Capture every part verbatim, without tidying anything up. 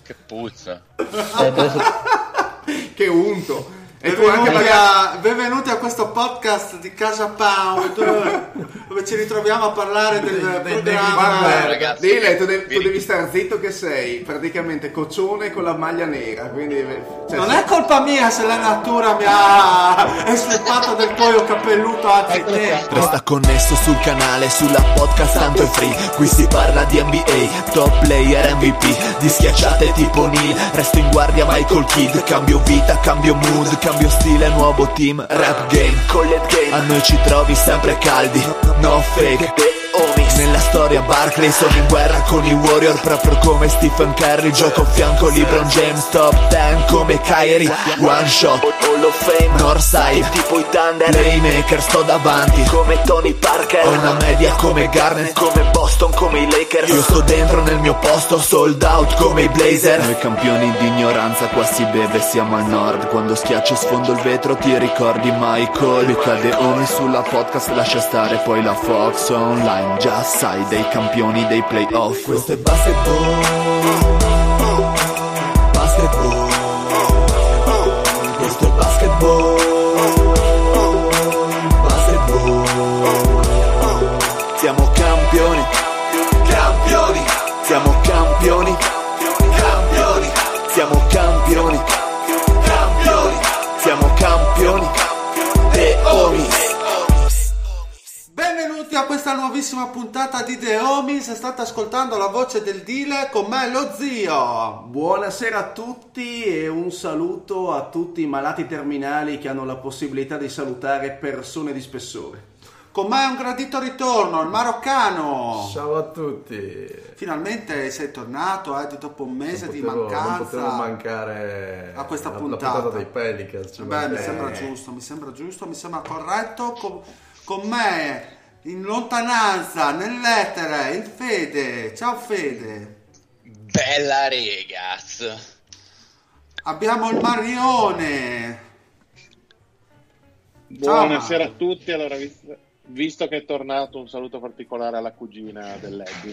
Che puzza. Che unto. E benvenuti, anche a, benvenuti a questo podcast di Casa Pound dove ci ritroviamo a parlare del dei, programma. Guarda, ragazzi, Dile, tu, devi, tu devi stare zitto che sei praticamente coccione con la maglia nera, quindi, cioè, non se... è colpa mia se la natura mi ha estirpato del cuoio capelluto anzitempo. Resta connesso sul canale, sulla podcast tanto è free. Qui si parla di N B A, top player M V P, di schiacciate tipo Neil. Resto in guardia Michael Kidd, cambio vita, cambio mood, cambio stile, nuovo team, rap game, collet game. A noi ci trovi sempre caldi, no fake, homies. Nella storia Barkley sono in guerra con i Warrior, proprio come Stephen Curry. Gioco a fianco LeBron James, top ten come Kyrie. One shot, Hall of Fame, Northside, tipo i Thunder. Playmaker, sto davanti come Tony Parker. Ho una media come Garnett, come Boston, come i Lakers. Io sto dentro nel mio posto, sold out come i Blazer. Noi campioni di ignoranza, qua si beve, siamo al nord. Quando schiacci sfondo il vetro ti ricordi Michael. Mi cade ogni sulla podcast, lascia stare poi la Fox online. Già sai dei campioni dei playoff. Questo è basketball, basketball. Questo è basketball, basketball. Siamo campioni, campioni. Siamo campioni, campioni. Siamo campioni, campioni. Siamo campioni, The Homies. Benvenuti a questa nuovissima puntata di The Homies. State ascoltando la voce del Dile, con me lo zio. Buonasera a tutti e un saluto a tutti i malati terminali che hanno la possibilità di salutare persone di spessore. Con me è un gradito ritorno, il maroccano. Ciao a tutti. Finalmente sei tornato, eh, dopo un mese potevo, di mancanza. Non potevo mancare a questa la, puntata. la puntata dei Pelicans. Beh, mi sembra giusto, mi sembra giusto, mi sembra corretto. Con, con me in lontananza, nell'etere, il Fede. Ciao Fede. Bella regas. Abbiamo il Marione. Buonasera a tutti. Allora, visto, visto che è tornato, un saluto particolare alla cugina dell'Eddie.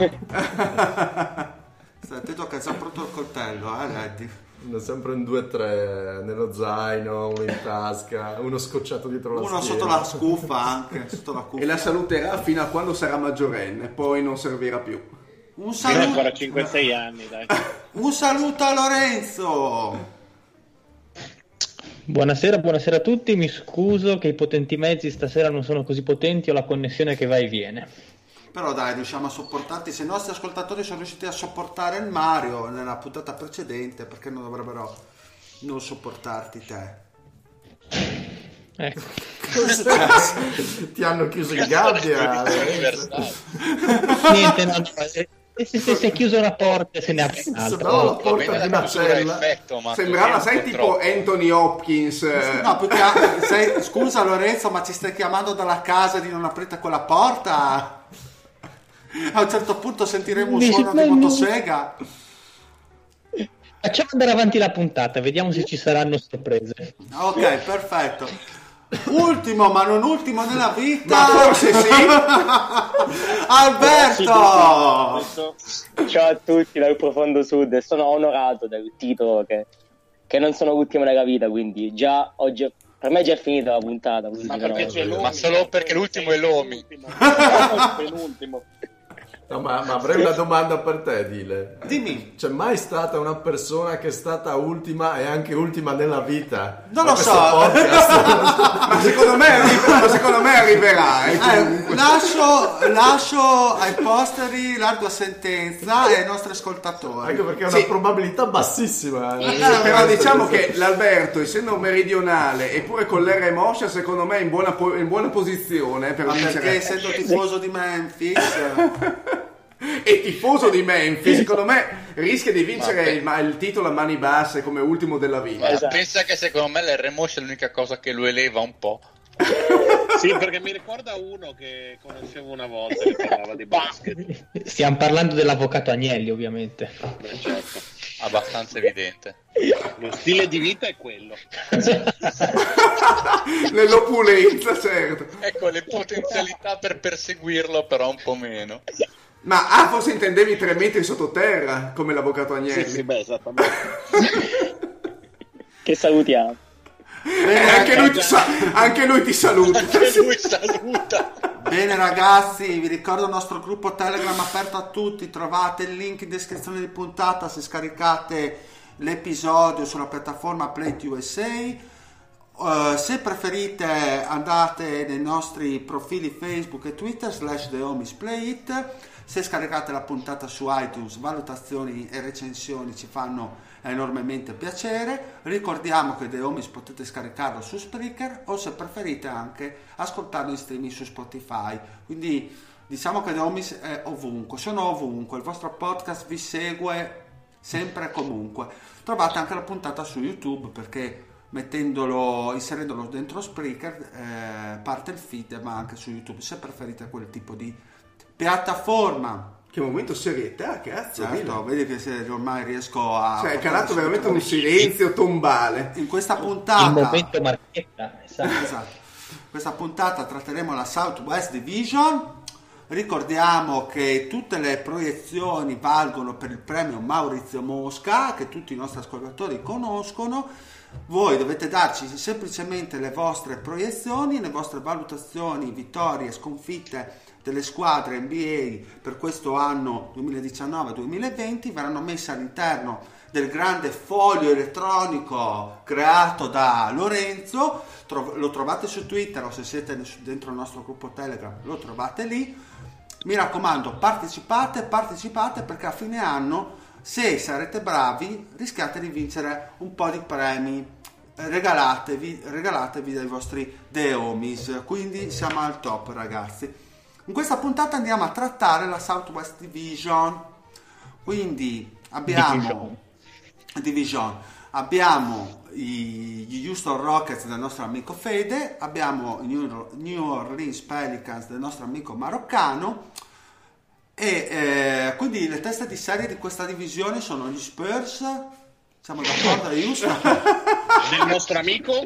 Stai attento che è già pronto il coltello, eh Eddie. Sempre un due tre nello zaino, uno in tasca, uno scocciato dietro la uno schiena. sotto la scuffa anche sotto la cuffia. E la saluterà fino a quando sarà maggiorenne, poi non servirà più. Un Fino saluto ancora cinque sei anni, dai. Un saluto a Lorenzo. Buonasera, buonasera a tutti. Mi scuso che i potenti mezzi stasera non sono così potenti, ho la connessione che va e viene. Però dai, riusciamo a sopportarti. Se i nostri ascoltatori sono riusciti a sopportare il Mario nella puntata precedente, perché non dovrebbero non sopportarti te? Ecco. Ti hanno chiuso in gabbia. Niente, no, no, e se, se si è chiusa una porta se ne apre un'altra. Sembrava la porta di una cella. Sembrava, sai, tipo Anthony Hopkins. No, perché sei, scusa Lorenzo, ma ci stai chiamando dalla casa di non aprite quella porta? A un certo punto sentiremo un suono di motosega. Facciamo andare avanti la puntata, vediamo se ci saranno sorprese. Ok, perfetto. Ultimo, ma non ultimo nella vita. Ma forse sì. Alberto. Ciao a tutti dal profondo sud. Sono onorato del titolo che, che non sono l'ultimo nella vita, quindi già oggi per me è già finita la puntata. Ma, perché c'è ma solo perché l'ultimo è l'Omi. Penultimo. No, ma, ma avrei una domanda per te, Dile. Dimmi. C'è mai stata una persona che è stata ultima e anche ultima nella vita? Non lo so. ma, secondo me arriverà, ma secondo me arriverà. Eh, eh, lascio, lascio ai posteri l'ardua sentenza e ai nostri ascoltatori. Anche perché è una sì. probabilità bassissima. Eh, eh, però diciamo che l'Alberto, essendo meridionale eppure con l'R Moscia, secondo me è in buona, po- in buona posizione per ma vincere. Perché essendo tifoso di Memphis e tifoso di Memphis, secondo me rischia di vincere il, il titolo a mani basse come ultimo della vita. Esatto. Pensa che secondo me l'R Moscia è l'unica cosa che lo eleva un po'. Sì, perché mi ricorda uno che conoscevo una volta che parlava di basket. Stiamo parlando dell'avvocato Agnelli, ovviamente. Beh, certo. Abbastanza evidente. Lo stile di vita è quello. Nell'opulenza, certo. Ecco, le potenzialità per perseguirlo però un po' meno. Ma ah, forse intendevi tre metri sottoterra, come l'avvocato Agnelli. Sì, sì, beh, esattamente. Che salutiamo. Bene, anche, lui ti sa- anche lui ti saluta. Anche lui saluta. Bene ragazzi, vi ricordo il nostro gruppo Telegram aperto a tutti, trovate il link in descrizione di puntata se scaricate l'episodio sulla piattaforma Play U S A. Uh, se preferite andate nei nostri profili Facebook e Twitter slash The Homies Play It. Se scaricate la puntata su iTunes, valutazioni e recensioni ci fanno enormemente piacere. Ricordiamo che The Homies potete scaricarlo su Spreaker o se preferite anche ascoltarlo in streaming su Spotify. Quindi diciamo che The Homies è ovunque, sono ovunque, il vostro podcast vi segue sempre e comunque. Trovate anche la puntata su YouTube perché mettendolo, inserendolo dentro Spreaker eh, parte il feed, ma anche su YouTube se preferite quel tipo di piattaforma. Che momento serietà, cazzo. Certo, vedi che se ormai riesco a... Cioè è calato veramente un silenzio tombale. In questa puntata... Il momento marchetta, esatto. Esatto. Questa puntata tratteremo la Southwest Division. Ricordiamo che tutte le proiezioni valgono per il premio Maurizio Mosca, che tutti i nostri ascoltatori conoscono. Voi dovete darci semplicemente le vostre proiezioni, le vostre valutazioni, vittorie, sconfitte delle squadre N B A per questo anno duemiladiciannove duemilaventi. Verranno messe all'interno del grande foglio elettronico creato da Lorenzo. Tro- lo trovate su Twitter o se siete dentro il nostro gruppo Telegram lo trovate lì. Mi raccomando, partecipate, partecipate perché a fine anno, se sarete bravi, rischiate di vincere un po' di premi. Regalatevi, regalatevi dai vostri The Homies. Quindi siamo al top, ragazzi. In questa puntata andiamo a trattare la Southwest Division. Quindi abbiamo Division. Division. Abbiamo i, gli Houston Rockets del nostro amico Fede, abbiamo i New Orleans Pelicans del nostro amico Maroccano e eh, quindi le teste di serie di questa divisione sono gli Spurs. Siamo d'accordo, Houston? Del nostro amico?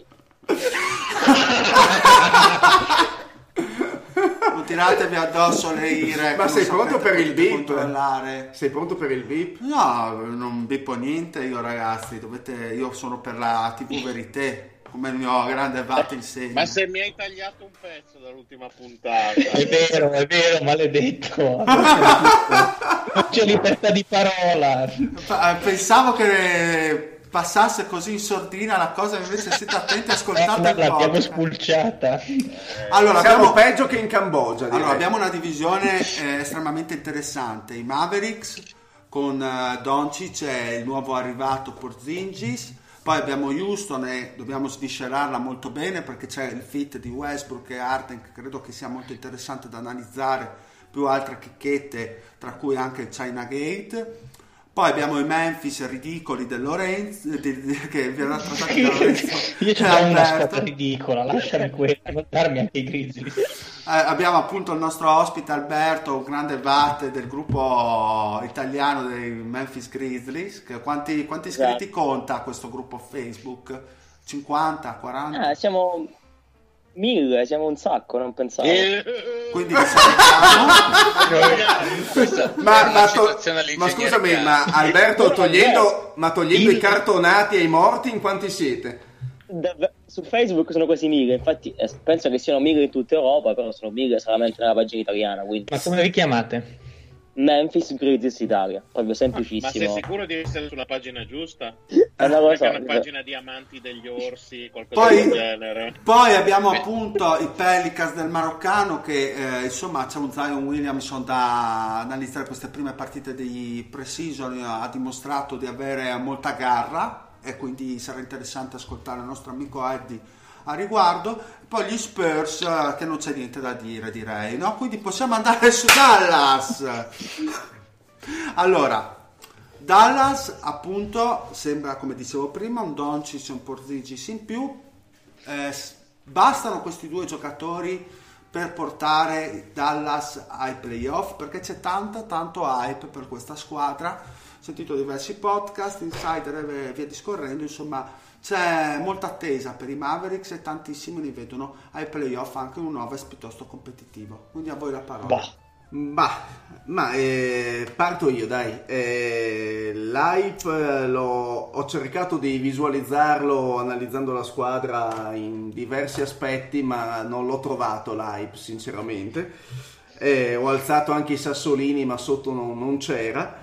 Non tiratevi addosso le ire. Ma sei pronto per il beep? Controllare. Sei pronto per il beep? No, non bippo niente io, ragazzi. Dovete, io sono per la T V Verité, come il mio grande Vat insegna. Ma se mi hai tagliato un pezzo dall'ultima puntata. È vero, è vero, maledetto. Non c'è libertà di parola. Pensavo che passasse così in sordina la cosa, invece siete attenti, ascoltate eh, il l'abbiamo spulciata. Allora, siamo abbiamo... peggio che in Cambogia. Allora, abbiamo una divisione eh, estremamente interessante. I Mavericks con uh, Doncic e il nuovo arrivato Porzingis. Poi abbiamo Houston e dobbiamo sviscerarla molto bene perché c'è il fit di Westbrook e Harden, che credo che sia molto interessante da analizzare, più altre chicchette, tra cui anche il China Gate. Poi abbiamo i Memphis ridicoli del Lorenzo, di, di, che verrà trattati da Lorenzo. Io c'ho una squadra ridicola, lasciami quello, non darmi anche i Grizzlies. Eh, abbiamo appunto il nostro ospite Alberto, un grande vat del gruppo italiano dei Memphis Grizzlies. Che quanti, quanti iscritti esatto. conta questo gruppo Facebook? cinquanta, quaranta? Ah, siamo mille, siamo un sacco, non pensavo. Quindi vi salutiamo. ma, ma, to- ma scusami, ma Alberto, togliendo, ma togliendo i cartonati e i morti, in quanti siete? Su Facebook sono quasi mille, infatti eh, penso che siano mille in tutta Europa, però sono mille solamente nella pagina italiana. Quindi. Ma come vi chiamate? Memphis Grizzlies Italia, proprio semplicissimo. Ma sei sicuro di essere sulla pagina giusta? Eh, non lo so. È una pagina di amanti degli orsi, qualcosa poi, del genere. Poi abbiamo appunto i Pelicans del Maroccano che eh, insomma c'è un Zion Williamson da analizzare. Queste prime partite di pre-season ha dimostrato di avere molta garra e quindi sarà interessante ascoltare il nostro amico Eddie a riguardo. Poi gli Spurs eh, che non c'è niente da dire, direi, no? Quindi possiamo andare su Dallas. Allora, Dallas appunto sembra, come dicevo prima, un Doncic e un Porzingis in più. Eh, bastano questi due giocatori per portare Dallas ai playoff, perché c'è tanta tanto hype per questa squadra. Ho sentito diversi podcast, insider e via discorrendo, insomma c'è molta attesa per i Mavericks e tantissimi li vedono ai playoff, anche un Ovest piuttosto competitivo. Quindi a voi la parola. Bah, Bah, ma eh, parto io, dai. Eh, l'hype l'ho, ho cercato di visualizzarlo analizzando la squadra in diversi aspetti, ma non l'ho trovato l'hype, sinceramente. Eh, ho alzato anche i sassolini, ma sotto non, non c'era.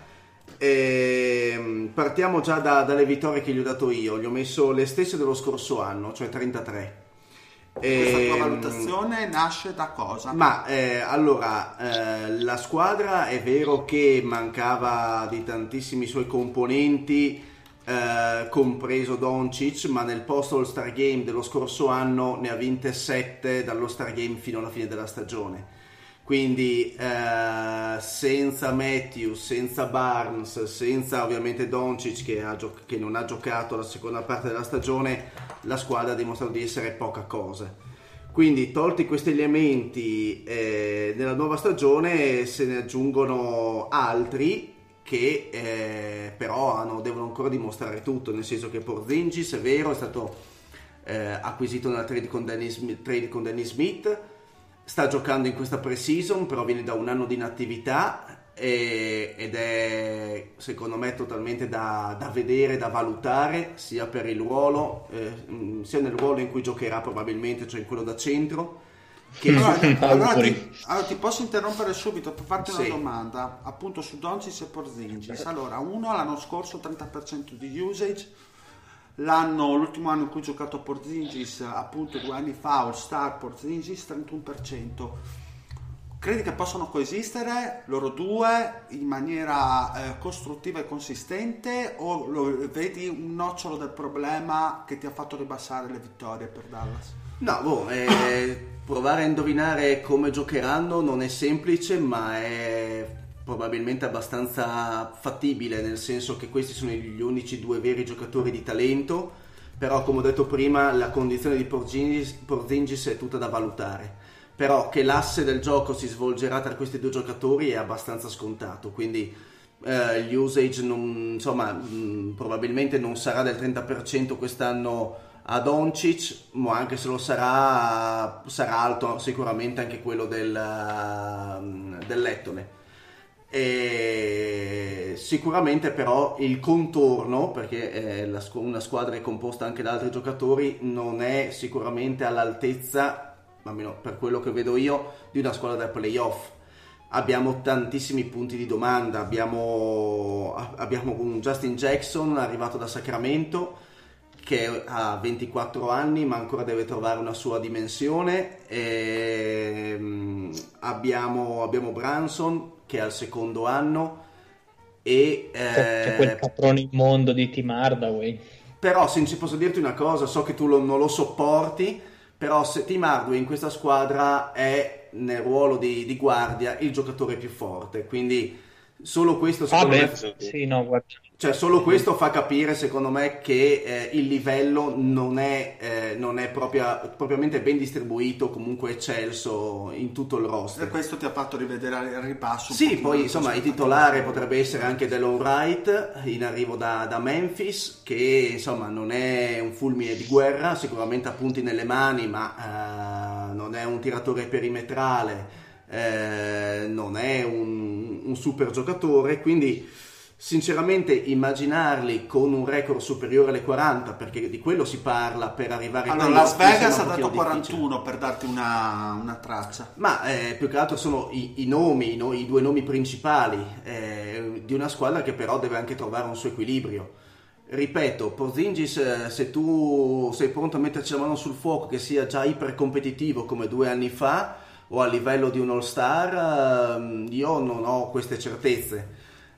Eh, partiamo già da, dalle vittorie che gli ho dato io. Gli ho messo le stesse dello scorso anno, cioè trentatré. Questa tua Ehm, valutazione nasce da cosa? Ma eh, allora, eh, la squadra è vero che mancava di tantissimi suoi componenti, eh, compreso Doncic, ma nel post All-Star Game dello scorso anno ne ha vinte sette dall'All-Star Game fino alla fine della stagione. Quindi eh, senza Matthews, senza Barnes, senza ovviamente Doncic che, ha gio- che non ha giocato la seconda parte della stagione, la squadra ha dimostrato di essere poca cosa. Quindi tolti questi elementi, eh, nella nuova stagione se ne aggiungono altri che eh, però hanno, devono ancora dimostrare tutto, nel senso che Porzingis è vero, è stato eh, acquisito nella trade con Dennis Smith, trade con Dennis Smith, sta giocando in questa pre-season, però viene da un anno di inattività e, ed è secondo me totalmente da, da vedere, da valutare, sia per il ruolo, eh, sia nel ruolo in cui giocherà probabilmente, cioè in quello da centro. Che... Allora, allora, ti, allora ti posso interrompere subito per farti una Sì. domanda appunto su Doncic e Porzingis. Allora, uno l'anno scorso trenta per cento di usage, l'anno, l'ultimo anno in cui ho giocato a Porzingis, appunto due anni fa, All Star Porzingis trentuno per cento. Credi che possano coesistere loro due in maniera eh, costruttiva e consistente, o lo, vedi un nocciolo del problema che ti ha fatto ribassare le vittorie per Dallas? No, boh, eh, provare a indovinare come giocheranno non è semplice, ma è probabilmente abbastanza fattibile, nel senso che questi sono gli unici due veri giocatori di talento, però come ho detto prima la condizione di Porzingis, Porzingis è tutta da valutare, però che l'asse del gioco si svolgerà tra questi due giocatori è abbastanza scontato, quindi eh, gli usage non, insomma mh, probabilmente non sarà del trenta per cento quest'anno a Doncic, ma anche se lo sarà sarà alto sicuramente anche quello del, uh, del Lettone. E sicuramente però il contorno, perché eh, la, una squadra è composta anche da altri giocatori, non è sicuramente all'altezza, almeno per quello che vedo io, di una squadra da playoff. Abbiamo tantissimi punti di domanda, abbiamo, abbiamo un Justin Jackson arrivato da Sacramento che ha ventiquattro anni ma ancora deve trovare una sua dimensione, e, um, abbiamo, abbiamo Branson che è al secondo anno e C'è eh, quel caprone immondo di Tim Hardaway. però se ci posso dirti una cosa, so che tu lo, non lo sopporti, però se Tim Hardaway in questa squadra è nel ruolo di, di guardia il giocatore più forte, quindi solo questo secondo Ah, me beh, sì, no, guarda. Cioè solo questo fa capire secondo me che eh, il livello non è, eh, non è propria, propriamente ben distribuito, comunque eccelso in tutto il E roster. questo ti ha fatto rivedere al ribasso un Sì, pochino poi le insomma il cose titolare fatte. potrebbe essere anche Delon Wright in arrivo da, da Memphis, che insomma non è un fulmine di guerra, sicuramente ha punti nelle mani, ma eh, non è un tiratore perimetrale, eh, non è un, un super giocatore, quindi sinceramente immaginarli con un record superiore alle quaranta, perché di quello si parla per arrivare Allora, ai Las playoff, Vegas sembra ha un dato pochino quarantuno per darti una, una traccia. ma eh, più che altro sono i, i nomi, i, no- i due nomi principali eh, di una squadra che però deve anche trovare un suo equilibrio. Ripeto, Porzingis, eh, se tu sei pronto a metterci la mano sul fuoco che sia già iper competitivo come due anni fa o a livello di un All-Star, eh, io non ho queste certezze.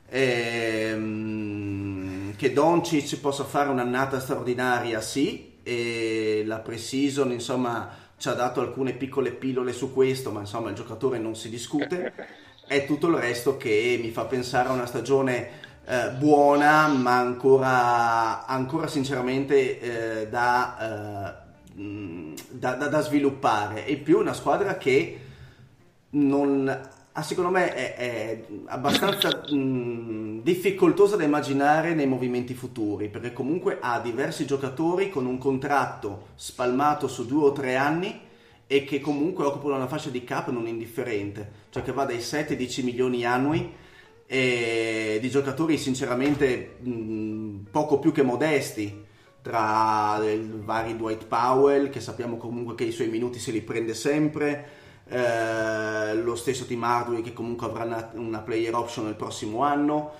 Ehm, che Doncic possa fare un'annata straordinaria, sì, e la pre-season insomma ci ha dato alcune piccole pillole su questo, ma insomma il giocatore non si discute, è tutto il resto che mi fa pensare a una stagione eh, buona, ma ancora, ancora sinceramente eh, da, eh, mh, da, da, da sviluppare, e più una squadra che non... Ah, secondo me è, è abbastanza mh, difficoltosa da immaginare nei movimenti futuri, perché comunque ha diversi giocatori con un contratto spalmato su due o tre anni e che comunque occupano una fascia di cap non indifferente, cioè che va dai sette ai dieci milioni annui, e di giocatori sinceramente mh, poco più che modesti, tra il vari Dwight Powell, che sappiamo comunque che i suoi minuti se li prende sempre, eh, lo stesso Tim Hardaway, che comunque avrà una, una player option nel prossimo anno,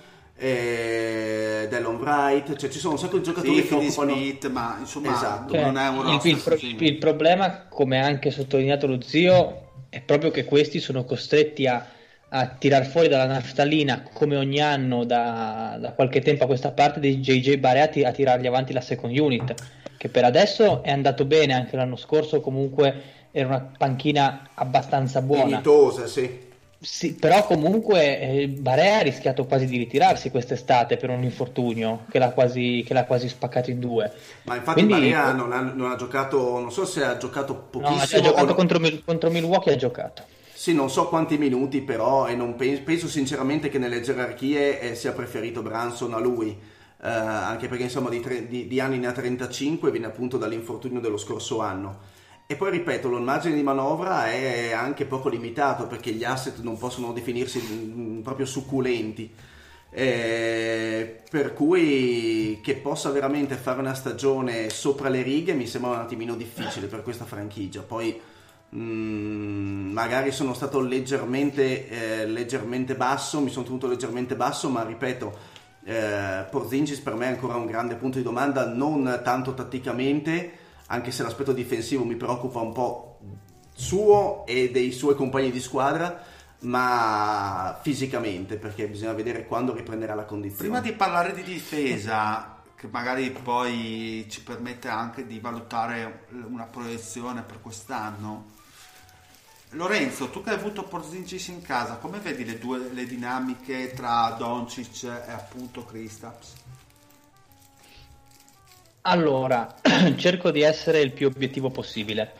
eh, Delon Wright, cioè ci sono un sacco di giocatori sì, che occupano Smith, ma insomma esatto. non è un il, roster il, pro- sì. il problema, come ha anche sottolineato lo zio, è proprio che questi sono costretti a, a tirar fuori dalla naftalina, come ogni anno da, da qualche tempo a questa parte, dei J J Barea a, a tirargli avanti la second unit, che per adesso è andato bene, anche l'anno scorso comunque era una panchina abbastanza buona, dignitosa, sì. Sì, però comunque eh, Barea ha rischiato quasi di ritirarsi quest'estate per un infortunio che l'ha quasi, che l'ha quasi spaccato in due. Ma infatti Quindi, Barea non ha, non ha giocato, non so se ha giocato pochissimo. no, ha giocato o... contro, contro Milwaukee, ha giocato. Sì, non so quanti minuti però, e non penso, penso sinceramente che nelle gerarchie eh, sia preferito Brunson a lui, eh, anche perché insomma di, tre, di, di anni ne ha trentacinque, viene appunto dall'infortunio dello scorso anno. E poi ripeto, il margine di manovra è anche poco limitato, perché gli asset non possono definirsi mh, proprio succulenti, eh, per cui che possa veramente fare una stagione sopra le righe mi sembra un attimino difficile per questa franchigia. Poi mh, magari sono stato leggermente, eh, leggermente basso, mi sono tenuto leggermente basso, ma ripeto, eh, Porzingis per me è ancora un grande punto di domanda, non tanto tatticamente, anche se l'aspetto difensivo mi preoccupa un po' suo e dei suoi compagni di squadra, ma fisicamente, perché bisogna vedere quando riprenderà la condizione. Prima di parlare di difesa, che magari poi ci permette anche di valutare una proiezione per quest'anno, Lorenzo, tu che hai avuto Porzingis in casa, come vedi le due le dinamiche tra Doncic e appunto Kristaps? Allora, cerco di essere il più obiettivo possibile.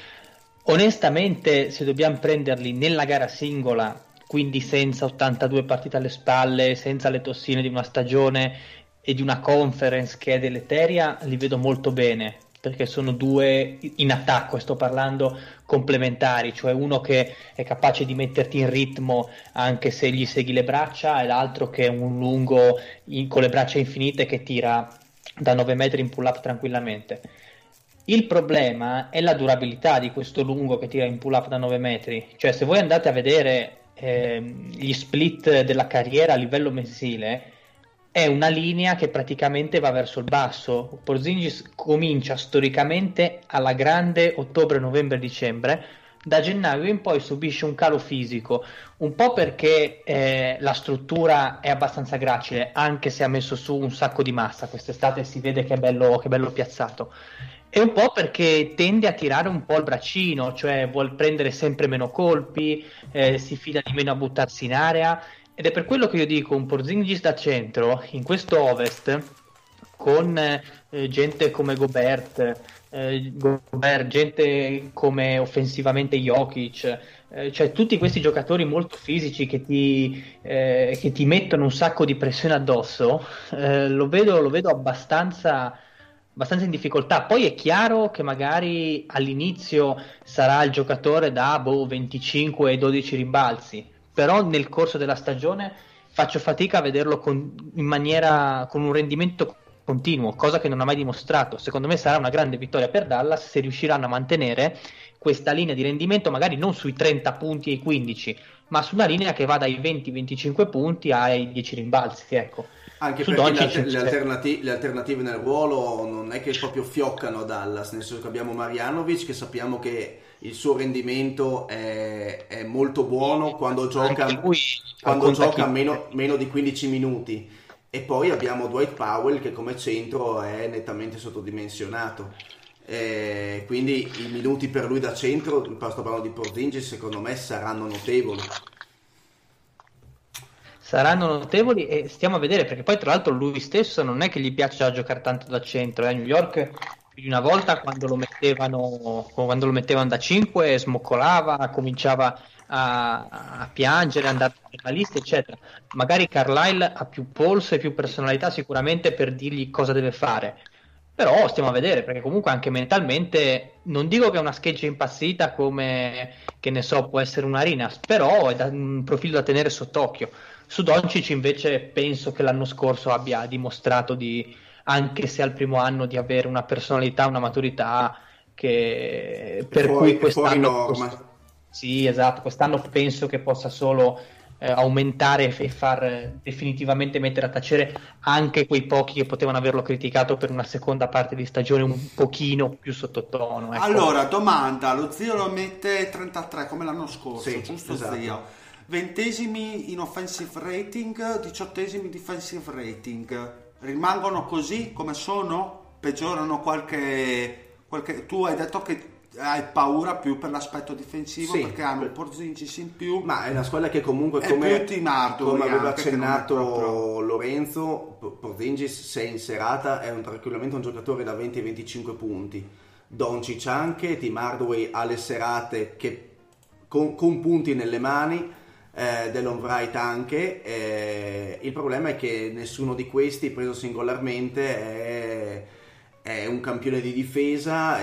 Onestamente, se dobbiamo prenderli nella gara singola, quindi senza ottantadue partite alle spalle, senza le tossine di una stagione e di una conference che è deleteria, li vedo molto bene, perché sono due in attacco, sto parlando complementari, cioè uno che è capace di metterti in ritmo anche se gli segui le braccia, e l'altro che è un lungo in, con le braccia infinite che tira da nove metri in pull up tranquillamente. Il problema è la durabilità di questo lungo che tira in pull up da nove metri, cioè se voi andate a vedere eh, gli split della carriera a livello mensile, è una linea che praticamente va verso il basso. Porzingis comincia storicamente alla grande ottobre, novembre, dicembre. Da gennaio in poi subisce un calo fisico, un po' perché eh, la struttura è abbastanza gracile, anche se ha messo su un sacco di massa quest'estate, si vede che è bello, che è bello piazzato, e un po' perché tende a tirare un po' il braccino, cioè vuol prendere sempre meno colpi, eh, si fida di meno a buttarsi in area, ed è per quello che io dico un Porzingis da centro in questo Ovest con eh, gente come Gobert, eh, Gobert, gente come offensivamente Jokic, eh, cioè tutti questi giocatori molto fisici che ti, eh, che ti mettono un sacco di pressione addosso, eh, lo vedo, lo vedo abbastanza, abbastanza in difficoltà. Poi è chiaro che magari all'inizio sarà il giocatore da boh, venticinque e dodici rimbalzi, però nel corso della stagione faccio fatica a vederlo con, in maniera, con un rendimento continuo, cosa che non ha mai dimostrato. Secondo me sarà una grande vittoria per Dallas se riusciranno a mantenere questa linea di rendimento, magari non sui trenta punti e i quindici, ma su una linea che va dai venti venticinque punti ai dieci rimbalzi, ecco. Anche Su perché le, Doncic alter- le, c'è- alternati- le alternative nel ruolo non è che proprio fioccano a Dallas, nel senso che abbiamo Marjanovic, che sappiamo che il suo rendimento è, è molto buono quando gioca, Anche lui quando conta gioca chi- meno, meno di quindici minuti, e poi abbiamo Dwight Powell che come centro è nettamente sottodimensionato. Eh, quindi i minuti per lui da centro, sto parlando di Porzingis, secondo me saranno notevoli. Saranno notevoli, e stiamo a vedere, perché poi tra l'altro lui stesso non è che gli piaccia giocare tanto da centro, eh. A New York più di una volta quando lo mettevano quando lo mettevano da cinque smoccolava, cominciava a, a piangere, andare per la lista eccetera. Magari Carlisle ha più polso e più personalità sicuramente per dirgli cosa deve fare, Però stiamo a vedere, perché comunque anche mentalmente non dico che è una scheggia impazzita come, che ne so, può essere una Rinas, però è da, un profilo da tenere sott'occhio. Su Doncic invece penso che l'anno scorso abbia dimostrato di, anche se al primo anno, di avere una personalità, una maturità che per fuori, cui quest'anno fuori norma. Sì, esatto, quest'anno penso che possa solo eh, aumentare e far eh, definitivamente mettere a tacere anche quei pochi che potevano averlo criticato per una seconda parte di stagione un pochino più sottotono. Ecco. Allora, domanda, lo zio lo mette trentatré come l'anno scorso, Sì, giusto esatto. zio? Ventesimi in offensive rating, diciottesimi defensive rating. Rimangono così come sono? Peggiorano qualche... qualche... Tu hai detto che hai paura più per l'aspetto difensivo, Sì. perché hanno Porzingis in più, Ma è una squadra che comunque, è come, più Team Hardaway, come aveva anche, che non è accennato proprio- Lorenzo, P- Porzingis se in serata è un, tranquillamente un giocatore da venti venticinque punti. Doncic anche, Tim Hardaway ha le serate che con, con punti nelle mani, eh, Delon Wright anche. Eh, il problema è che nessuno di questi preso singolarmente è è un campione di difesa,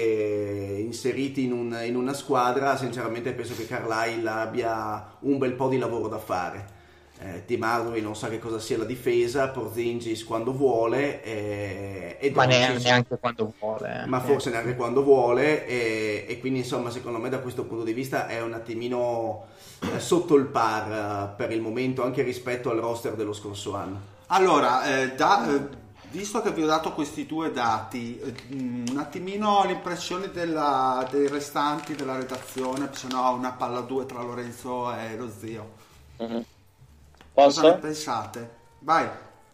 e inseriti in, un, in una squadra sinceramente penso che Carlisle abbia un bel po' di lavoro da fare. eh, Tim Hardaway non sa che cosa sia la difesa, Porzingis quando vuole, eh, e Ma Doncic- neanche, neanche quando vuole. eh. ma forse neanche quando vuole, e, e quindi insomma secondo me da questo punto di vista è un attimino eh, sotto il par eh, per il momento, anche rispetto al roster dello scorso anno. Allora, eh, da, eh, visto che vi ho dato questi due dati, eh, un attimino l'impressione della, dei restanti della redazione, se no una palla due tra Lorenzo e lo zio. Mhm. Cosa ne Posso? pensate? Vai.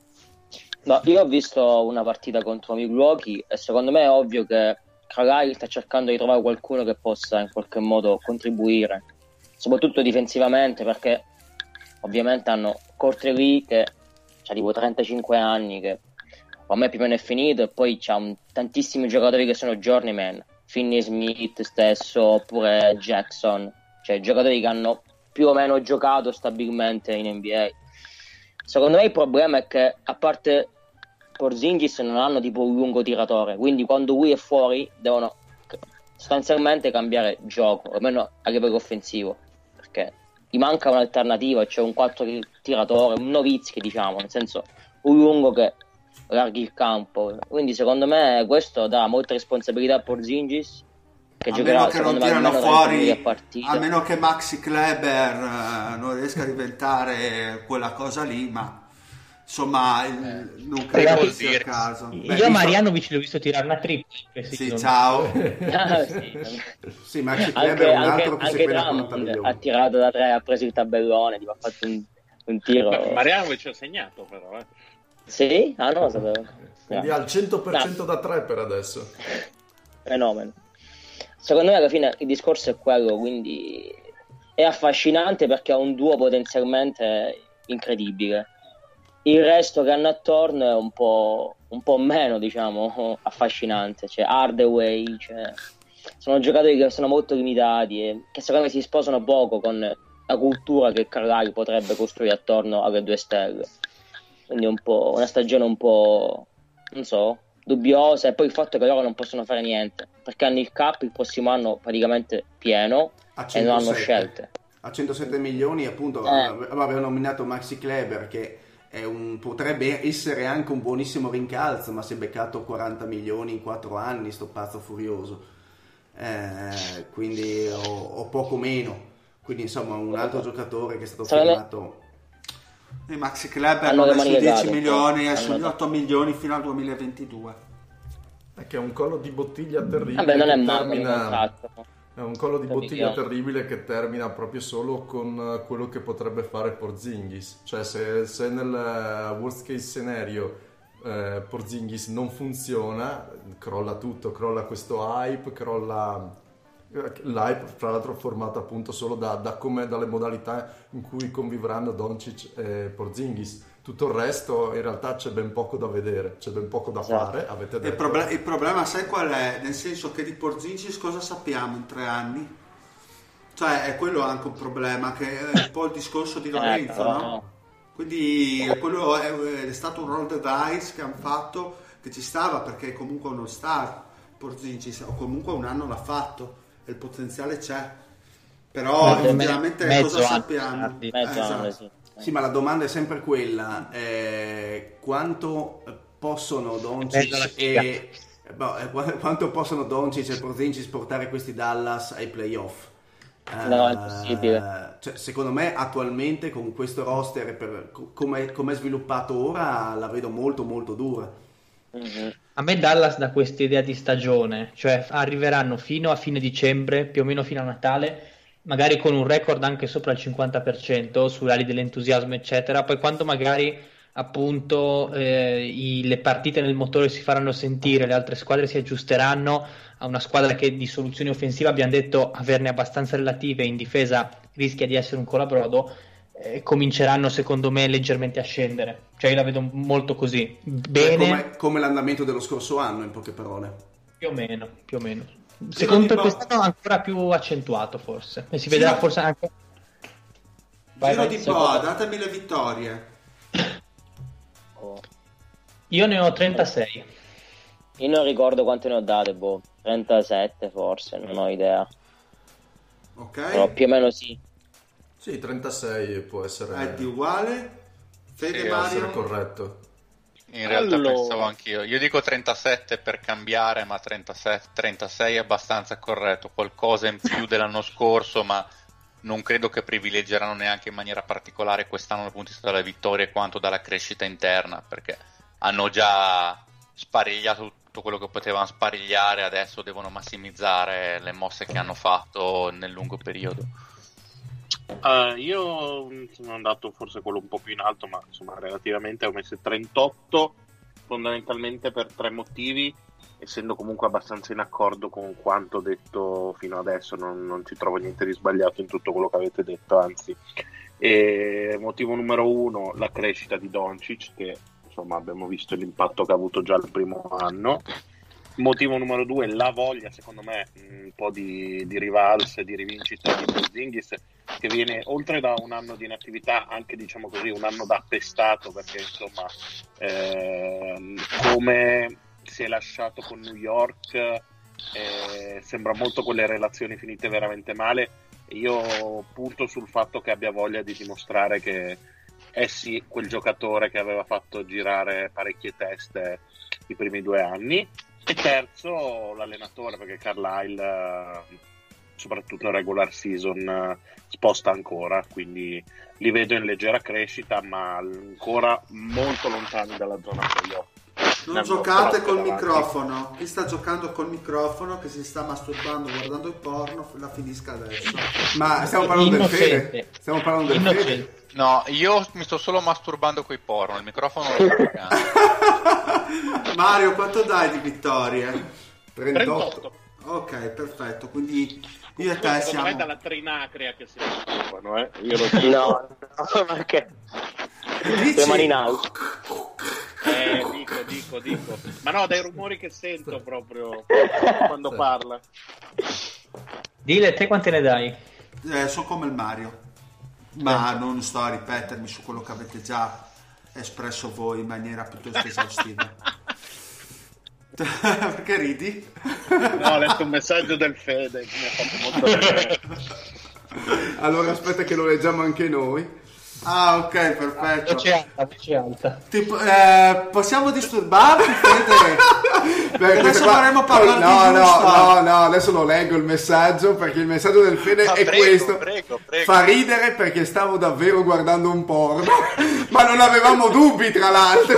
No, io ho visto una partita contro Milwaukee e secondo me è ovvio che Carlisle sta cercando di trovare qualcuno che possa in qualche modo contribuire, soprattutto difensivamente, perché ovviamente hanno Courtney Lee che ha tipo trentacinque anni, che ormai più o meno è finito, e poi c'ha un, tantissimi giocatori che sono journeyman, Finney Smith stesso, oppure Jackson, cioè giocatori che hanno più o meno giocato stabilmente in N B A. Secondo me il problema è che, a parte Porzingis, non hanno tipo un lungo tiratore, quindi quando lui è fuori devono sostanzialmente cambiare gioco, almeno a livello offensivo, perché gli manca un'alternativa, cioè un quattro tiratore, un Nowitzki, diciamo, nel senso un lungo che larghi il campo. Quindi secondo me questo dà molta responsabilità a Porzingis, che A giocherà meno che non secondo me tirano almeno venti fuori, minuti a partita. a meno che Maxi Kleber eh, non riesca a diventare quella cosa lì, ma insomma il- non credo Però- che sia il caso. Beh, Io visto- Marianovic l'ho visto tirare una tripla in questi Sì, giorni. ciao. Ah, sì. Sì, Maxi Kleber Anche, è un anche, altro che si anche prende quaranta Drummond milioni. ha tirato da tre, ha preso il tabellone, tipo, ha fatto un, un tiro. Beh, Marianovic ha segnato però, eh. Sì? Ah, non lo sapevo. Quindi No. al cento per cento da tre per adesso. Fenomeno. Secondo me alla fine il discorso è quello, quindi è affascinante perché ha un duo potenzialmente incredibile. Il resto che hanno attorno è un po', un po' meno, diciamo, affascinante. Cioè Hardaway, cioè, sono giocatori che sono molto limitati e che secondo me si sposano poco con la cultura che Carlisle potrebbe costruire attorno alle due stelle. Quindi è un po' una stagione un po', non so, dubbiosa, e poi il fatto che loro non possono fare niente perché hanno il cap il prossimo anno praticamente pieno A e non hanno centosette. scelte. A centosette milioni, appunto, Eh. aveva nominato Maxi Kleber, che è un, potrebbe essere anche un buonissimo rincalzo, ma si è beccato quaranta milioni in quattro anni, sto pazzo furioso. Eh, quindi ho, ho poco meno. Quindi insomma un altro giocatore che è stato Secondo me- firmato. E Maxi Kleber Hanno non le è mani sui dieci legate, milioni, è hanno- sugli otto milioni fino al duemilaventidue. È che è un collo di bottiglia terribile. Vabbè, non è che male il termina- contratto. È un collo di otto bottiglia milioni. terribile che termina proprio solo con eh, quello che potrebbe fare Porzingis. Cioè se, se nel eh, worst case scenario eh, Porzingis non funziona, crolla tutto, crolla questo hype, crolla eh, l'hype, fra l'altro formato appunto solo da, da come, dalle modalità in cui convivranno Doncic e Porzingis. Tutto il resto in realtà c'è ben poco da vedere, c'è ben poco da Esatto. fare, avete Il, detto. proble- il problema sai qual è? Nel senso che di Porzingis cosa sappiamo in tre anni? Cioè è quello anche un problema, che è un po' il discorso di Lorenzo, però- no? Quindi quello è, è stato un roll the dice che hanno fatto, che ci stava perché è comunque uno star Porzingis, o comunque un anno l'ha fatto e il potenziale c'è, però Mezzo- effettivamente mezzo cosa anno, sappiamo? tardi. Mezzo Eh, anno, esatto. sì. Sì, ma la domanda è sempre quella, eh, quanto possono Bella la Doncic sfiga. e boh, eh, qu- quanto possono Doncic e Porzingis portare questi Dallas ai playoff? No, è Eh, impossibile. cioè, secondo me attualmente con questo roster per, co- come come è sviluppato ora la vedo molto molto dura. Mhm. A me Dallas dà questa idea di stagione, cioè arriveranno fino a fine dicembre, più o meno fino a Natale, magari con un record anche sopra il cinquanta per cento sulle ali dell'entusiasmo, eccetera. Poi quando magari appunto eh, i- le partite nel motore si faranno sentire, le altre squadre si aggiusteranno a una squadra che di soluzioni offensive abbiamo detto averne abbastanza relative, in difesa rischia di essere un colabrodo, eh, cominceranno secondo me leggermente a scendere. Cioè io la vedo molto così. È Bene, come, come l'andamento dello scorso anno, in poche parole. più o meno, più o meno. Secondo di quest'anno ancora più accentuato forse. E si vedrà Giro- forse anche... Vai, Giro vai, di secondo- boa, datemi le vittorie. Oh. Io ne ho trentasei. Io non ricordo quante ne ho date, boh, trentasette forse, non ho idea. Ok, Però più o meno sì. Sì, trentasei può essere, Eddie uguale, Fede Sì, può essere Mario, corretto. In realtà Allora. pensavo anch'io. Io dico trentasette per cambiare, ma trentasette, trentasei è abbastanza corretto. Qualcosa in più dell'anno scorso, ma non credo che privilegieranno neanche in maniera particolare quest'anno dal punto di vista della vittoria quanto dalla crescita interna, perché hanno già sparigliato tutto quello che potevano sparigliare, adesso devono massimizzare le mosse che hanno fatto nel lungo periodo. Eh, io mh, sono andato forse quello un po' più in alto, ma insomma relativamente ho messo trentotto, fondamentalmente per tre motivi, essendo comunque abbastanza in accordo con quanto detto fino adesso, non, non ci trovo niente di sbagliato in tutto quello che avete detto, anzi. E motivo numero uno, la crescita di Doncic, che insomma abbiamo visto l'impatto che ha avuto già il primo anno. Motivo numero due, la voglia, secondo me, un po' di, di rivalsa, di rivincita di Porzingis, che viene oltre da un anno di inattività, anche diciamo così un anno da appestato, perché insomma ehm, come si è lasciato con New York, eh, sembra molto quelle relazioni finite veramente male. Io punto sul fatto che abbia voglia di dimostrare che è sì quel giocatore che aveva fatto girare parecchie teste i primi due anni. E terzo, l'allenatore, perché Carlisle, eh, soprattutto in regular season, eh, sposta ancora, quindi li vedo in leggera crescita, ma ancora molto lontani dalla zona playoff. non Nel giocate nostro col davanti. microfono. Chi sta giocando col microfono, che si sta masturbando guardando il porno, la finisca adesso. Ma stiamo parlando del Fede? Innocente. Stiamo parlando del Innocente. Fede? No, io mi sto solo masturbando coi porno, il microfono lo sto giocando. Mario, quanto dai di vittorie? trentotto. Ok, perfetto, quindi io e te Secondo siamo... me è dalla trinacria che si masturbano, eh? Io lo dico. No, no, perché Dici? le mani in alto. Eh, dico, dico, dico. Ma no, dai rumori che sento proprio quando parla. Dile, te quante ne dai? Eh, sono come il Mario, ma non sto a ripetermi su quello che avete già espresso voi in maniera piuttosto esaustiva. Perché ridi? No, ho letto un messaggio del Fede che mi ha fatto molto ridere. Allora aspetta che lo leggiamo anche noi. Ah, ok, perfetto. Voce alta, voce alta. Tipo, eh, possiamo disturbarti, Fede? Beh, Adesso questa qua- vorremmo parlare no, di no, Houston. no, no, adesso lo leggo il messaggio perché il messaggio del Fede Ma è prego, questo. prego, prego. Fa ridere perché stavo davvero guardando un porno, ma non avevamo dubbi tra l'altro.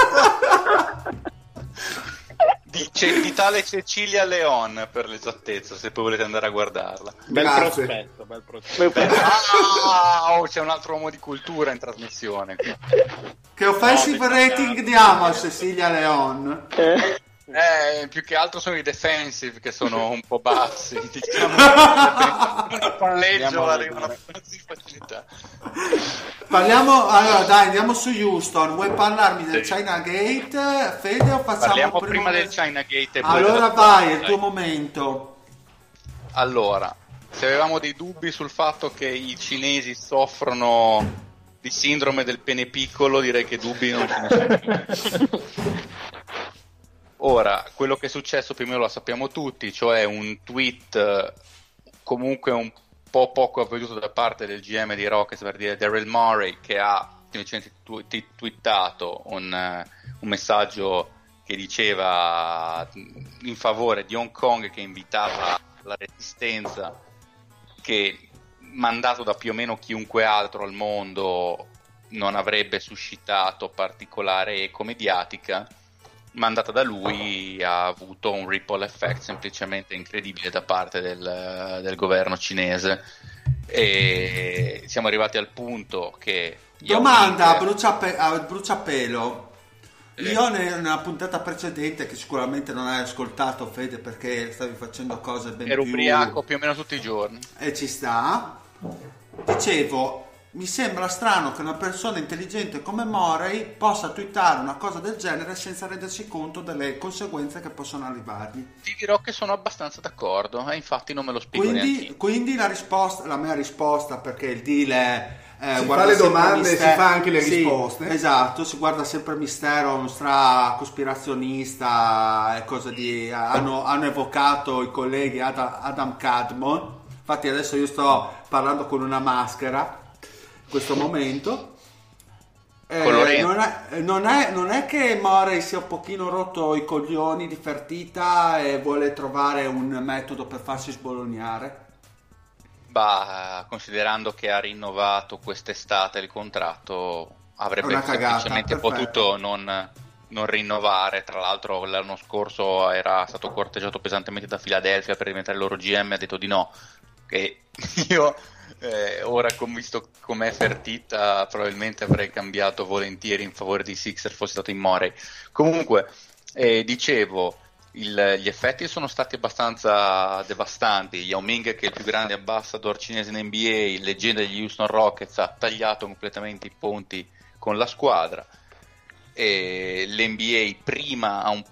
Di, Ce- di tale Cecilia Leon, per l'esattezza, se poi volete andare a guardarla. Bel Grazie. prospetto, bel prospetto. Beh, ah, oh, c'è un altro uomo di cultura in trasmissione. Che offensive No, rating diamo a Cecilia Leon? Eh, più che altro sono i defensive che sono un po' bassi, diciamo. Il palleggio Andiamo a arriva una vedere. di facilità. Parliamo, allora dai, andiamo su Houston. Vuoi parlarmi del Sì. China Gate, Fede, o facciamo Parliamo prima, prima del del- China Gate e poi Allora della- vai, è il Dai. tuo momento. Allora, se avevamo dei dubbi sul fatto che i cinesi soffrono di sindrome del pene piccolo, direi che dubbi non ce ne sono. Ora, quello che è successo più o meno lo sappiamo tutti, cioè un tweet eh, comunque un po' poco avveduto da parte del G M di Rockets, per dire Daryl Morey, che ha semplicemente tu- t- twittato un, uh, un messaggio che diceva in favore di Hong Kong, che invitava la resistenza, che mandato da più o meno chiunque altro al mondo non avrebbe suscitato particolare eco mediatica, mandata da lui ha avuto un ripple effect semplicemente incredibile da parte del, del governo cinese, e siamo arrivati al punto che domanda Ming... bruciape- a bruciapelo. Io nella puntata precedente, che sicuramente non hai ascoltato, Fede, perché stavi facendo cose ben ero più... ubriaco più o meno tutti i giorni e ci sta, dicevo, mi sembra strano che una persona intelligente come Morey possa twittare una cosa del genere senza rendersi conto delle conseguenze che possono arrivargli. Ti dirò che sono abbastanza d'accordo, e infatti non me lo spiego Quindi, neanche. quindi la risposta, la mia risposta, perché il deal è eh, si guarda fa le sempre domande e mistero- si fa anche le sì, risposte. Esatto, si guarda sempre mistero, un stra cospirazionista e cose di hanno, hanno evocato i colleghi Adam, Adam Cadmon. Infatti adesso io sto parlando con una maschera in questo momento. Eh, non, è, non, è, non è che Morey sia un pochino rotto i coglioni di Fertita e vuole trovare un metodo per farsi sbolognare? Bah, considerando che ha rinnovato quest'estate il contratto, avrebbe Una cagata, semplicemente perfetto. potuto non, non rinnovare. Tra l'altro l'anno scorso era stato corteggiato pesantemente da Philadelphia per diventare il loro G M, ha detto di no. E io eh, ora, com- visto com'è Fertita, probabilmente avrei cambiato volentieri in favore dei Sixers fossi stato in Morey. Comunque, eh, dicevo, il, gli effetti sono stati abbastanza devastanti. Yao Ming, che è il più grande ambassador cinese in N B A, leggenda degli Houston Rockets, ha tagliato completamente i ponti con la squadra, e l'N B A prima ha un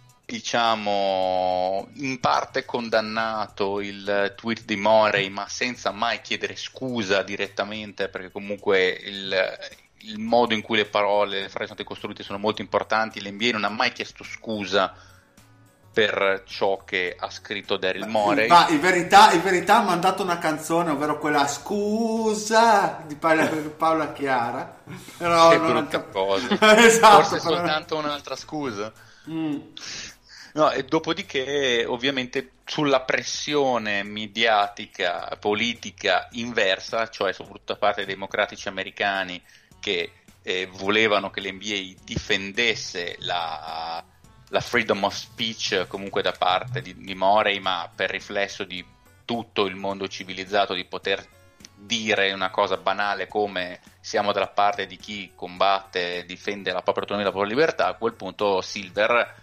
diciamo in parte condannato il tweet di Morey, ma senza mai chiedere scusa direttamente, perché comunque il, il modo in cui le parole, le frasi sono state costruite sono molto importanti. L'N B A non ha mai chiesto scusa per ciò che ha scritto Daryl Morey. Ma in verità, in verità ha mandato una canzone, ovvero quella Scusa di Paola, Paola Chiara. Però che non brutta ho... cosa. Esatto, Forse però... soltanto un'altra scusa. Mm. No, e dopodiché ovviamente sulla pressione mediatica, politica inversa, cioè soprattutto da parte dei democratici americani, che eh, volevano che l'N B A difendesse la, la freedom of speech comunque da parte di, di Morey, ma per riflesso di tutto il mondo civilizzato, di poter dire una cosa banale come siamo dalla parte di chi combatte e difende la propria autonomia e la propria libertà. A quel punto Silver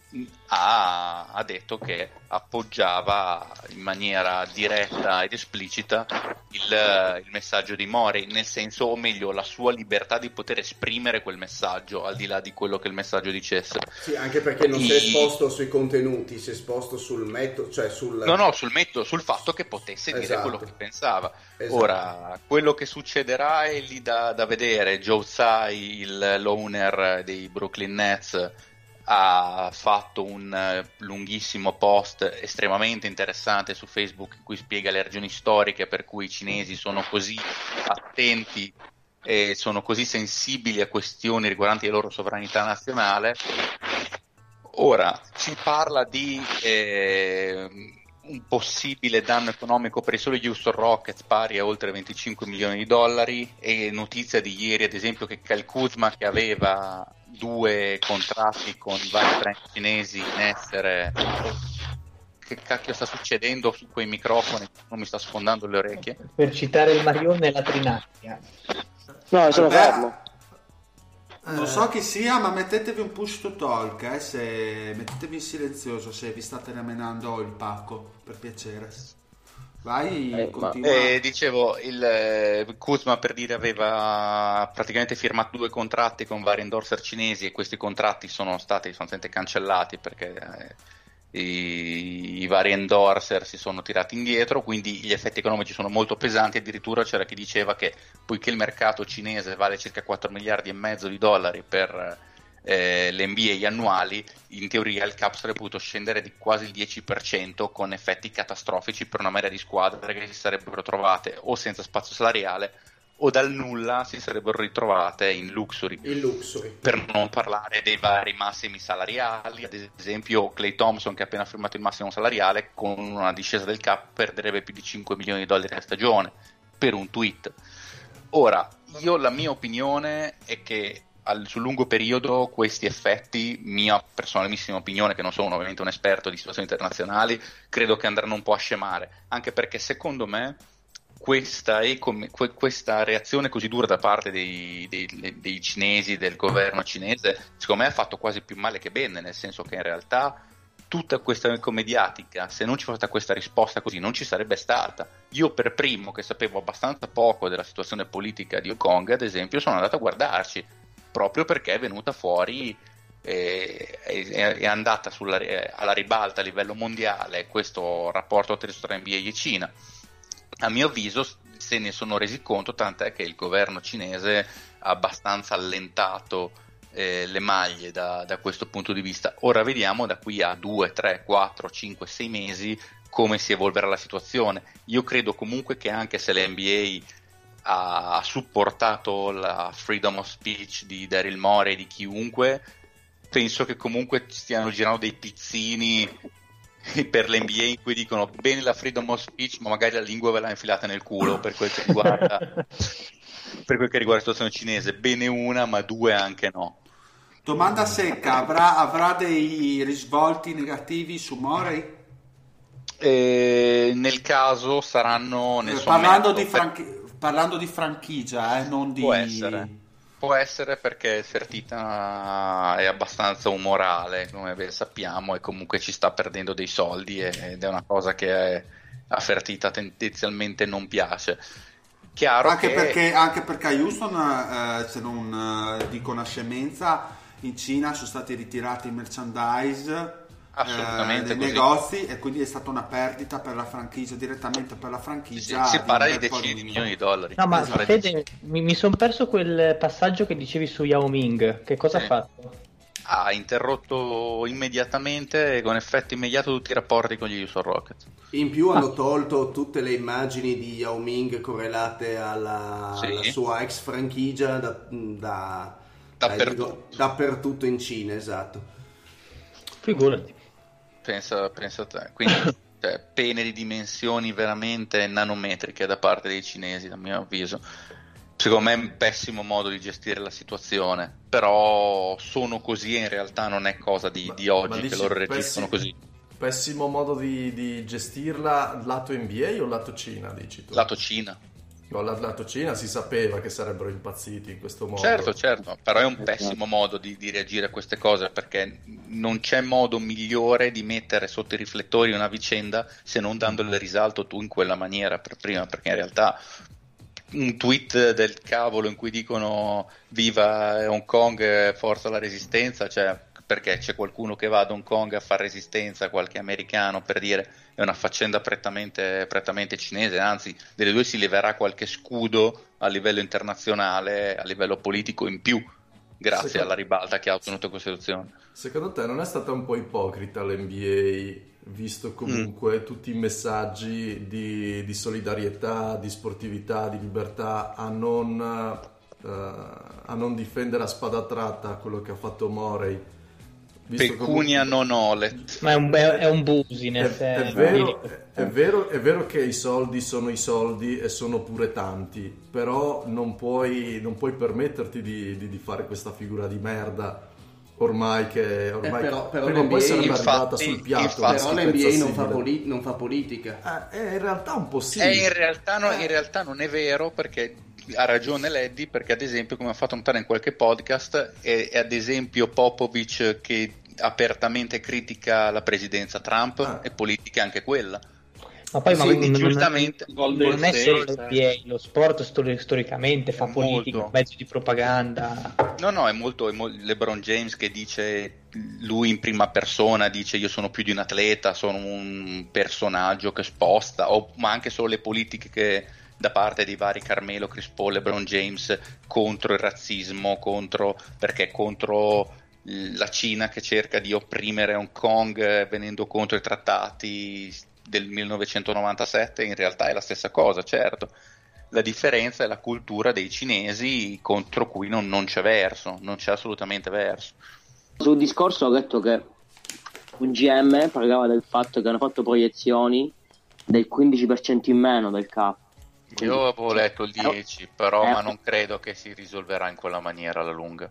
Ha, ha detto che appoggiava in maniera diretta ed esplicita il, il messaggio di Morey, nel senso, o meglio, la sua libertà di poter esprimere quel messaggio al di là di quello che il messaggio dicesse. Sì, anche perché non I... si è esposto sui contenuti, si è esposto sul metodo, cioè sul... No, no, sul metodo, sul fatto che potesse dire esatto. quello che pensava. Esatto. Ora, quello che succederà è lì da, da vedere. Joe Tsai, il, l'owner dei Brooklyn Nets, ha fatto un uh, lunghissimo post estremamente interessante su Facebook in cui spiega le ragioni storiche per cui i cinesi sono così attenti e sono così sensibili a questioni riguardanti la loro sovranità nazionale. Ora si parla di eh, un possibile danno economico per i soli Houston Rockets pari a oltre venticinque milioni di dollari, e notizia di ieri ad esempio che Kyle Kuzma, che aveva due contratti con vari brand cinesi in essere, che cacchio sta succedendo su quei microfoni? Non mi sta sfondando le orecchie? Per citare il Marione e la Trinacchia. No, sono Vabbè, fermo. non so chi sia, ma mettetevi un push to talk, eh, se... mettetevi in silenzioso se vi state remenando il pacco, per piacere. Vai, Eh, continua. Eh, dicevo, il eh, Kuzma, per dire, aveva praticamente firmato due contratti con vari endorser cinesi, e questi contratti sono stati sostanzialmente cancellati perché eh, i, i vari endorser si sono tirati indietro, quindi gli effetti economici sono molto pesanti. Addirittura c'era chi diceva che, poiché il mercato cinese vale circa quattro miliardi e mezzo di dollari per eh, le N B A annuali, in teoria il cap sarebbe potuto scendere di quasi il dieci per cento con effetti catastrofici per una marea di squadre che si sarebbero trovate o senza spazio salariale o dal nulla si sarebbero ritrovate in luxury. Il luxury. Per non parlare dei vari massimi salariali, ad esempio Klay Thompson, che ha appena firmato il massimo salariale, con una discesa del cap perderebbe più di cinque milioni di dollari a stagione per un tweet. Ora, io la mia opinione è che al, sul lungo periodo questi effetti, mia personalissima opinione, che non sono ovviamente un esperto di situazioni internazionali, credo che andranno un po' a scemare, anche perché secondo me Questa, ecom- que- questa reazione così dura da parte dei, dei, dei cinesi, del governo cinese, secondo me ha fatto quasi più male che bene, nel senso che in realtà tutta questa eco mediatica, se non ci fosse stata questa risposta così, non ci sarebbe stata. Io per primo, che sapevo abbastanza poco della situazione politica di Hong Kong, ad esempio, sono andato a guardarci, proprio perché è venuta fuori e è, è andata sulla, alla ribalta a livello mondiale questo rapporto tra N B A e Cina. A mio avviso se ne sono resi conto, tant'è che il governo cinese ha abbastanza allentato eh, le maglie da, da questo punto di vista. Ora vediamo da qui a due, tre, quattro, cinque, sei mesi come si evolverà la situazione. Io credo comunque che anche se l'N B A ha supportato la freedom of speech di Daryl Morey e di chiunque, penso che comunque stiano girando dei pizzini per l'N B A in cui dicono bene la freedom of speech, ma magari la lingua ve l'ha infilata nel culo per quel che riguarda per quel che riguarda la situazione cinese. Bene una, ma due anche no. Domanda secca, avrà, avrà dei risvolti negativi su Morey? Eh, nel caso saranno nel eh, suo parlando, merito, di franchi- parlando di franchigia, eh, non di... Può essere. Può essere perché Fertitta è abbastanza umorale, come ben sappiamo, e comunque ci sta perdendo dei soldi ed è una cosa che è, a Fertitta tendenzialmente non piace. Chiaro anche, che... perché, anche perché a Houston, eh, se non eh, dico una scemenza, in Cina sono stati ritirati i merchandise assolutamente eh, nei così. negozi e quindi è stata una perdita per la franchigia, direttamente per la franchigia. Si, si parla di di decine di milioni di dollari. No, ma Esatto. Fede, mi, mi sono perso quel passaggio che dicevi su Yao Ming. Che cosa Sì. ha fatto? Ha interrotto immediatamente e con effetto immediato tutti i rapporti con gli Houston Rockets. In più hanno tolto tutte le immagini di Yao Ming correlate alla, Sì. alla sua ex franchigia da, da, Dappertutto. dai- dappertutto in Cina, esatto. Figurati. Pensa, pensa a te. Quindi cioè, pene di dimensioni veramente nanometriche da parte dei cinesi, a mio avviso. Secondo me è un pessimo modo di gestire la situazione, però sono così e in realtà non è cosa di, Ma- di oggi ma che dici loro reagiscono pessimo- così. Pessimo modo di, di gestirla lato N B A o lato Cina, dici tu? Lato Cina. No, la- lato Cina si sapeva che sarebbero impazziti in questo modo. Certo, certo, però è un pessimo modo di, di reagire a queste cose, perché non c'è modo migliore di mettere sotto i riflettori una vicenda se non dandole risalto tu in quella maniera per prima, perché in realtà un tweet del cavolo in cui dicono viva Hong Kong, forza la resistenza, cioè perché c'è qualcuno che va ad Hong Kong a fare resistenza, qualche americano, per dire è una faccenda prettamente, prettamente cinese, anzi delle due si leverà qualche scudo a livello internazionale, a livello politico in più, grazie Secondo- alla ribalta che ha ottenuto questa elezione. Secondo te non è stata un po' ipocrita l'N B A, visto comunque Mm. tutti i messaggi di, di solidarietà, di sportività, di libertà, a non, eh, a non difendere a spada tratta quello che ha fatto Morey? Visto Pecunia comunque- non olet. Ma è un, è un busi, È, nel è senso. vero, è, è vero, è vero che i soldi sono i soldi e sono pure tanti, però non puoi, non puoi permetterti di, di- di fare questa figura di merda ormai che ormai Eh, però- però prima o poi l'N B A sarebbe infatti- arrivata sul piatto. infatti- Però una l'N B A schifezza non fa, simile. poli- non fa politica. Eh, eh, in realtà un po' sì. E in realtà, no- in realtà non è vero, perché ha ragione Leddy, perché ad esempio, come ha fatto notare in qualche podcast, è, è ad esempio Popovich che apertamente critica la presidenza Trump, Ah. è politica anche quella. Ma poi ma Quindi non, giustamente Golden non è solo State, l'N B A, lo sport stori- storicamente fa È politica, molto. mezzo di propaganda. No, no, è molto, è mo- LeBron James che dice, lui in prima persona dice io sono più di un atleta, sono un personaggio che sposta, o, ma anche solo le politiche che da parte dei vari Carmelo, Chris Paul, LeBron James contro il razzismo, contro, perché contro la Cina che cerca di opprimere Hong Kong eh, venendo contro i trattati del millenovecentonovantasette, in realtà è la stessa cosa, certo. La differenza è la cultura dei cinesi contro cui non, non c'è verso, non c'è assolutamente verso. Sul discorso ho detto che un G M parlava del fatto che hanno fatto proiezioni del quindici per cento in meno del cap. Quindi, io avevo letto il dieci, però eh, ma non credo che si risolverà in quella maniera alla lunga.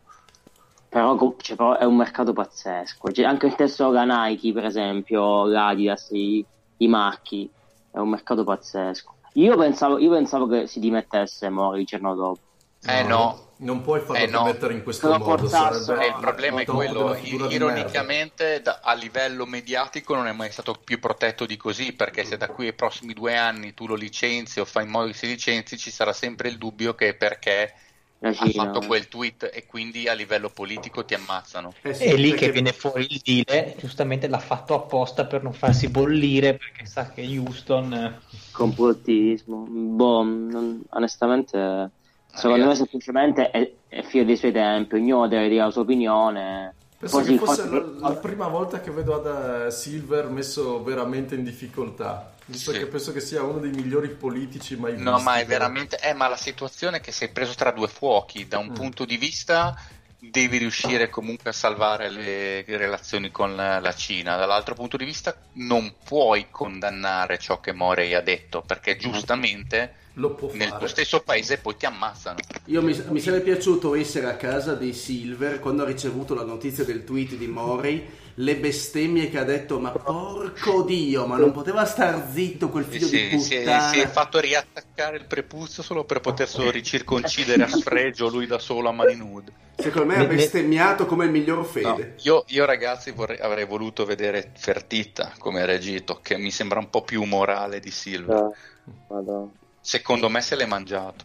Però, cioè, però è un mercato pazzesco, cioè, anche il stesso la Nike per esempio, l'Adidas, i, i marchi, è un mercato pazzesco. Io pensavo, io pensavo che si dimettesse Mori il giorno dopo. Eh no, no. Non puoi farlo eh no. mettere in questo Però modo. Sarebbe... Eh, il problema è quello, ironicamente da, a livello mediatico non è mai stato più protetto di così, perché se da qui ai prossimi due anni tu lo licenzi o fai in modo che si licenzi, ci sarà sempre il dubbio che perché ha fatto quel tweet e quindi a livello politico ti ammazzano. Eh sì, è lì perché... che viene fuori il deal, giustamente l'ha fatto apposta per non farsi bollire, perché sa che Houston... Complottismo, boh, non, onestamente... Secondo me semplicemente è, è figlio dei suoi tempi, ognuno deve dire la sua opinione. Penso che fosse la, la prima volta che vedo ad Silver messo veramente in difficoltà, visto sì. che penso che sia uno dei migliori politici mai visti. No, ma è veramente... Eh, ma la situazione è che sei preso tra due fuochi. Da un mm. punto di vista devi riuscire comunque a salvare le relazioni con la Cina, dall'altro punto di vista non puoi condannare ciò che Morey ha detto, perché giustamente... Lo può nel fare. tuo stesso paese poi ti ammazzano. Io mi, mi sarebbe piaciuto essere a casa di Silver quando ha ricevuto la notizia del tweet di Morey, le bestemmie che ha detto, ma porco Dio, ma non poteva star zitto quel figlio sì, di puttana. Si è, si è fatto riattaccare il prepuzio solo per poterselo ricirconcidere a sfregio lui da solo a mani nude. Secondo me ha bestemmiato come il miglior Fede. No, io, io ragazzi vorrei, avrei voluto vedere Fertitta come ha reagito, che mi sembra un po' più umorale di Silver. No, Madonna. Secondo me se l'è mangiato.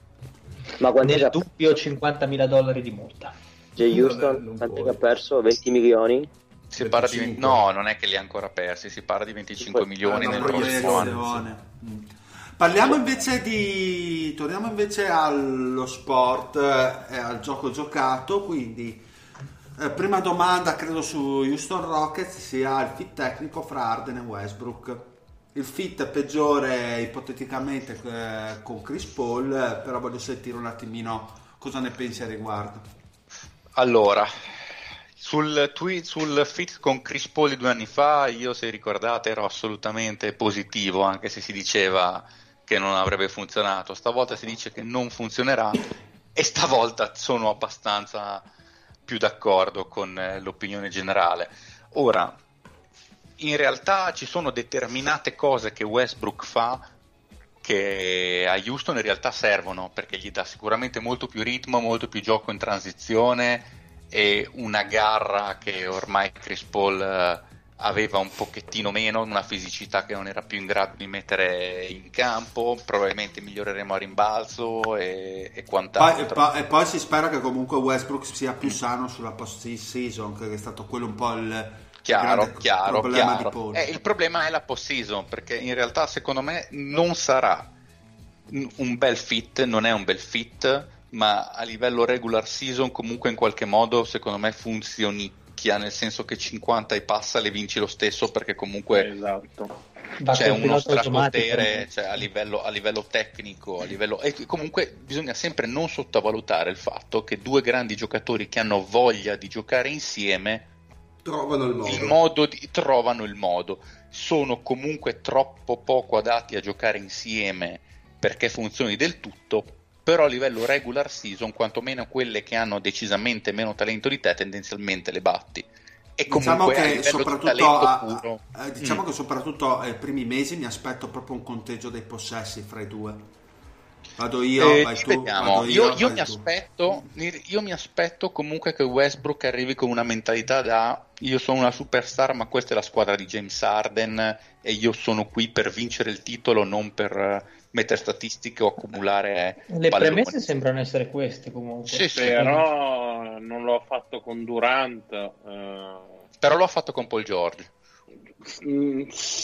Ma quando nel dubbio cinquantamila dollari di multa. Jay Houston, quanto che ha perso? venti milioni? Si parla di, no, non è che li ha ancora persi, si parla di venticinque milioni nel prossimo anno. Sì. Parliamo invece di... torniamo invece allo sport e al gioco giocato, quindi eh, prima domanda credo su Houston Rockets sia il fit tecnico fra Harden e Westbrook. Il fit peggiore ipoteticamente eh, con Chris Paul, eh, però voglio sentire un attimino cosa ne pensi a riguardo. Allora, sul tweet, sul fit con Chris Paul di due anni fa, io se ricordate ero assolutamente positivo, anche se si diceva che non avrebbe funzionato. Stavolta si dice che non funzionerà e stavolta sono abbastanza più d'accordo con eh, l'opinione generale. Ora, in realtà ci sono determinate cose che Westbrook fa che a Houston in realtà servono, perché gli dà sicuramente molto più ritmo, molto più gioco in transizione e una garra che ormai Chris Paul eh, aveva un pochettino meno, una fisicità che non era più in grado di mettere in campo. Probabilmente miglioreremo a rimbalzo e, e quant'altro. Poi, e, poi, e poi si spera che comunque Westbrook sia più sano sulla post season, che è stato quello un po' il chiaro, chiaro, chiaro. Eh, il problema è la post-season, perché in realtà secondo me non sarà un bel fit, non è un bel fit, ma a livello regular season comunque in qualche modo secondo me funzionicchia, nel senso che cinquanta e passa le vinci lo stesso, perché comunque esatto. c'è uno strapotere, cioè, a, livello, a livello tecnico, a livello... e comunque bisogna sempre non sottovalutare il fatto che due grandi giocatori che hanno voglia di giocare insieme trovano il modo, il modo di, trovano il modo sono comunque troppo poco adatti a giocare insieme perché funzioni del tutto, però a livello regular season quantomeno quelle che hanno decisamente meno talento di te tendenzialmente le batti. E diciamo comunque che soprattutto a, puro, a, diciamo mm. che soprattutto ai primi mesi mi aspetto proprio un conteggio dei possessi fra i due. Vado io, eh, vai tu, vado io, io, io vai mi tu. aspetto io mi aspetto comunque che Westbrook arrivi con una mentalità da io sono una superstar, ma questa è la squadra di James Harden e io sono qui per vincere il titolo, non per mettere statistiche o accumulare le palloni. premesse sembrano essere queste comunque. Sì, sì. Però non l'ho fatto con Durant, eh... però l'ho fatto con Paul George. Mm, sì,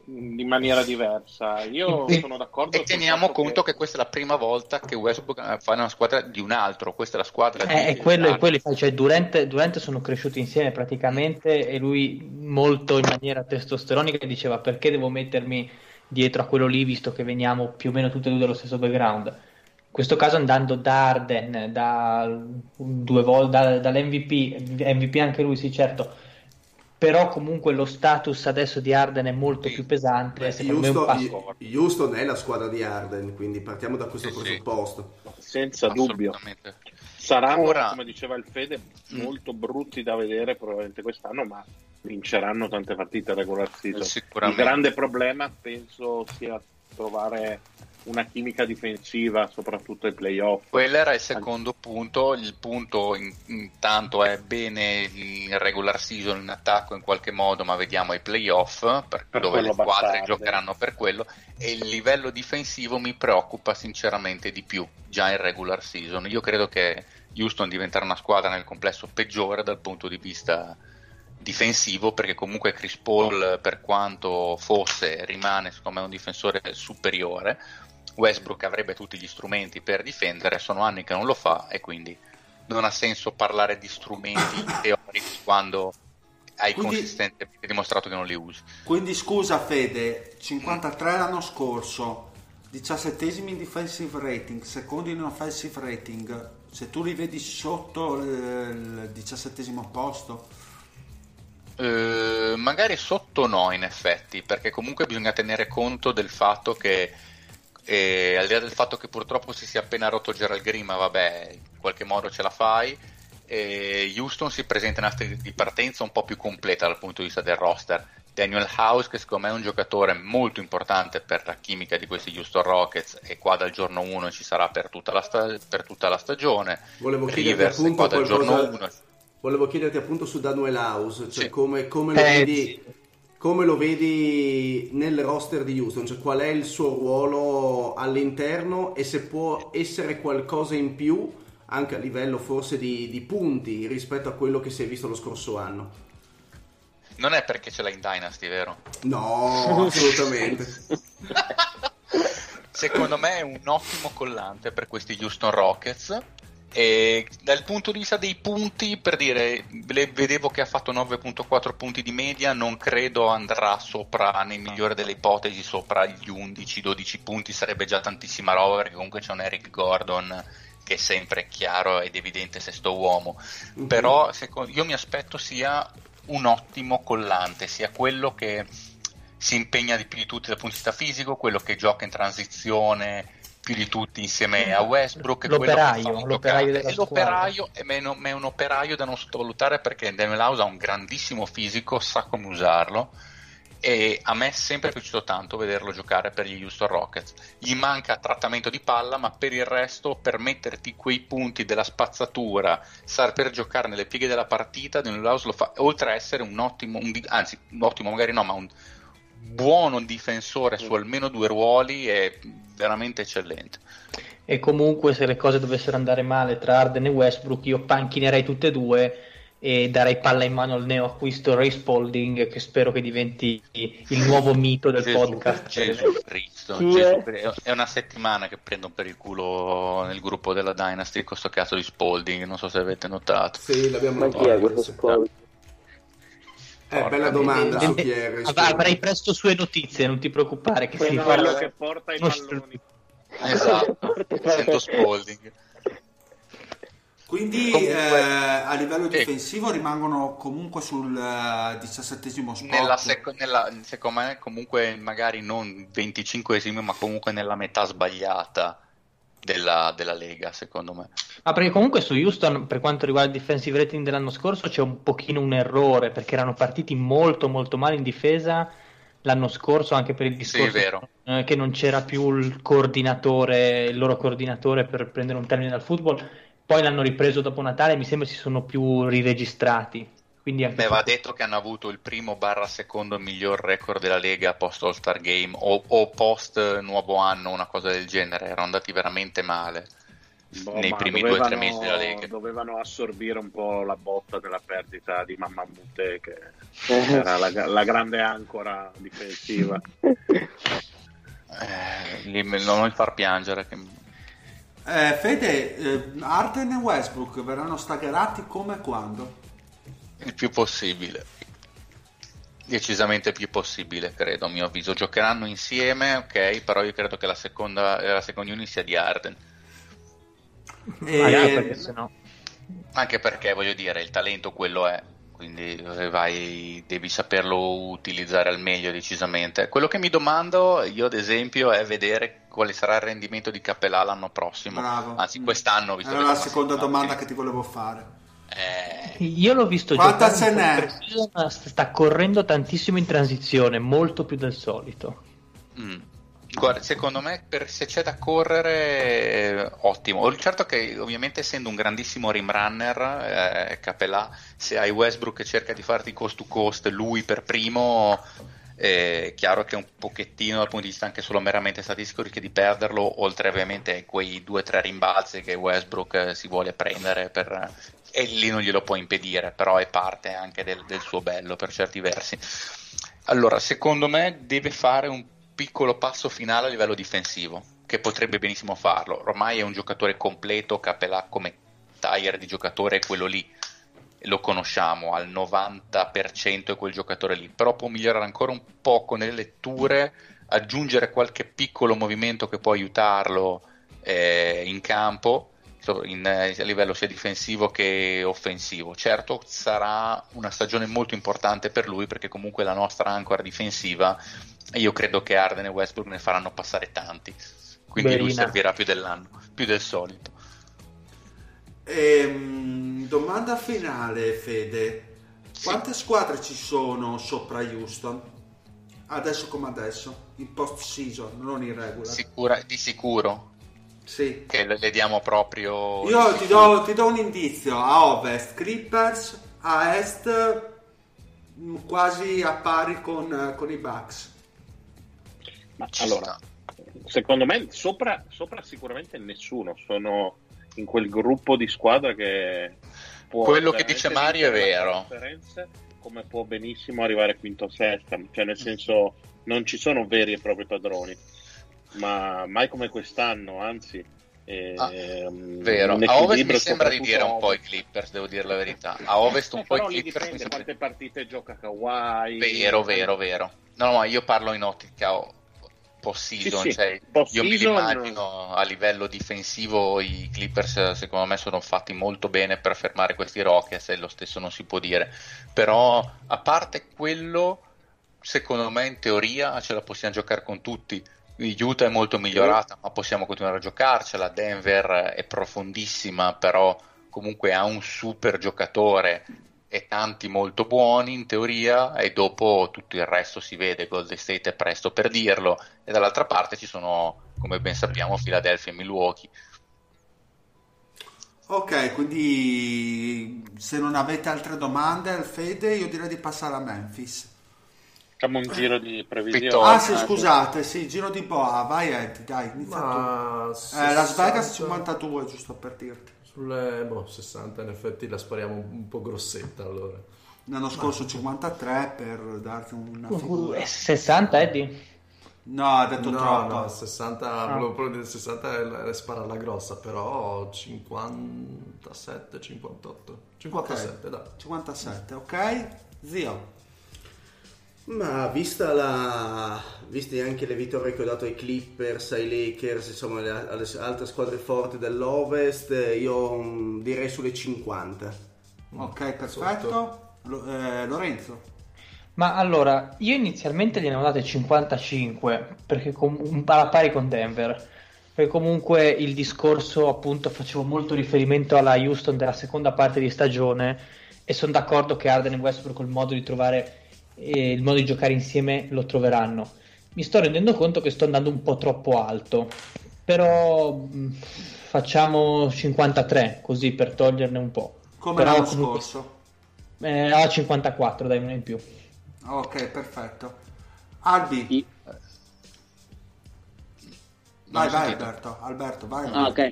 in maniera diversa. Io e, sono d'accordo. E teniamo conto che... che questa è la prima volta che Westbrook fa una squadra di un altro. Questa è la squadra eh, di quello è quello, cioè Durant, Durant sono cresciuti insieme praticamente, e lui molto in maniera testosteronica diceva: perché devo mettermi dietro a quello lì visto che veniamo più o meno tutti e due dallo stesso background. In questo caso andando da Harden, da due volte da, dall'M V P, M V P anche lui, sì certo, però comunque lo status adesso di Harden è molto più pesante. Beh, secondo Houston, me un passo... Houston è la squadra di Harden, quindi partiamo da questo sì, presupposto. Sì. Senza dubbio. Saranno, Ora... come diceva il Fede, molto brutti da vedere probabilmente quest'anno, ma vinceranno tante partite regular season. Il grande problema penso sia trovare una chimica difensiva, soprattutto ai playoff. Quello era il secondo punto. Il punto in, intanto è bene il regular season in attacco in qualche modo, ma vediamo i playoff per, per dove le squadre bastarde. Giocheranno per quello, e il livello difensivo mi preoccupa sinceramente di più già in regular season. Io credo che Houston diventerà una squadra nel complesso peggiore dal punto di vista difensivo, perché comunque Chris Paul, per quanto fosse, rimane secondo me un difensore superiore. Westbrook avrebbe tutti gli strumenti per difendere, sono anni che non lo fa, e quindi non ha senso parlare di strumenti teorici quando hai quindi, consistentemente dimostrato che non li usi. Quindi scusa Fede, cinquantatré l'anno scorso, diciassettesimi in defensive rating, secondi in offensive rating, se tu li vedi sotto il diciassettesimo posto? Uh, magari sotto no, in effetti, perché comunque bisogna tenere conto del fatto che e al di là del fatto che purtroppo si sia appena rotto Gerald Green, ma vabbè, in qualche modo ce la fai, e Houston si presenta in una stagione di partenza un po' più completa dal punto di vista del roster. Daniel House, che secondo me è un giocatore molto importante per la chimica di questi Houston Rockets, e qua dal giorno uno ci sarà per tutta la, sta- per tutta la stagione. Volevo Rivers qua dal giorno uno. Volevo chiederti appunto su Daniel House, cioè sì. come, come lo eh, vedi... sì. Come lo vedi nel roster di Houston? Cioè, qual è il suo ruolo all'interno, e se può essere qualcosa in più anche a livello forse di, di punti rispetto a quello che si è visto lo scorso anno? Non è perché ce l'hai in Dynasty, vero? No, assolutamente. Secondo me è un ottimo collante per questi Houston Rockets. E dal punto di vista dei punti, per dire, vedevo che ha fatto nove virgola quattro punti di media, non credo andrà sopra, nel migliore delle ipotesi, sopra gli undici dodici punti, sarebbe già tantissima roba, perché comunque c'è un Eric Gordon che è sempre chiaro ed evidente sesto uomo. Mm-hmm. Però secondo, io mi aspetto sia un ottimo collante, sia quello che si impegna di più di tutti dal punto di vista fisico, quello che gioca in transizione più di tutti insieme a Westbrook, l'operaio, l'operaio, della e l'operaio è, meno, è un operaio da non sottovalutare, perché Daniel House ha un grandissimo fisico, sa come usarlo, e a me è sempre piaciuto tanto vederlo giocare per gli Houston Rockets. Gli manca trattamento di palla, ma per il resto, per metterti quei punti della spazzatura, saper giocare nelle pieghe della partita, Daniel House lo fa, oltre a essere un ottimo, un, anzi un ottimo magari no, ma un buono difensore su almeno due ruoli, è veramente eccellente. E comunque, se le cose dovessero andare male tra Harden e Westbrook, io panchinerei tutte e due e darei palla in mano al neo acquisto Ray Spalding, che spero che diventi il nuovo mito del Gesù, podcast. Gesù Cristo, Gesù, è una settimana che prendo per il culo nel gruppo della Dynasty questo cazzo di Spalding, non so se avete notato. Sì, l'abbiamo Ma notato. chi è questo Spalding? Eh, bella domanda su chi è. Avrai presto sue notizie, non ti preoccupare, che si quello fa... che porta i palloni. Esatto, sento Spalding. Quindi Comunque, eh, a livello eh, difensivo rimangono comunque sul uh, diciassettesimo spot. Nella sec- nella, secondo me comunque magari non venticinquesimo, ma comunque nella metà sbagliata della, della Lega, secondo me. Ah, perché comunque su Houston, per quanto riguarda il defensive rating dell'anno scorso, c'è un pochino un errore, perché erano partiti molto molto male in difesa l'anno scorso, anche per il discorso sì, vero. Eh, che non c'era più il coordinatore, il loro coordinatore, per prendere un termine dal football. Poi l'hanno ripreso dopo Natale, mi sembra si sono più riregistrati. Quindi anche Beh, va detto che hanno avuto il primo barra secondo miglior record della Lega post All-Star Game o, o post nuovo anno, una cosa del genere, erano andati veramente male. Boh, nei ma primi dovevano, due o tre mesi della Lega. Dovevano assorbire un po' la botta della perdita di Mammamute, che era la, la grande ancora difensiva. Eh, lì me- non mi far piangere. Che... Eh, Fede, eh, Harden e Westbrook verranno staggerati come e quando? Il più possibile. Decisamente il più possibile, credo, a mio avviso. Giocheranno insieme, ok, però io credo che la seconda, la seconda unit sia di Harden. E... Magari perché sennò... Anche perché, voglio dire, il talento quello è, quindi vai, devi saperlo utilizzare al meglio decisamente. Quello che mi domando io, ad esempio, è vedere quale sarà il rendimento di Capelà l'anno prossimo. Bravo. Anzi, quest'anno. Visto Era che la siamo seconda sempre domanda avanti. che ti volevo fare. Eh, Io l'ho visto Quanta giocare ce un po' n'è? in preciso, ma sta correndo tantissimo in transizione, molto più del solito. mm. Guarda, secondo me per, se c'è da correre eh, ottimo. Certo che ovviamente essendo un grandissimo rim runner eh, Capelà, se hai Westbrook che cerca di farti coast to coast lui per primo, è eh, chiaro che un pochettino dal punto di vista anche solo meramente statistico rischia di perderlo, oltre ovviamente a quei due o tre rimbalzi che Westbrook eh, si vuole prendere per, e lì non glielo può impedire, però è parte anche del, del suo bello per certi versi. Allora, secondo me deve fare un piccolo passo finale a livello difensivo, che potrebbe benissimo farlo. Ormai è un giocatore completo, Capelà come tire di giocatore è quello lì, lo conosciamo, al novanta per cento è quel giocatore lì, però può migliorare ancora un poco nelle letture, aggiungere qualche piccolo movimento che può aiutarlo eh, in campo, in, a livello sia difensivo che offensivo. Certo sarà una stagione molto importante per lui, perché comunque la nostra ancora difensiva, io credo che Harden e Westbrook ne faranno passare tanti, quindi Berina. lui servirà più dell'anno, più del solito. Ehm, domanda finale, Fede. Quante squadre ci sono sopra Houston? Adesso come adesso, in post season, non in regular. Sicura, di sicuro Sì. che le, le diamo proprio. Io ti do, ti do un indizio: a ovest Clippers, a est mh, quasi a pari con, con i Bucks. Ma Ci allora, sta. secondo me sopra, sopra sicuramente nessuno, sono in quel gruppo di squadra che può Quello che veramente dice Mario è vincere le vero. conferenze, come può benissimo arrivare quinto o sesta, cioè nel senso non ci sono veri e propri padroni, ma mai come quest'anno, anzi eh, Ah, ehm, vero, un a ovest mi equilibrio sembra di soprattutto dire un a po' i ovest. Clippers, devo dire la verità. A ovest un Eh, po' però i lì Clippers mi dipende sembra... quante partite gioca Kawhi. Vero, vero, vero. No, no, io parlo in ottica post-season, Sì, sì, cioè post-season- io mi immagino a livello difensivo i Clippers secondo me sono fatti molto bene per fermare questi Rockets e lo stesso non si può dire, però a parte quello secondo me in teoria ce la possiamo giocare con tutti. Utah è molto migliorata, ma possiamo continuare a giocarcela. Denver è profondissima, però comunque ha un super giocatore e tanti molto buoni in teoria, e dopo tutto il resto si vede. Golden State è presto per dirlo, e dall'altra parte ci sono, come ben sappiamo, Philadelphia e Milwaukee. Ok, quindi se non avete altre domande al Fede, io direi di passare a Memphis. Facciamo un giro di previsioni. Vittorio. Ah sì, scusate, sì, giro di boa, vai Ed, dai, inizia tu. Ma Eh, Las Vegas sessanta cinquantadue, giusto per dirti. Sulle boh, sessanta in effetti la spariamo un, un po' grossetta allora. L'anno scorso cinquantatré per darti una figura. Uh, sessanta Eddie? No, ha detto No, troppo. no, sessanta, volevo proprio dire sessanta è, è spararla grossa, però cinquantasette, cinquantotto, cinquantasette, dai. cinquantasette, ok? Zio. Ma vista la viste anche le vittorie che ho dato ai Clippers, ai Lakers, insomma alle, alle altre squadre forti dell'Ovest, io mm, direi sulle cinquanta. Ok, perfetto. Lo- eh, Lorenzo. Ma allora, io inizialmente gliene ho date cinquantacinque, perché com- alla pari con Denver, perché comunque il discorso, appunto, facevo molto riferimento alla Houston della seconda parte di stagione, e sono d'accordo che Harden e Westbrook il modo di trovare eh, il modo di giocare insieme lo troveranno. Mi sto rendendo conto che sto andando un po' troppo alto, però mh, facciamo cinquantatré così per toglierne un po'. Come Però l'anno comunque- scorso. Eh, a cinquantaquattro, dai, una in più. Ok, perfetto. Albi. Sì. Vai, ho vai sentito. Alberto. Alberto, vai. Ah, ok.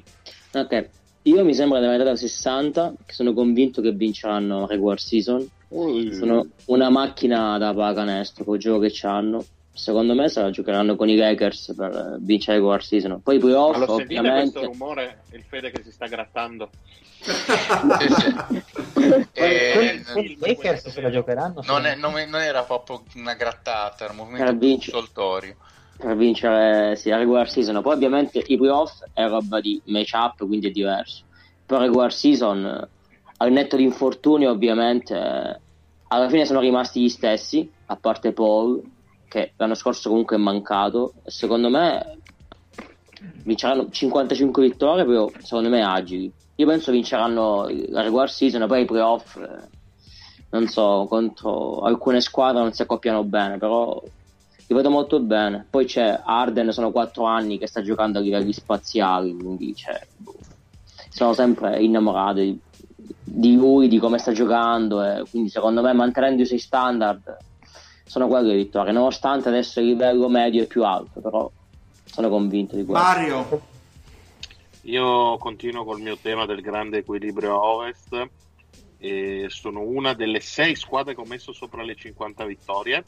Ok, io mi sembra di aver dato sessanta, che sono convinto che vinceranno la regular season. Ui. Sono una macchina da pallacanestro col gioco che c'hanno. Secondo me se la giocheranno con i Lakers per vincere la regular season. Poi i playoff, Ma lo sentite ovviamente. questo rumore? Il Fede che si sta grattando. Sì, sì. E, I Lakers se la giocheranno. non, è, non, è- non era proprio una grattata, era un Per movimento vincere. consultorio. Per vincere sì, la regular season. Poi ovviamente i playoff è roba di matchup, quindi è diverso. Per la regular season, eh, al netto di infortuni ovviamente, eh, alla fine sono rimasti gli stessi, a parte Paul, che l'anno scorso comunque è mancato. E secondo me vinceranno cinquantacinque vittorie, però secondo me agili. Io penso vinceranno la regular season, poi i playoff, eh, non so, contro alcune squadre non si accoppiano bene, però li vedo molto bene. Poi c'è Harden, sono quattro anni che sta giocando a livelli spaziali, quindi cioè, boh, sono sempre innamorato di, di lui, di come sta giocando, e quindi secondo me mantenendo i suoi standard sono quelle le vittorie, nonostante adesso il livello medio è più alto, però sono convinto di questo. Mario, Io continuo col mio tema del grande equilibrio a Ovest. E sono una delle sei squadre che ho messo sopra le cinquanta vittorie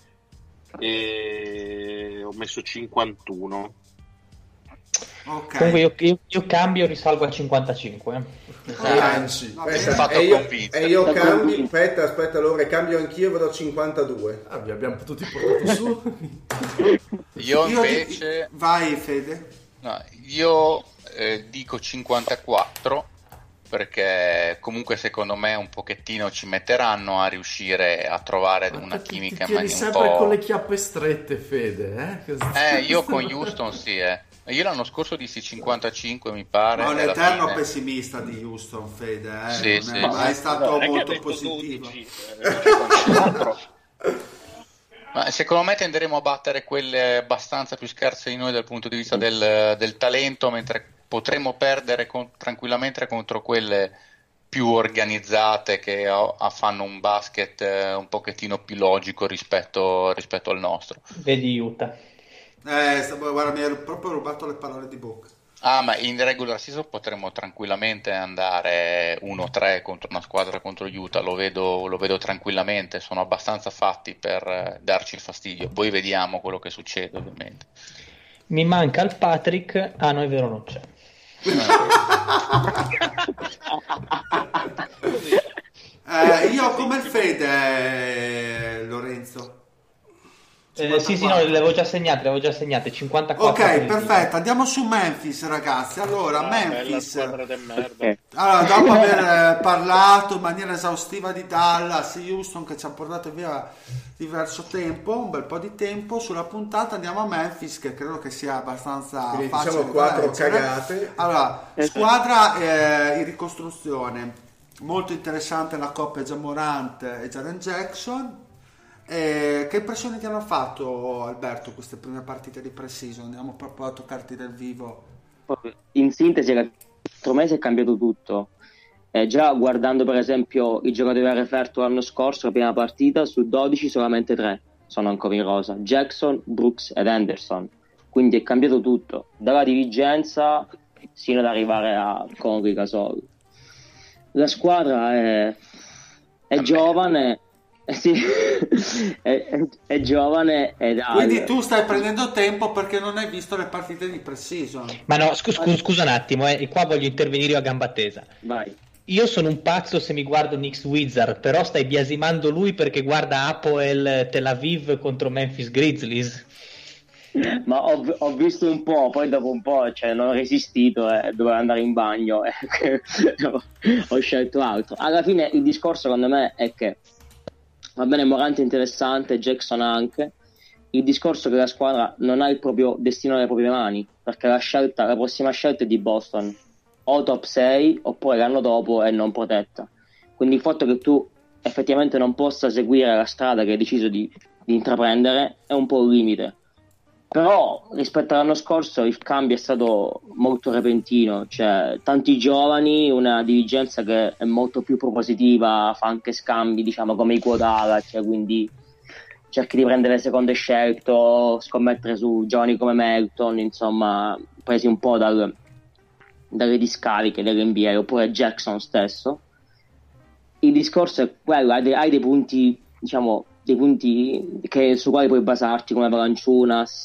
e ho messo cinquantuno. ok. Comunque io, io, io cambio e risalgo a cinquantacinque. Lanci. Va Aspetta, bene. fatto e io, convincere. e io Fatto cambio, convincere. aspetta, aspetta, allora cambio anch'io, vedo cinquantadue. Ah, vi abbiamo tutti portato su. Io Io invece di- vai Fede. no, io eh, dico cinquantaquattro, perché comunque secondo me un pochettino ci metteranno a riuscire a trovare Ma una te- ti- chimica ti in tieni mani un sempre po'. con le chiappe strette, Fede, eh? Cosa- Eh, io con Houston sì, eh. Io l'anno scorso dissi cinquantacinque, mi pare. Ma un e alla eterno fine- pessimista di Houston, Fede, eh? Sì, non sì. è mai stato Non è che ha molto detto positivo. dodici, eh, cinquantaquattro. Ma secondo me tenderemo a battere quelle abbastanza più scarse di noi dal punto di vista del, del talento, mentre potremo perdere con- tranquillamente contro quelle più organizzate che ho- a- fanno un basket eh, un pochettino più logico rispetto, rispetto al nostro. Vedi Utah. Eh, stavo- guarda, mi ero proprio rubato le parole di bocca. Ah, ma in regular season potremmo tranquillamente andare uno tre contro una squadra contro Utah, lo vedo, lo vedo tranquillamente, sono abbastanza fatti per eh, darci fastidio, poi vediamo quello che succede ovviamente. Mi manca il Patrick. Ah, no, è vero, non c'è. Eh, io come il Fede, eh, Lorenzo. Eh, sì, sì, no, le avevo già segnate, le avevo già segnate. cinquantaquattro. Ok, per il perfetto, andiamo su Memphis, ragazzi. Allora, Ah, bella Memphis. squadra del merda. Eh, Allora, dopo aver eh, parlato in maniera esaustiva di Dallas e Houston che ci ha portato via diverso tempo, un bel po' di tempo, sulla puntata andiamo a Memphis, che credo che sia abbastanza Quindi facile diciamo da quattro leggere. cagate. Allora, squadra eh, in ricostruzione, molto interessante la coppia Jamorant e Jaren Jackson. Eh, che impressioni ti hanno fatto, Alberto, queste prime partite di pre-season? Andiamo proprio a toccarti del vivo. in sintesi, in quattro mesi è cambiato tutto. Eh, già guardando per esempio i giocatori a referto l'anno scorso, la prima partita, su dodici solamente tre sono ancora in rosa: Jackson, Brooks ed Anderson. Quindi è cambiato tutto, dalla dirigenza sino ad arrivare a Conley, Gasol. La squadra è, è giovane, eh sì, è, è- è giovane ed ha Quindi tu stai prendendo tempo perché non hai visto le partite di pre-season. Ma no, scu- scu- scusa un attimo, eh, e qua voglio intervenire io a gamba tesa. vai. Io sono un pazzo se mi guardo Knicks Wizard, però stai biasimando lui perché guarda Apoel Tel Aviv contro Memphis Grizzlies. Ma ho, ho visto un po', poi dopo un po', cioè, non ho resistito e dovevo andare in bagno e ho scelto altro. Alla fine il discorso secondo me è che va bene, Morant è interessante, Jackson anche. Il discorso è che la squadra non ha il proprio destino nelle proprie mani, perché la scelta, la prossima scelta è di Boston, o top sei oppure l'anno dopo è non protetta. Quindi il fatto che tu effettivamente non possa seguire la strada che hai deciso di, di intraprendere è un po' un limite. Però rispetto all'anno scorso il cambio è stato molto repentino, cioè tanti giovani, una dirigenza che è molto più propositiva, fa anche scambi, diciamo, come i Quodala, cioè, quindi cerchi di prendere le seconde scelte, scommettere su giovani come Melton, insomma, presi un po' dal, dalle discariche dell'N B A, oppure Jackson stesso, il discorso è quello, hai dei, hai dei punti, diciamo, dei punti che, su quali puoi basarti, come Valanciunas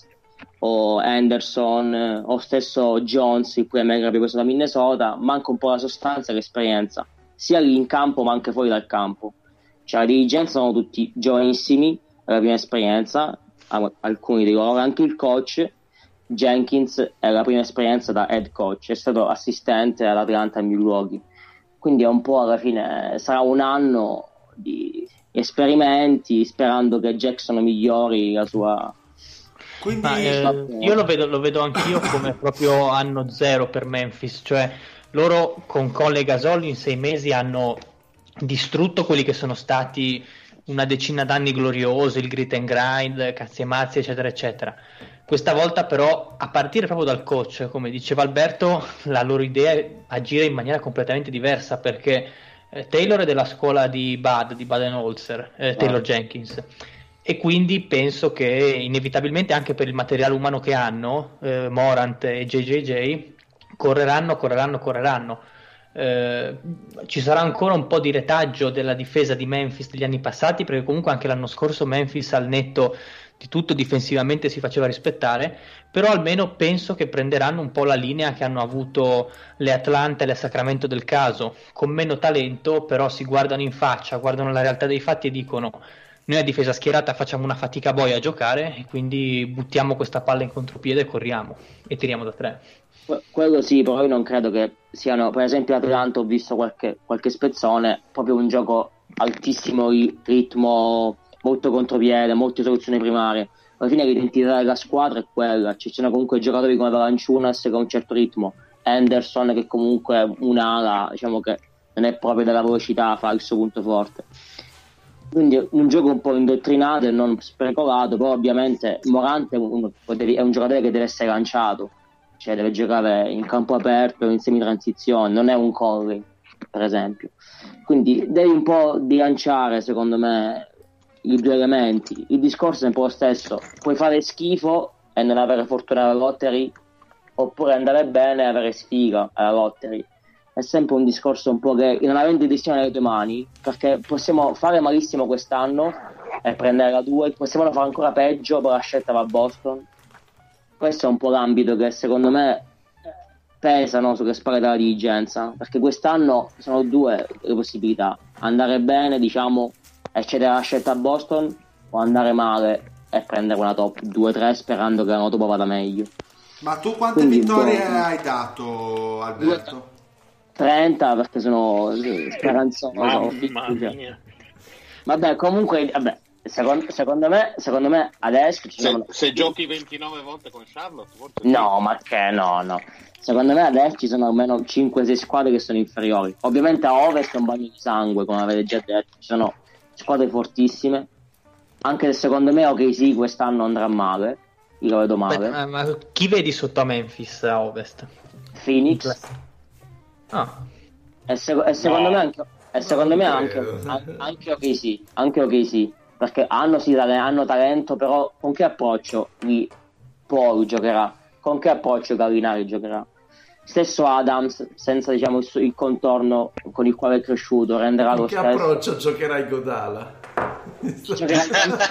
o Anderson o stesso Jones, il cui America abbia preso da Minnesota. Manca un po' la sostanza e l'esperienza, sia lì in campo ma anche fuori dal campo. Cioè, la dirigenza sono tutti giovanissimi, la prima esperienza, alcuni di loro, anche il coach Jenkins è la prima esperienza da head coach, è stato assistente all'Atlanta Milwaukee, quindi è un po' alla fine sarà un anno di esperimenti, sperando che Jackson migliori la sua. Quindi Ma, eh, io lo vedo, lo vedo anch'io come proprio anno zero per Memphis, cioè loro con Cole e Gasol in sei mesi hanno distrutto quelli che sono stati una decina d'anni gloriosi, il grit and grind, cazzi e mazzi, eccetera eccetera. Questa volta però, a partire proprio dal coach, come diceva Alberto, la loro idea è agire in maniera completamente diversa, perché eh, Taylor è della scuola di Bud, di Budenholzer, eh, Taylor Jenkins, e quindi penso che inevitabilmente anche per il materiale umano che hanno, eh, Morant e J J J, correranno, correranno, correranno. Eh, ci sarà ancora un po' di retaggio della difesa di Memphis degli anni passati, perché comunque anche l'anno scorso Memphis al netto di tutto difensivamente si faceva rispettare, però almeno penso che prenderanno un po' la linea che hanno avuto le Atlanta e le Sacramento del caso, con meno talento, però si guardano in faccia, guardano la realtà dei fatti e dicono: noi a difesa schierata facciamo una fatica boia a giocare e quindi buttiamo questa palla in contropiede e corriamo e tiriamo da tre. Quello sì, però io non credo che siano, per esempio Atlanta ho visto qualche, qualche spezzone, proprio un gioco altissimo ritmo, molto contropiede, molte soluzioni primarie. Alla fine l'identità della squadra è quella, ci sono comunque giocatori come Valanciunas che ha un certo ritmo, Anderson che comunque è un'ala, diciamo che non è proprio della velocità, fa il suo punto forte. Quindi un gioco un po' indottrinato e non sprecolato, però ovviamente Morant è un, è un giocatore che deve essere lanciato, cioè deve giocare in campo aperto, in semi-transizione, non è un Curry per esempio, quindi devi un po' bilanciare secondo me i due elementi. Il discorso è un po' lo stesso, puoi fare schifo e non avere fortuna alla lottery, oppure andare bene e avere sfiga alla lottery. È sempre un discorso un po' che non avendo il destino nelle tue mani, perché possiamo fare malissimo quest'anno e prendere la due, possiamo fare ancora peggio, però la scelta va a Boston. Questo è un po' l'ambito che secondo me pesano sulle spalle della dirigenza, perché quest'anno sono due le possibilità: andare bene, diciamo, e cedere la scelta a Boston, o andare male e prendere una top due tre sperando che l'anno dopo vada meglio. Ma tu quante Quindi, vittorie boh, hai dato, Alberto? trenta, perché sono speranzoso. Mamma mia. Vabbè, comunque, vabbè, secondo, secondo me secondo me adesso ci Se, sono... se giochi ventinove volte con Charlotte, forse No, ma che no, no. Secondo me adesso ci sono almeno cinque sei squadre che sono inferiori. Ovviamente a Ovest è un bagno di sangue, come avete già detto, ci sono squadre fortissime. Anche se secondo me O K C quest'anno andrà male, io lo vedo male. Beh, ma chi vedi sotto a Memphis a Ovest? Phoenix. Ah. E, se- e secondo No. me anche, e secondo me anche, credo. an- anche O K C, anche O K C, perché hanno, sì, tale- hanno talento, però con che approccio lì Paul giocherà? Con che approccio Gallinari giocherà? Stesso Adams, senza diciamo il, suo- il contorno con il quale è cresciuto, renderà Con lo che stesso. approccio giocherai Godala? Giocherà...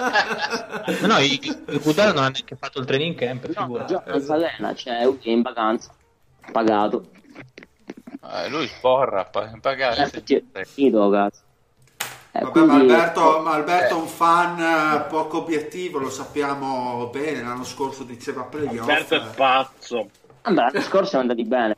No, no, il il Gudala non ha neanche fatto il training camp, no, figura. gioca in Salena, cioè è in vacanza, pagato. Eh, lui sporra, pa- pagare. Eh, idolo, cazzo. Eh, Vabbè, quindi- ma Alberto, ma Alberto è un fan eh, poco obiettivo, lo sappiamo bene, l'anno scorso diceva playoff. Alberto è pazzo. Vabbè, l'anno scorso siamo andati bene.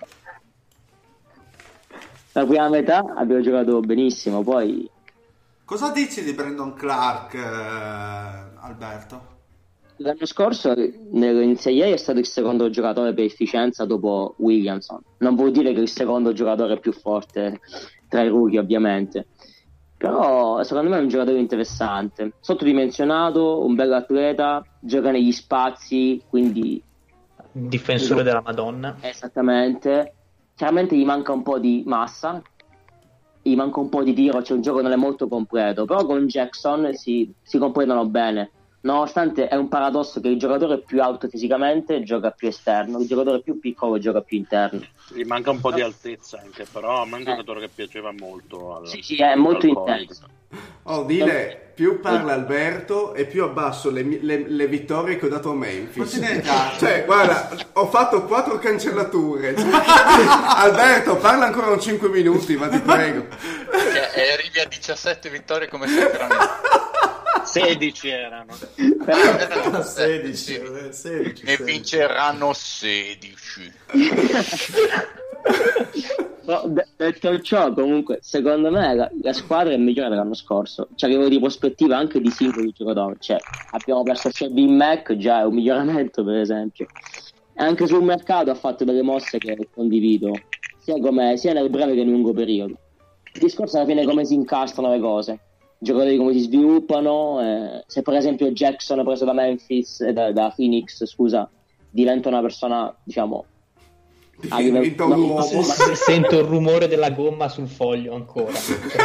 La prima metà abbiamo giocato benissimo, poi Cosa dici di Brandon Clark, eh, Alberto? l'anno scorso nell'N C A A è stato il secondo giocatore per efficienza dopo Williamson. Non vuol dire che il secondo giocatore più forte tra i rookie, ovviamente, però secondo me è un giocatore interessante, sottodimensionato, un bello atleta, gioca negli spazi, quindi Difensore della Madonna. esattamente. Chiaramente gli manca un po' di massa, gli manca un po' di tiro, c'è un gioco non è molto completo, però con Jackson si, si completano bene. nonostante è un paradosso che il giocatore più alto fisicamente gioca più esterno, il giocatore più piccolo gioca più interno. Gli manca un po' di altezza anche, però a me è un giocatore che piaceva molto. Al, sì, sì, è molto intenso. Oh, Dile, più parla Alberto e più abbasso le, le, le vittorie che ho dato a Memphis. Cioè, guarda, ho fatto quattro cancellature. Alberto, parla ancora un cinque minuti, ma ti prego. Cioè, e arrivi a diciassette vittorie come sempre a me. sedici erano. Ah, sedici, sedici, ne vinceranno sedici. No, detto ciò, comunque, secondo me la, la squadra è migliore dell'anno scorso. Cioè, a livello di prospettiva anche di singoli giocatori. Cioè, abbiamo perso Shelby Mac, già è un miglioramento, per esempio. E anche sul mercato ha fatto delle mosse che condivido, sia, come, sia nel breve che nel lungo periodo. Il discorso alla fine è come si incastrano le cose. I giocatori come si sviluppano, eh, se per esempio Jackson preso da Memphis, eh, da, da Phoenix, scusa, diventa una persona, diciamo, a livello, no, se, se sento il rumore della gomma sul foglio ancora.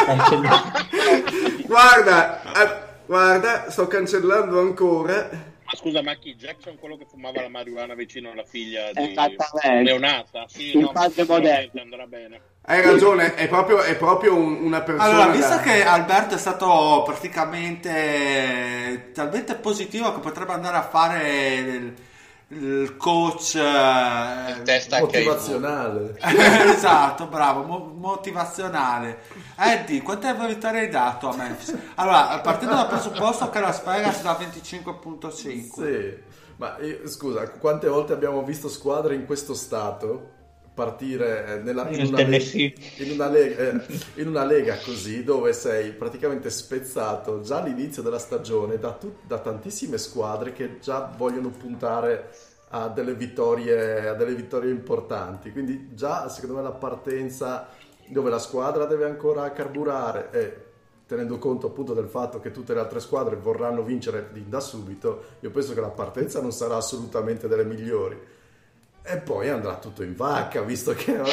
Guarda, eh, guarda, sto cancellando ancora. Ma scusa, ma chi? Jackson, quello che fumava la marijuana vicino alla figlia di Esattamente. neonata? Sì, il no, padre moderno. andrà bene. Hai ragione, è proprio, è proprio un, una persona. Allora, visto da... che Alberto è stato praticamente talmente positivo che potrebbe andare a fare il, il coach eh, Il test motivazionale. esatto, bravo, mo- motivazionale. Eddie, quante vittorie hai dato a Memphis? Allora, partendo dal presupposto che Las Vegas da venticinque virgola cinque. Sì, ma io, scusa, quante volte abbiamo visto squadre in questo stato partire nella, in, una lega, in, una lega, eh, in una lega così, dove sei praticamente spezzato già all'inizio della stagione da, tut, da tantissime squadre che già vogliono puntare a delle vittorie, a delle vittorie importanti. Quindi già secondo me la partenza dove la squadra deve ancora carburare e tenendo conto appunto del fatto che tutte le altre squadre vorranno vincere da subito, io penso che la partenza non sarà assolutamente delle migliori. E poi andrà tutto in vacca, visto che credo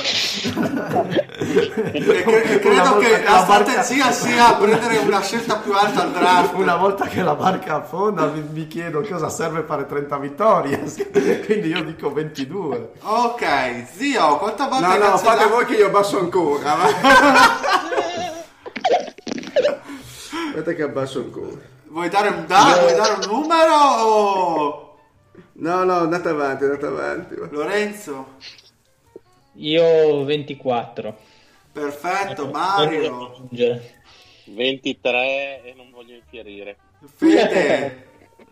che la strategia sia prendere una scelta più alta al draft. Una volta che la barca affonda mi, mi chiedo cosa serve fare trenta vittorie, quindi io dico ventidue. Ok, zio, quanta volte no hai no cancellato? fate voi che io abbasso ancora. Aspetta che abbasso ancora. Vuoi dare un, da- vuoi dare un numero o... No, no, andate avanti, andate avanti. Lorenzo? Io ventiquattro. Perfetto, Mario? ventitré e non voglio infierire. Fede?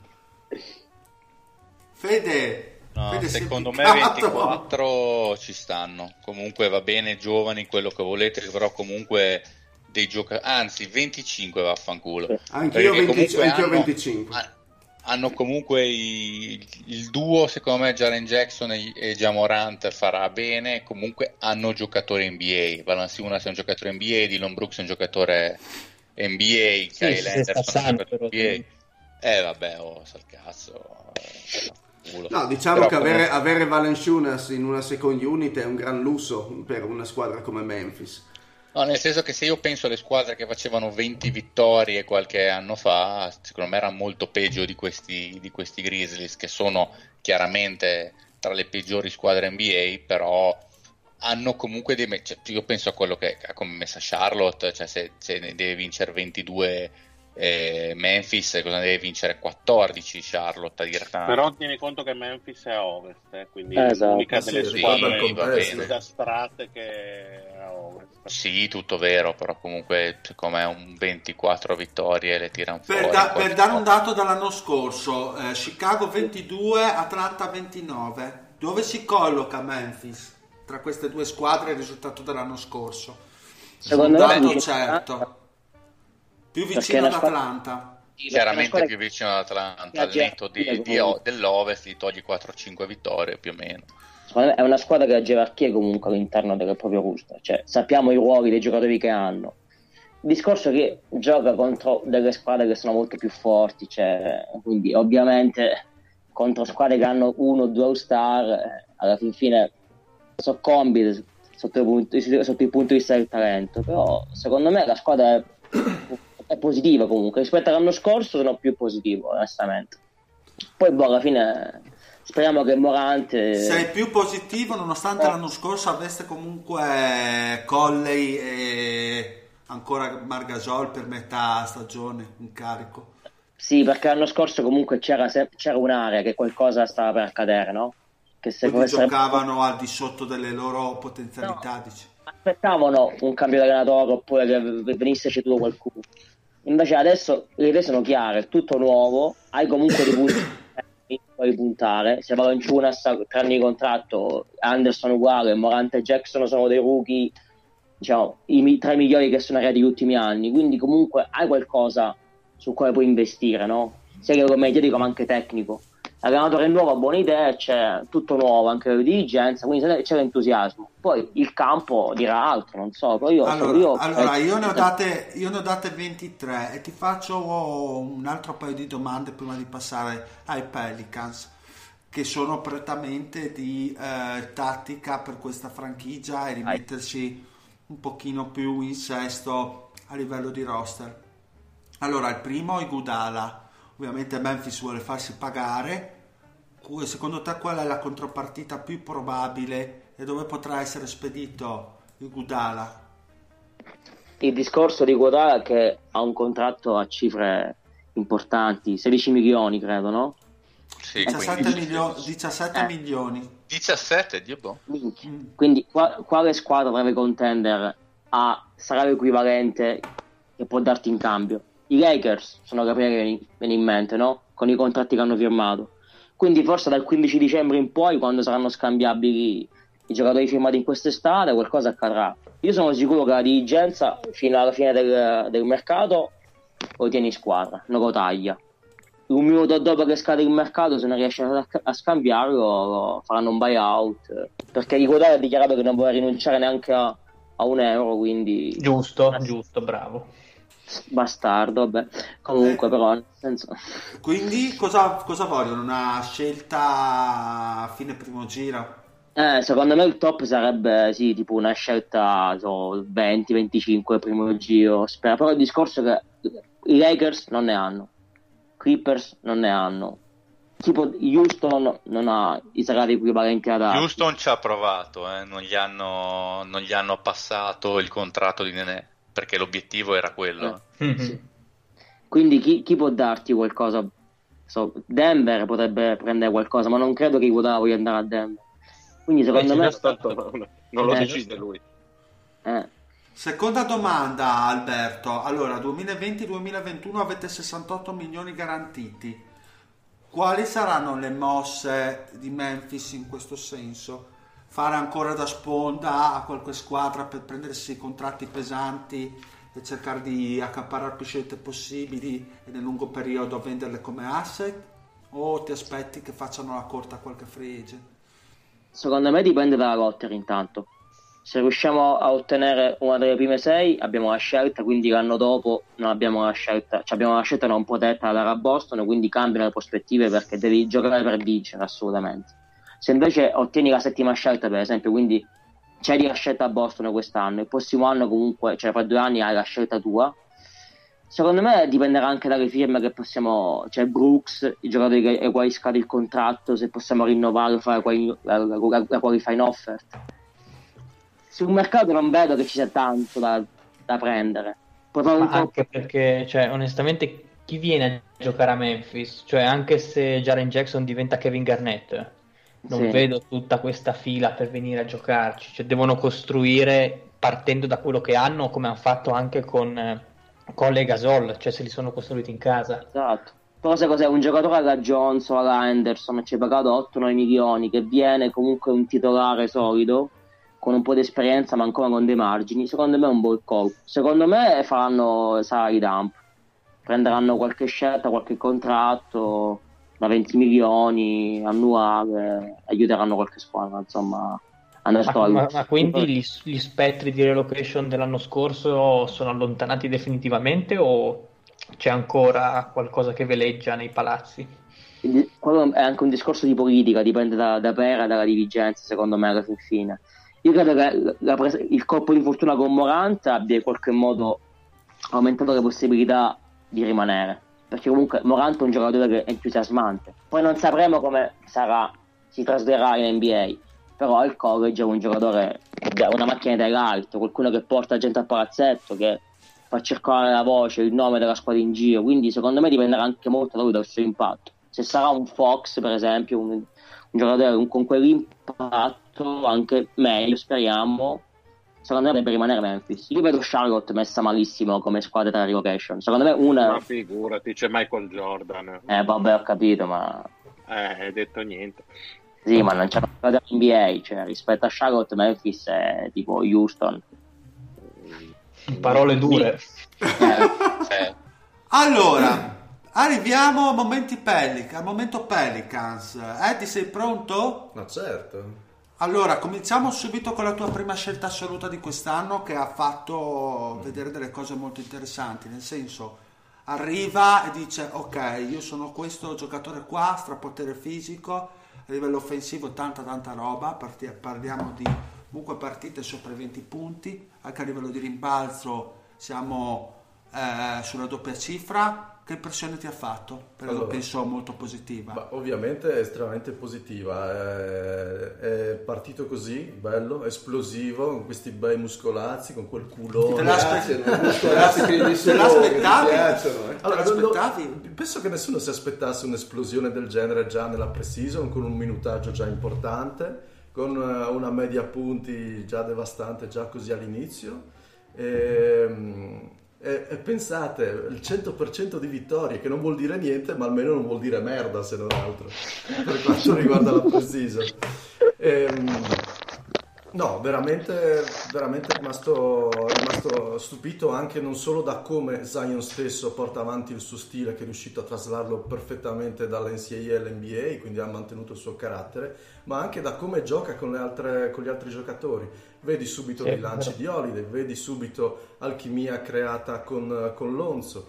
Fede? No, Fede secondo me piccato. ventiquattro ci stanno. Comunque va bene, giovani, quello che volete, però comunque dei giocatori, anzi venticinque vaffanculo. Anch'io, Perché venticinque, comunque anch'io hanno- venticinque. hanno comunque i- il duo, secondo me Jaren Jackson e, e Ja Morant farà bene. Comunque hanno giocatori N B A. Valanciunas è un giocatore N B A, Dillon Brooks è un giocatore N B A, Sì, Kyle si sta Anderson è un passando, giocatore però, N B A. Eh vabbè, oh, sta il cazzo. eh, culo. No, diciamo Però che avere, comunque- avere Valanciunas in una second unit è un gran lusso per una squadra come Memphis. No, nel senso che se io penso alle squadre che facevano venti vittorie qualche anno fa, secondo me erano molto peggio di questi, di questi Grizzlies, che sono chiaramente tra le peggiori squadre N B A, però hanno comunque dei... Cioè, io penso a quello che ha come messa Charlotte, cioè se, se ne deve vincere ventidue eh, Memphis, cosa ne deve vincere quattordici Charlotte a dire tanto. Però tieni conto che Memphis è a ovest, eh, quindi Esatto. l'unica Sì, delle ricorda squadre il contesto. disastrate che è a ovest. Sì, tutto vero, però comunque secondo me un ventiquattro vittorie le tirano fuori. Per, da- in qualche per dare un modo. dato dall'anno scorso, eh, Chicago ventidue, Atlanta ventinove. Dove si colloca Memphis tra queste due squadre il risultato dell'anno scorso? Secondo un me dato vince- certo. Più Perché vicino la ad squadra- Atlanta. Chiaramente Una più vicino ad Atlanta, Sì, al netto di, gerarchia, di o- dell'Ovest gli togli quattro cinque vittorie più o meno. Secondo me è una squadra che ha gerarchia comunque all'interno del proprio roster, cioè sappiamo i ruoli dei giocatori che hanno. Il discorso è che gioca contro delle squadre che sono molto più forti, cioè, quindi ovviamente contro squadre che hanno uno o due all-star, eh, alla fin fine soccombi sotto il, punto, sotto il punto di vista del talento, però secondo me la squadra è è positiva comunque, rispetto all'anno scorso sono più positivo onestamente. Poi boh, alla fine speriamo che Morante... Sei più positivo nonostante eh. l'anno scorso aveste comunque Colley e ancora Margasol per metà stagione in carico. Sì, perché l'anno scorso comunque c'era, c'era un'area che qualcosa stava per accadere, no? Che se Quindi giocavano al di sotto delle loro potenzialità, no, dici. Aspettavano un cambio di allenatore oppure che venisse ceduto qualcuno. Invece adesso le idee sono chiare, è tutto nuovo, hai comunque dei punti puoi puntare. Se Valanciunas tre anni di contratto, Anderson uguale, Morante e Jackson sono dei rookie, diciamo, i tre migliori che sono arrivati negli ultimi anni, quindi comunque hai qualcosa su quale puoi investire, no? Sia che come mediatico ma anche tecnico. L'allenatore è nuovo, buone idee, c'è tutto nuovo, anche la dirigenza, quindi c'è l'entusiasmo. Poi il campo dirà altro, non so. Poi io, allora, io, allora io, ne ho date, io ne ho date ventitré e ti faccio un altro paio di domande prima di passare ai Pelicans, che sono prettamente di eh, tattica per questa franchigia e rimetterci un pochino più in sesto a livello di roster. Allora, il primo è Iguodala. Ovviamente Memphis vuole farsi pagare. Secondo te qual è la contropartita più probabile e dove potrà essere spedito Iguodala? Il discorso di Iguodala è che ha un contratto a cifre importanti, sedici milioni credo, no? Sì, diciassette, quindi... milio- diciassette eh. milioni. diciassette, Dio boh. Mm. Quindi qua, quale squadra deve contendere a salario equivalente che può darti in cambio? I Lakers sono la prima che viene in mente, no? Con i contratti che hanno firmato. Quindi forse dal quindici dicembre in poi, quando saranno scambiabili i giocatori firmati in quest'estate, qualcosa accadrà. Io sono sicuro che la dirigenza fino alla fine del, del mercato lo tiene in squadra, non lo taglia. Un minuto dopo che scade il mercato, se non riesce a, a scambiarlo, faranno un buyout, perché Iguodala ha dichiarato che non vuole rinunciare neanche a, a un euro, quindi... Giusto, giusto, bravo. Bastardo, vabbè. Comunque, eh, però, nel senso... Quindi, cosa, cosa vogliono? Una scelta a fine primo giro? Eh, secondo me il top sarebbe, sì, tipo una scelta so, venti venticinque primo giro. Spera. Però il discorso è che i Lakers non ne hanno, Clippers non ne hanno, tipo Houston non ha i salari equivalenti ad altri. Houston ci ha provato, eh. non, gli hanno, non gli hanno passato il contratto di Nenè, perché l'obiettivo era quello. Eh, sì. Quindi chi, chi può darti qualcosa? So, Denver potrebbe prendere qualcosa, ma non credo che Iguodala voglia andare a Denver. Quindi secondo eh, me stato, non lo eh, decide lui. Eh. Seconda domanda, Alberto. Allora, duemilaventi duemilaventuno avete sessantotto milioni garantiti. Quali saranno le mosse di Memphis in questo senso? Fare ancora da sponda a qualche squadra per prendersi contratti pesanti e cercare di accaparrare più scelte possibili e nel lungo periodo venderle come asset? O ti aspetti che facciano la corta a qualche free agent? Secondo me dipende dalla lottery intanto. Se riusciamo a ottenere una delle prime sei abbiamo la scelta, quindi l'anno dopo non abbiamo la scelta, cioè abbiamo la scelta non protetta da dare a Boston, quindi cambiano le prospettive perché devi giocare per vincere assolutamente. Se invece ottieni la settima scelta, per esempio, quindi c'è la scelta a Boston quest'anno, il prossimo anno comunque, cioè fra due anni hai la scelta tua. Secondo me dipenderà anche dalle firme che possiamo, cioè Brooks, i giocatori ai quali scade il contratto, se possiamo rinnovare o fare la, la, la, la qualifying offer. Sul mercato non vedo che ci sia tanto da, da prendere. Ma anche perché, cioè, onestamente, chi viene a giocare a Memphis? Cioè, anche se Jaren Jackson diventa Kevin Garnett, non sì. vedo tutta questa fila per venire a giocarci. Cioè, devono costruire partendo da quello che hanno, come hanno fatto anche con, con le Gasol, cioè se li sono costruiti in casa. Esatto. Però se cos'è un giocatore alla Jones o alla Anderson, ci hai pagato otto nove milioni, che viene comunque un titolare solido, con un po' di esperienza ma ancora con dei margini, secondo me è un buon colpo. Secondo me faranno salary dump, prenderanno qualche scelta, qualche contratto da venti milioni annuale, aiuteranno qualche squadra, insomma. Ma, ma, ma quindi gli, gli spettri di relocation dell'anno scorso sono allontanati definitivamente o c'è ancora qualcosa che veleggia nei palazzi? Quello è anche un discorso di politica, dipende da, da Pera e dalla dirigenza, secondo me, alla fin fine. Io credo che la presa, il colpo di fortuna con Morant abbia in qualche modo ha aumentato le possibilità di rimanere, perché comunque Morant è un giocatore che è entusiasmante. Poi non sapremo come sarà, si trasferirà in N B A, però al college è un giocatore, una macchina dell'alto, qualcuno che porta gente al palazzetto, che fa circolare la voce, il nome della squadra in giro, quindi secondo me dipenderà anche molto da lui, dal suo impatto. Se sarà un Fox, per esempio, un, un giocatore un, con quell'impatto, anche meglio, speriamo, secondo me deve rimanere Memphis. Io vedo Charlotte messa malissimo come squadra tra relocation. Secondo me una... Ma figurati, c'è Michael Jordan. Eh vabbè, ho capito, ma... Eh, hai detto niente. Sì, ma non c'è una squadra N B A, cioè rispetto a Charlotte, Memphis è tipo Houston. Parole dure. Eh. Allora, arriviamo a momenti Pelican, al momento Pelicans. Eddie, sei pronto? Ma certo. Allora, cominciamo subito con la tua prima scelta assoluta di quest'anno, che ha fatto vedere delle cose molto interessanti, nel senso, arriva e dice ok, io sono questo giocatore qua, strapotere fisico, a livello offensivo tanta tanta roba, parti- parliamo di comunque partite sopra i venti punti, anche a livello di rimbalzo siamo eh, sulla doppia cifra. Che impressione ti ha fatto? Però allora, penso molto positiva. Bah, ovviamente è estremamente positiva, è, è partito così, bello, esplosivo, con questi bei muscolazzi, con quel culone. Te l'aspettavi? Allora, aspettavi? Penso che nessuno si aspettasse un'esplosione del genere già nella pre-season, con un minutaggio già importante, con una media punti già devastante già così all'inizio. E, E, e pensate, il cento per cento di vittorie, che non vuol dire niente, ma almeno non vuol dire merda, se non altro, per quanto riguarda la pre-season. Ehm, no, veramente, veramente rimasto, rimasto stupito anche non solo da come Zion stesso porta avanti il suo stile, che è riuscito a traslarlo perfettamente dall'N C A A all'N B A, quindi ha mantenuto il suo carattere, ma anche da come gioca con, le altre, con gli altri giocatori. Vedi subito i lanci di Holiday, vedi subito alchimia creata con, con Lonzo,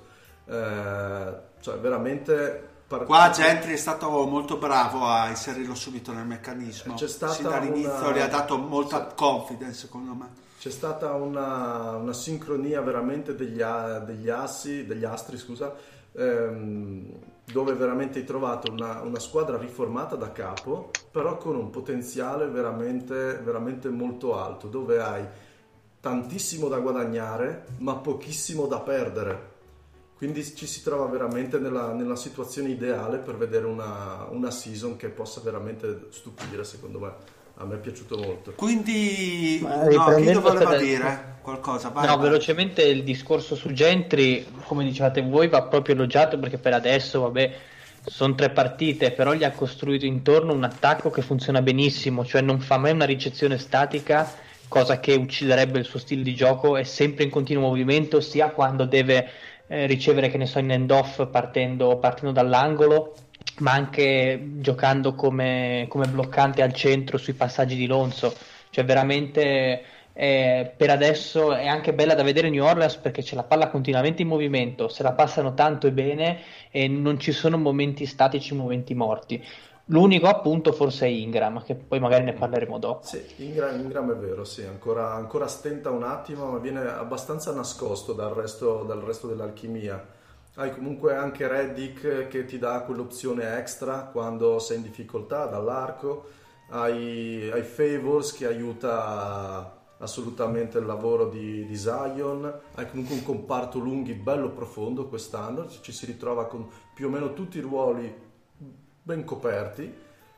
eh, cioè veramente... Part- Qua Gentry è stato molto bravo a inserirlo subito nel meccanismo. C'è stata Sin dall'inizio una... gli ha dato molta sì. confidence, secondo me. C'è stata una, una sincronia veramente degli, degli assi, degli astri, scusa, ehm, dove veramente hai trovato una, una squadra riformata da capo, però con un potenziale veramente, veramente molto alto, dove hai tantissimo da guadagnare, ma pochissimo da perdere. Quindi ci si trova veramente nella, nella situazione ideale per vedere una, una season che possa veramente stupire, secondo me. A me è piaciuto molto. Quindi, no, chi voleva del... dire qualcosa? Vai, no, vai. Velocemente il discorso su Gentry, come dicevate voi, va proprio elogiato, perché per adesso, vabbè, sono tre partite, però gli ha costruito intorno un attacco che funziona benissimo, cioè non fa mai una ricezione statica, cosa che ucciderebbe il suo stile di gioco, è sempre in continuo movimento, sia quando deve eh, ricevere, che ne so, in end-off partendo, partendo dall'angolo, ma anche giocando come, come bloccante al centro sui passaggi di Lonzo. Cioè veramente eh, per adesso è anche bella da vedere New Orleans, perché c'è la palla continuamente in movimento, se la passano tanto e bene e non ci sono momenti statici, momenti morti. L'unico appunto forse è Ingram, che poi magari ne parleremo dopo. Sì, Ingram, Ingram è vero, sì, ancora, ancora stenta un attimo, ma viene abbastanza nascosto dal resto, dal resto dell'alchimia. Hai comunque anche Redick che ti dà quell'opzione extra quando sei in difficoltà dall'arco, hai, hai Favors che aiuta assolutamente il lavoro di, di Zion, hai comunque un comparto lunghi bello profondo quest'anno, ci si ritrova con più o meno tutti i ruoli ben coperti,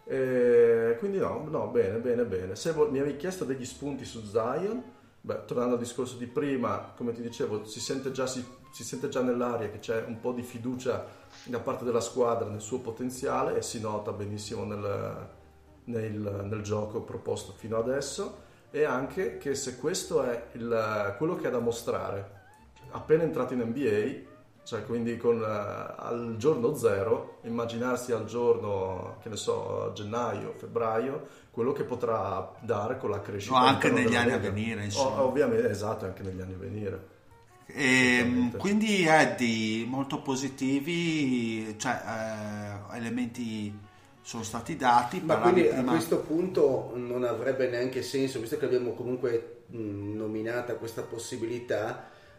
e quindi no, no, bene, bene, bene. Se vo- mi avevi chiesto degli spunti su Zion, beh, tornando al discorso di prima, come ti dicevo, si sente già, si, si sente già nell'aria che c'è un po' di fiducia da parte della squadra nel suo potenziale e si nota benissimo nel, nel, nel gioco proposto fino adesso, e anche che se questo è il, quello che ha da mostrare appena entrato in N B A, cioè quindi con, uh, al giorno zero, immaginarsi al giorno, che ne so, gennaio, febbraio, quello che potrà dare con la crescita. No, anche negli anni a venire, insomma. Oh, ovviamente, esatto, anche negli anni a venire. E, quindi Eddie, molto positivi, cioè eh, elementi sono stati dati. Ma quindi prima... a questo punto non avrebbe neanche senso, visto che abbiamo comunque mh, nominata questa possibilità,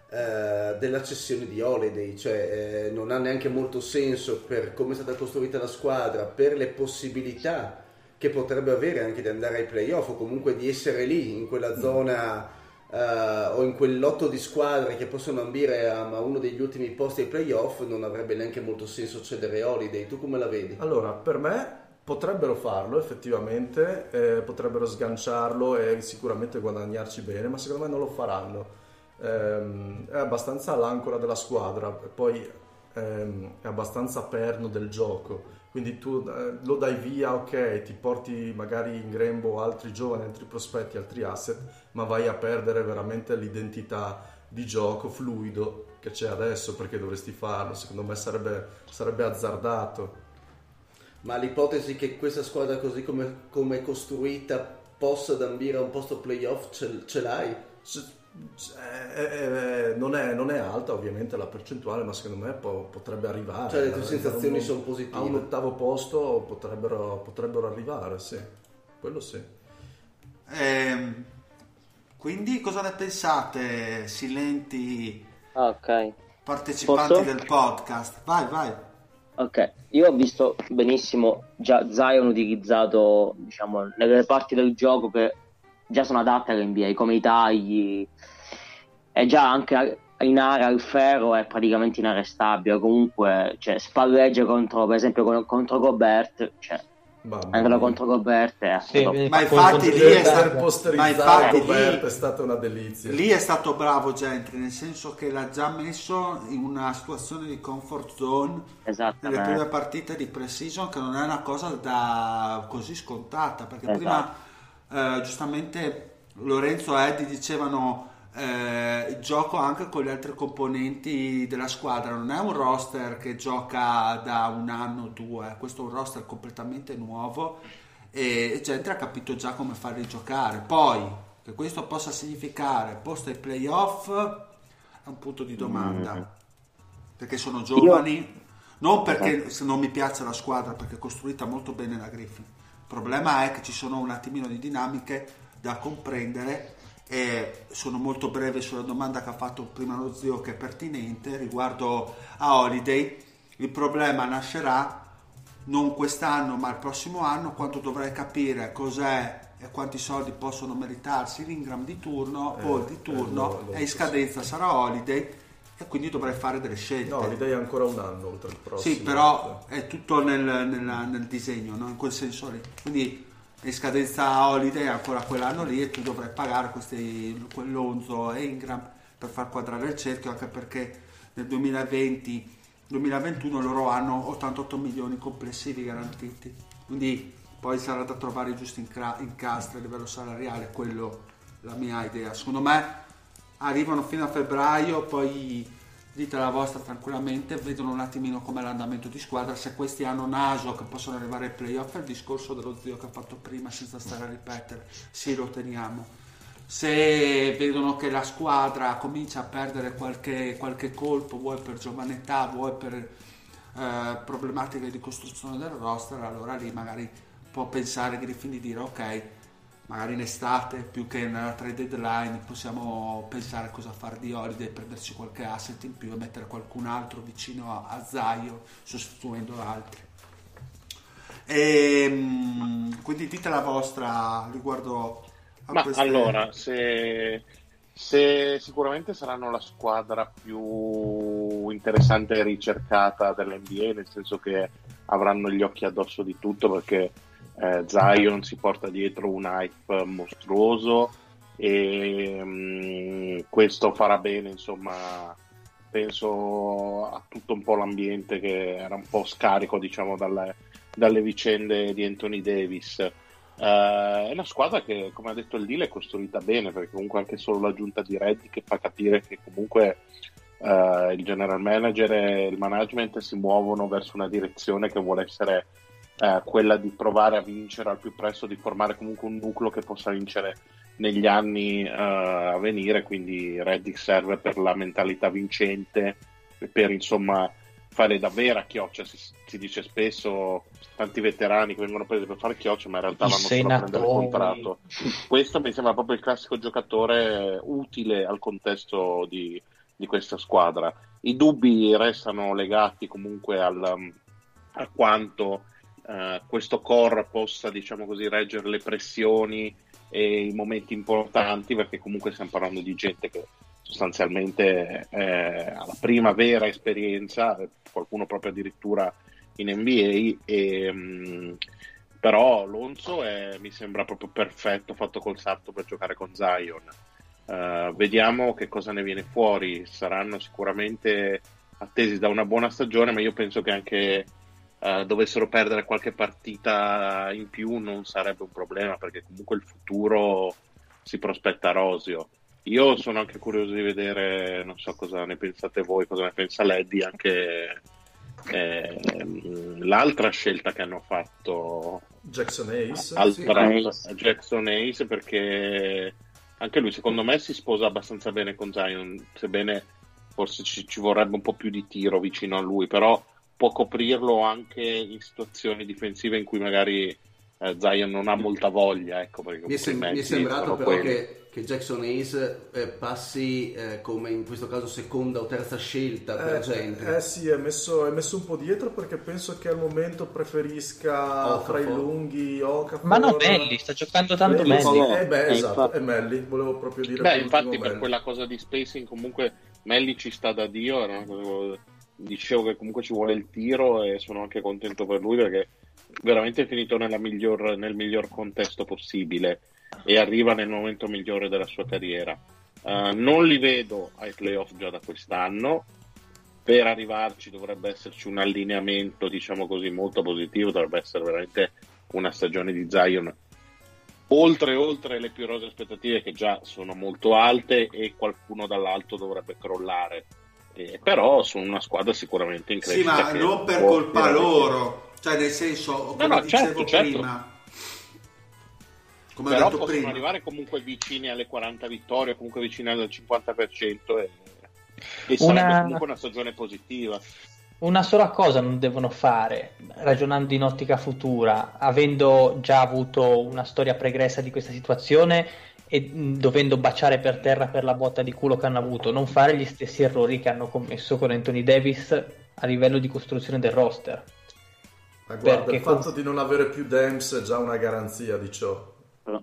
eh, della cessione di Holiday, cioè eh, non ha neanche molto senso per come è stata costruita la squadra, per le possibilità che potrebbe avere anche di andare ai playoff o comunque di essere lì in quella mm. zona Uh, o in quel lotto di squadre che possono ambire a, a uno degli ultimi posti ai playoff. Non avrebbe neanche molto senso cedere Holiday. Tu come la vedi? Allora, per me potrebbero farlo effettivamente, eh, potrebbero sganciarlo e sicuramente guadagnarci bene, ma secondo me non lo faranno. Ehm, è abbastanza l'ancora della squadra, poi ehm, è abbastanza perno del gioco, quindi tu eh, lo dai via, ok, ti porti magari in grembo altri giovani, altri prospetti, altri asset, ma vai a perdere veramente l'identità di gioco fluido che c'è adesso. Perché dovresti farlo? Secondo me sarebbe, sarebbe azzardato. Ma l'ipotesi che questa squadra così come, come è costruita possa ambire a un posto playoff ce, ce l'hai? C- Eh, eh, non, è, non è alta ovviamente la percentuale, ma secondo me po- potrebbe arrivare. Cioè le tue sensazioni un, sono positive? A un ottavo posto potrebbero, potrebbero arrivare, sì, quello sì. Eh, quindi cosa ne pensate, silenti ah, okay. partecipanti Posso? del podcast? Vai, vai. Ok, io ho visto benissimo già Zion utilizzato, diciamo, nelle parti del gioco che già sono adatte all'N B A, come i tagli, e già anche in area il ferro è praticamente inarrestabile. Comunque, cioè, spalleggia contro, per esempio, contro Gobert, cioè, anche contro Gobert è sì, ma infatti lì è stato, ma infatti Gobert lì, è stata una delizia. Lì è stato bravo Gentry, nel senso che l'ha già messo in una situazione di comfort zone nelle prime partite di pre-season, che non è una cosa da così scontata, perché esatto. prima Uh, giustamente Lorenzo e Eddie dicevano uh, il gioco anche con gli altri componenti della squadra non è un roster che gioca da un anno o due, questo è un roster completamente nuovo e gente ha capito già come farli giocare. Poi che questo possa significare posto ai playoff è un punto di domanda, mm. perché sono giovani. Io... non perché se non mi piace la squadra, perché è costruita molto bene la Griffin. Il problema è che ci sono un attimino di dinamiche da comprendere e sono molto breve sulla domanda che ha fatto prima lo zio, che è pertinente riguardo a Holiday. Il problema nascerà non quest'anno ma il prossimo anno, quando dovrai capire cos'è e quanti soldi possono meritarsi l'Ingram di turno eh, o di turno eh, no, e in scadenza sarà Holiday e quindi dovrai fare delle scelte. No, l'idea è ancora un anno oltre il prossimo. Sì, però è tutto nel, nel, nel disegno, no? In quel senso lì. Quindi in scadenza Holiday è ancora quell'anno lì e tu dovrai pagare questi, quell'Onzo e Ingram per far quadrare il cerchio, anche perché nel duemilaventi duemilaventuno loro hanno ottantotto milioni complessivi garantiti. Quindi poi sarà da trovare i giusti incastri a livello salariale, quello la mia idea. Secondo me arrivano fino a febbraio, poi dite la vostra tranquillamente, vedono un attimino com'è l'andamento di squadra, se questi hanno naso che possono arrivare ai playoff, è il discorso dello zio che ha fatto prima senza stare a ripetere, sì, lo teniamo. Se vedono che la squadra comincia a perdere qualche, qualche colpo, vuoi per giovane età, vuoi per eh, problematiche di costruzione del roster, allora lì magari può pensare Griffin di dire ok, magari in estate più che nella trade deadline possiamo pensare a cosa fare di Holiday, prenderci qualche asset in più e mettere qualcun altro vicino a, a Zion sostituendo altri. E, quindi dite la vostra riguardo a ma queste... allora se, se sicuramente saranno la squadra più interessante e ricercata dell'N B A, nel senso che avranno gli occhi addosso di tutto, perché Eh, Zion si porta dietro un hype mostruoso e mh, questo farà bene, insomma, penso a tutto un po' l'ambiente che era un po' scarico, diciamo, dalle, dalle vicende di Anthony Davis. Eh, è una squadra che, come ha detto il Dile, è costruita bene, perché comunque anche solo l'aggiunta di Reddick che fa capire che comunque eh, il general manager e il management si muovono verso una direzione che vuole essere Eh, quella di provare a vincere al più presto, di formare comunque un nucleo che possa vincere negli anni eh, a venire. Quindi Reddick serve per la mentalità vincente, per insomma fare davvero a chioccia. Si, si dice spesso tanti veterani che vengono presi per fare chioccia, ma in realtà vanno solo a prendere il contratto. Questo mi sembra proprio il classico giocatore utile al contesto di, di questa squadra. I dubbi restano legati comunque al, a quanto uh, questo core possa, diciamo così, reggere le pressioni e i momenti importanti, perché comunque stiamo parlando di gente che sostanzialmente è alla prima vera esperienza, qualcuno proprio addirittura in N B A, e, mh, però Lonzo è, mi sembra proprio perfetto, fatto col salto per giocare con Zion. Uh, vediamo che cosa ne viene fuori. Saranno sicuramente attesi da una buona stagione, ma io penso che anche uh, dovessero perdere qualche partita in più non sarebbe un problema, perché comunque il futuro si prospetta roseo. Io sono anche curioso di vedere, non so cosa ne pensate voi, cosa ne pensa Leddy, anche eh, l'altra scelta che hanno fatto Jackson Hayes, al sì. draft, Jackson Hayes, perché anche lui secondo me si sposa abbastanza bene con Zion, sebbene forse ci, ci vorrebbe un po' più di tiro vicino a lui, però può coprirlo anche in situazioni difensive in cui magari eh, Zion non ha molta voglia, ecco, perché mi è, sem- mi è sembrato però quelli. che, che Jackson Hayes eh, passi eh, come in questo caso seconda o terza scelta per eh, gente. Eh sì, è messo, è messo un po' dietro, perché penso che al momento preferisca Okafor. fra i lunghi Okafor. Ma no, Melli, sta giocando tanto Melli, Melli. sì, eh beh, Eh, esatto, infatti. è Melli, volevo proprio dire. Beh, per infatti ultimo per Melli. quella cosa di spacing comunque Melli ci sta da Dio, era una cosa- dicevo che comunque ci vuole il tiro e sono anche contento per lui, perché veramente è finito nella miglior, nel miglior contesto possibile e arriva nel momento migliore della sua carriera. Uh, non li vedo ai playoff già da quest'anno. Per arrivarci dovrebbe esserci un allineamento, diciamo così, molto positivo, dovrebbe essere veramente una stagione di Zion oltre oltre le più rose aspettative, che già sono molto alte, e qualcuno dall'alto dovrebbe crollare. Eh, però sono una squadra sicuramente in Sì, crescita. ma che non per può colpa tirare loro, cioè nel senso, come no, dicevo certo, certo. prima, come ho Però detto possono prima, arrivare comunque vicini alle quaranta vittorie, comunque vicini al cinquanta per cento, e, e Una- sarebbe comunque una stagione positiva. Una sola cosa non devono fare, ragionando in ottica futura, avendo già avuto una storia pregressa di questa situazione e mh, dovendo baciare per terra per la botta di culo che hanno avuto, non fare gli stessi errori che hanno commesso con Anthony Davis a livello di costruzione del roster. Ma guarda, perché il fatto con- di non avere più Dems è già una garanzia di ciò. Però,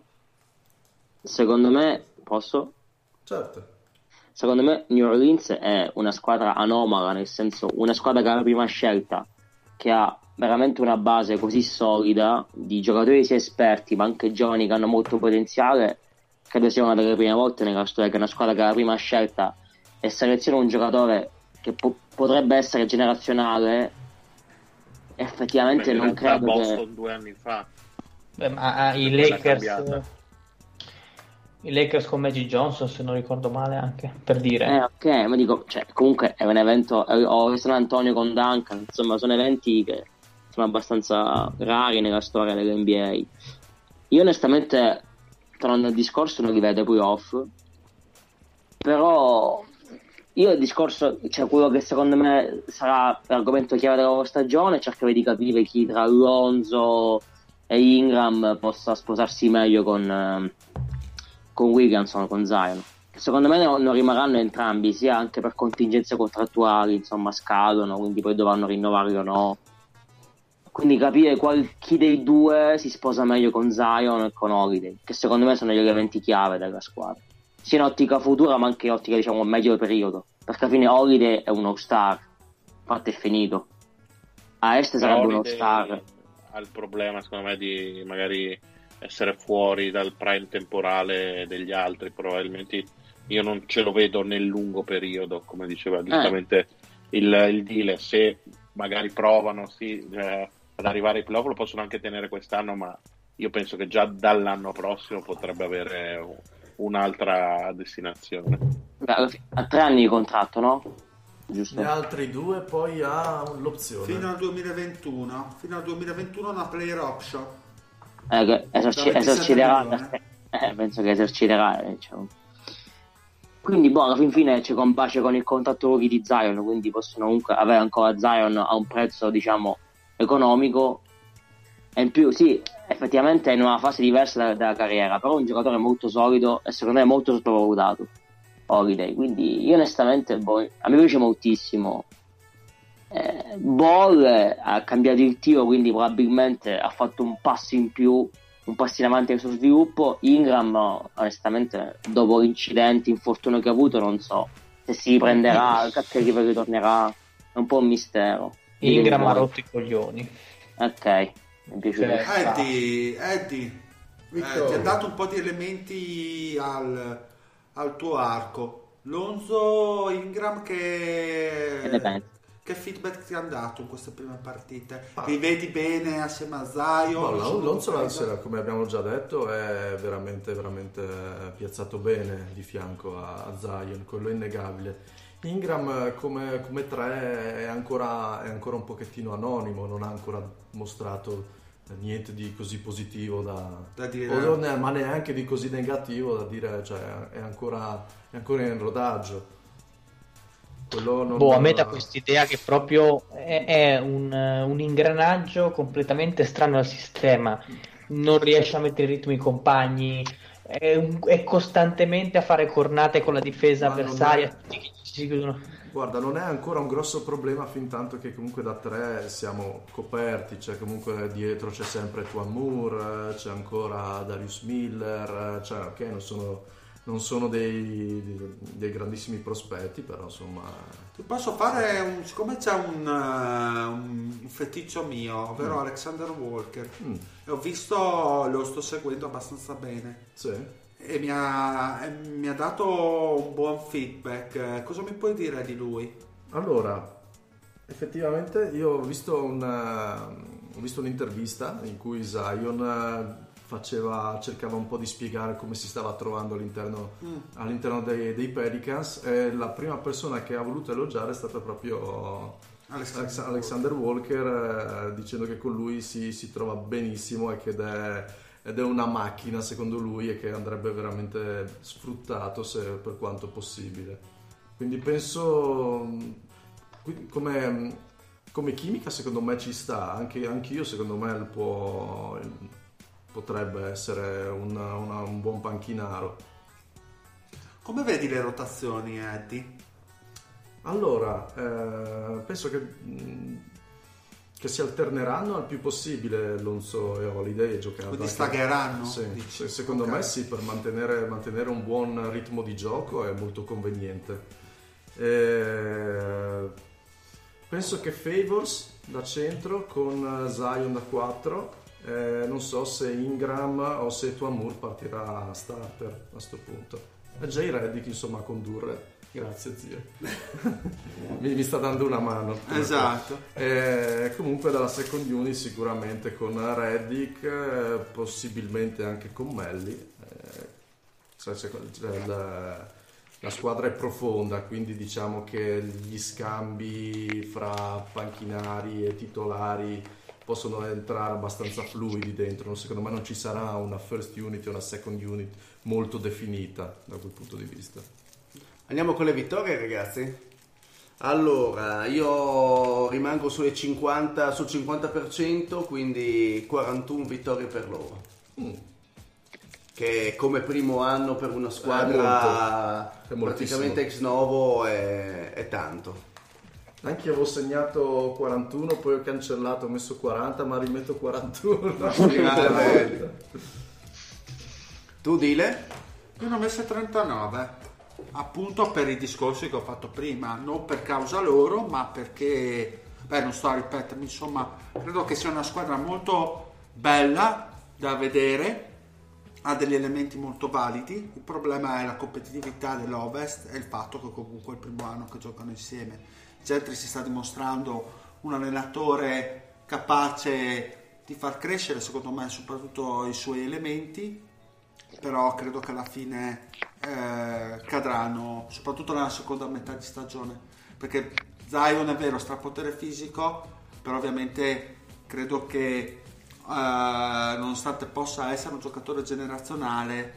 secondo me, posso? Certo. Secondo me New Orleans è una squadra anomala, nel senso, una squadra che ha la prima scelta, che ha veramente una base così solida di giocatori sia esperti ma anche giovani che hanno molto potenziale. Credo sia una delle prime volte nella storia che una squadra che ha la prima scelta e seleziona un giocatore che po- potrebbe essere generazionale. Effettivamente Beh, in non realtà credo Boston che due anni fa. Beh, ma ah, i Quella Lakers cambiata. i Lakers con Magic Johnson, se non ricordo male, anche per dire. Eh, ok, ma dico, cioè, comunque è un evento, eh, o San Antonio con Duncan, insomma, sono eventi che sono abbastanza rari nella storia dell'N B A. Io onestamente, tornando al discorso, non li vedo ai playoff, però io il discorso, cioè quello che secondo me sarà l'argomento chiave della loro stagione, cercherò di capire chi tra Lonzo e Ingram possa sposarsi meglio con, eh, con Williamson, con Zion. Secondo me non, non rimarranno entrambi, sia anche per contingenze contrattuali, insomma scadono, quindi poi dovranno rinnovarli o no. Quindi capire qual, chi dei due si sposa meglio con Zion e con Holiday, che secondo me sono gli elementi chiave della squadra, sia in ottica futura ma anche in ottica, diciamo, medio periodo, perché alla fine Holiday è un all-star, fatto è finito. A est sarebbe un all-star. Ha il problema secondo me di magari essere fuori dal prime temporale degli altri, probabilmente io non ce lo vedo nel lungo periodo, come diceva giustamente eh. il, il deal. Se magari provano sì, eh, ad arrivare ai playoff, lo possono anche tenere quest'anno, ma io penso che già dall'anno prossimo potrebbe avere un'altra destinazione. Ha tre anni di contratto, no? Giusto. Gli altri due poi ha l'opzione fino al duemilaventuno, fino al duemilaventuno una player option. Eh, che eserci- eserciterà, eh, penso che eserciterà, eh, diciamo. Quindi boh, alla fin fine ci combacia con il contratto di Zion, quindi possono comunque avere ancora Zion a un prezzo, diciamo, economico, e in più sì, effettivamente è in una fase diversa della, della carriera, però è un giocatore molto solido e secondo me molto sottovalutato. Holiday, quindi io onestamente boh, a me piace moltissimo. eh, Ball ha cambiato il tiro, quindi probabilmente ha fatto un passo in più, un passo in avanti nel suo sviluppo. Ingram onestamente dopo l'incidente, infortunio che ha avuto, non so se si riprenderà, che ritornerà, è un po' un mistero. Ingram ha rotto i coglioni. Ok, mi è piaciuto. Eddie, Eddie eh, ti ha dato un po' di elementi al, al tuo arco. Lonzo, Ingram, che, Che ne pensi? che feedback ti hanno dato in queste prime partite? Ah. Li vedi bene assieme a Zion? No, Lonzo, come abbiamo già detto, è veramente, veramente piazzato bene di fianco a, a Zion, quello è innegabile. Ingram come, come tre è ancora, è ancora un pochettino anonimo, non ha ancora mostrato niente di così positivo da, da dire, o, ma neanche di così negativo da dire, cioè è ancora, è ancora in rodaggio. Non... Boh, a me da quest'idea che proprio è, è un, un ingranaggio completamente estraneo al sistema, non riesce a mettere in ritmo i compagni, è, un, è costantemente a fare cornate con la difesa ma avversaria. È... Guarda, non è ancora un grosso problema fin tanto che comunque da tre siamo coperti, cioè comunque dietro c'è sempre Tuan Moore, c'è ancora Darius Miller, cioè ok, non sono, non sono dei, dei grandissimi prospetti, però insomma... Ti posso fare un... siccome c'è un, uh, un feticcio mio, ovvero mm. Alexander Walker, mm. e ho visto, lo sto seguendo abbastanza bene. Sì. E mi ha, e mi ha dato un buon feedback. Cosa mi puoi dire di lui? Allora, effettivamente io ho visto, una, ho visto un'intervista in cui Zion faceva, cercava un po' di spiegare come si stava trovando all'interno, mm. all'interno dei, dei Pelicans, e la prima persona che ha voluto elogiare è stata proprio Alexander, Alexander Walker, eh, dicendo che con lui si, si trova benissimo e che è ed è una macchina secondo lui e che andrebbe veramente sfruttato se, per quanto possibile. Quindi penso come, come chimica secondo me ci sta, anche anch'io secondo me può, potrebbe essere una, una, un buon panchinaro. Come vedi le rotazioni, Eddie? Allora, eh, penso che mh, che si alterneranno al più possibile Lonzo e Holiday e giocare. Quindi stagheranno? Sì, sì, secondo okay. me sì, per mantenere, mantenere un buon ritmo di gioco è molto conveniente. E penso che Favors da centro con Zion da quattro, eh, non so se Ingram o se Tuan Moore partirà starter a sto punto. E J. Redick insomma a condurre. Grazie zio, mi, mi sta dando una mano. Esatto. E comunque dalla second unit sicuramente con Redick, eh, possibilmente anche con Melli. Eh, cioè, cioè, la, la squadra è profonda, quindi diciamo che gli scambi fra panchinari e titolari possono entrare abbastanza fluidi dentro. Secondo me non ci sarà una first unit e una second unit molto definita da quel punto di vista. Andiamo con le vittorie, ragazzi. Allora, io rimango sulle cinquanta, sul cinquanta per cento, quindi quarantuno vittorie per loro. Mm. Che come primo anno per una squadra è molto, è praticamente ex novo è, è tanto. Anche io avevo segnato quarantuno, poi ho cancellato, ho messo quaranta, ma rimetto quarantuno. Tu Dile? Io ne ho messo trentanove. Appunto per i discorsi che ho fatto prima, non per causa loro, ma perché, beh, non sto a ripetermi, insomma, credo che sia una squadra molto bella da vedere, ha degli elementi molto validi. Il problema è la competitività dell'Ovest e il fatto che comunque è il primo anno che giocano insieme. Gentry si sta dimostrando un allenatore capace di far crescere, secondo me, soprattutto i suoi elementi, però credo che alla fine eh, cadranno, soprattutto nella seconda metà di stagione, perché Zion è vero, strapotere fisico, però ovviamente credo che eh, nonostante possa essere un giocatore generazionale,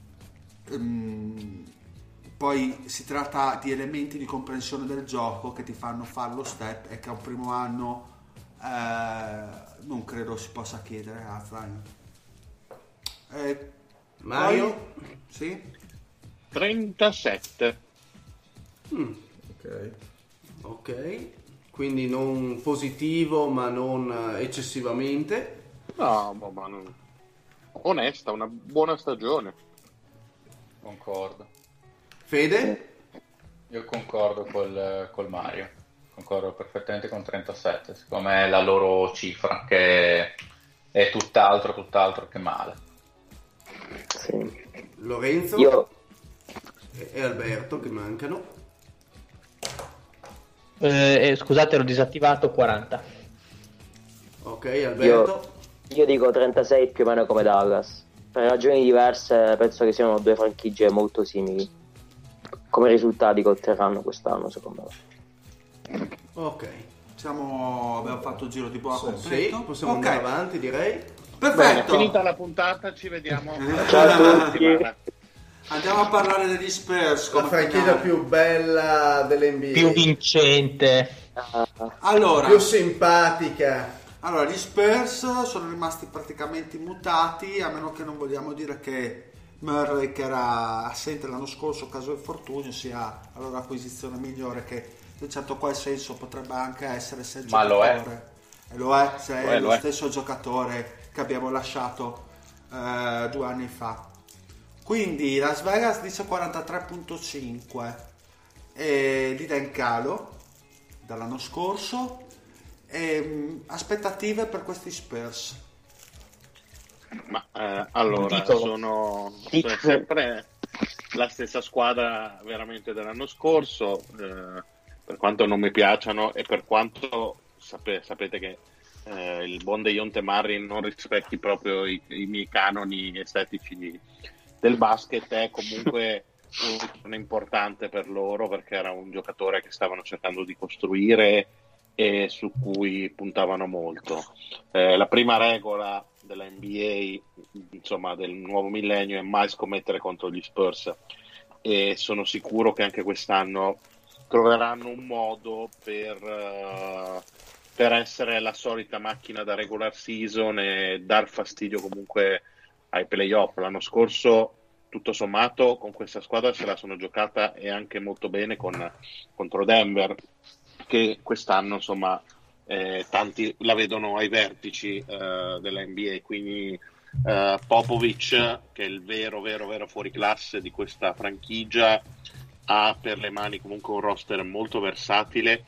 ehm, poi si tratta di elementi di comprensione del gioco che ti fanno fare lo step, e che a un primo anno eh, non credo si possa chiedere a Zion. Eh, Mario? Poi, sì? trentasette. Mm. Ok. Ok, quindi non positivo ma non eccessivamente. No, boh, ma non... onesta, una buona stagione. Concordo. Fede? Io concordo col, col Mario, concordo perfettamente con trentasette, secondo me è la loro cifra, che è tutt'altro, tutt'altro che male. Sì. Lorenzo? Io... E Alberto che mancano. Eh, eh, scusate, ero disattivato. quaranta. Ok, Alberto? Io, io dico trentasei più o meno come Dallas. Per ragioni diverse penso che siano due franchigie molto simili come risultati che otterranno quest'anno, secondo me. Ok. Siamo, abbiamo fatto il giro di boa Sì, completo. sì, possiamo Ok. andare avanti, direi. Perfetto. Bene, finita la puntata, ci vediamo. Ciao a tutti. Andiamo a parlare degli Spurs. La come franchigia finale. più bella dell'N B A. Più vincente. Allora, Più simpatica. allora, gli Spurs sono rimasti praticamente immutati, a meno che non vogliamo dire che Murray, che era assente l'anno scorso a caso infortunio, sia la loro acquisizione migliore, che in un certo qual senso potrebbe anche essere se il Ma lo è. giocatore. E lo è, se Lo è è, lo lo è. stesso giocatore che abbiamo lasciato eh, due anni fa. Quindi Las Vegas dice quarantatré virgola cinque e l'idea in calo dall'anno scorso. E, mh, aspettative per questi Spurs? Ma eh, allora, Titolo. sono, sono sempre la stessa squadra veramente dell'anno scorso, eh, per quanto non mi piacciono e per quanto sape- sapete che eh, il buon Dejounte Murray non rispecchi proprio i, i miei canoni estetici del basket, è comunque un ritorno importante per loro, perché era un giocatore che stavano cercando di costruire e su cui puntavano molto. Eh, la prima regola della N B A, insomma del nuovo millennio, è mai scommettere contro gli Spurs, e sono sicuro che anche quest'anno troveranno un modo per, uh, per essere la solita macchina da regular season e dar fastidio comunque ai playoff. L'anno scorso, tutto sommato, con questa squadra se la sono giocata e anche molto bene con, contro Denver, che quest'anno insomma eh, tanti la vedono ai vertici eh, della N B A, quindi eh, Popovic, che è il vero vero vero fuoriclasse di questa franchigia, ha per le mani comunque un roster molto versatile,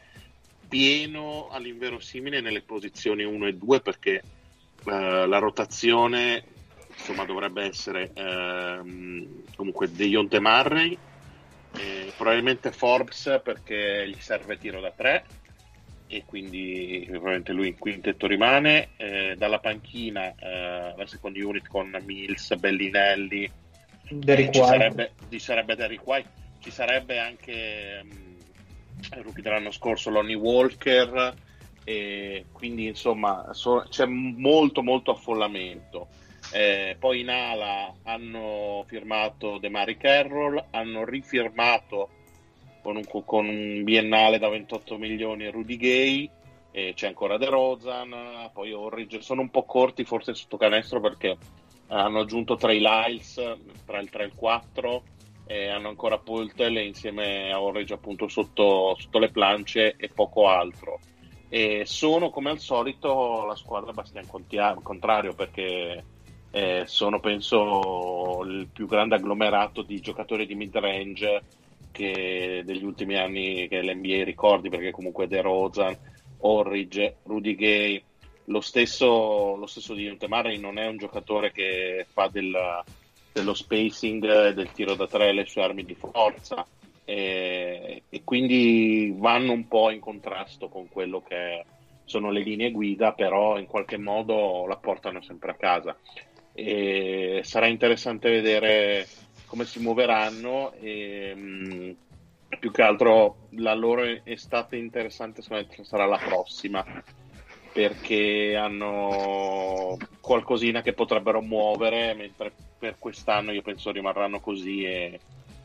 pieno all'inverosimile nelle posizioni uno e due, perché eh, la rotazione insomma dovrebbe essere ehm, comunque Dejounte Murray, eh, probabilmente Forbes perché gli serve tiro da tre e quindi probabilmente lui in quintetto rimane, eh, dalla panchina eh, la seconda unit con Mills, Bellinelli, Derrick ci White. sarebbe, ci sarebbe Derrick White, ci sarebbe anche um, il rookie dell'anno scorso Lonnie Walker, e quindi insomma so, c'è molto molto affollamento. Eh, poi in ala hanno firmato DeMar Carroll, hanno rifirmato con un, con un biennale da ventotto milioni Rudy Gay, e c'è ancora DeRozan, poi Orridge. Sono un po' corti forse sotto canestro perché hanno aggiunto Trey Lyles tra il tre e il quattro, e hanno ancora Poeltl insieme a Orridge appunto sotto, sotto le planche e poco altro. E sono come al solito la squadra Bastian contrario, perché Eh, sono penso il più grande agglomerato di giocatori di mid-range che degli ultimi anni che l'N B A ricordi, perché comunque DeRozan, Orridge, Rudy Gay, lo stesso lo stesso di Dejounte Murray non è un giocatore che fa del, dello spacing e del tiro da tre le sue armi di forza, e, e quindi vanno un po' in contrasto con quello che sono le linee guida, però in qualche modo la portano sempre a casa. E sarà interessante vedere come si muoveranno, e mh, più che altro la loro estate interessante secondo me sarà la prossima, perché hanno qualcosina che potrebbero muovere, mentre per quest'anno io penso rimarranno così, e,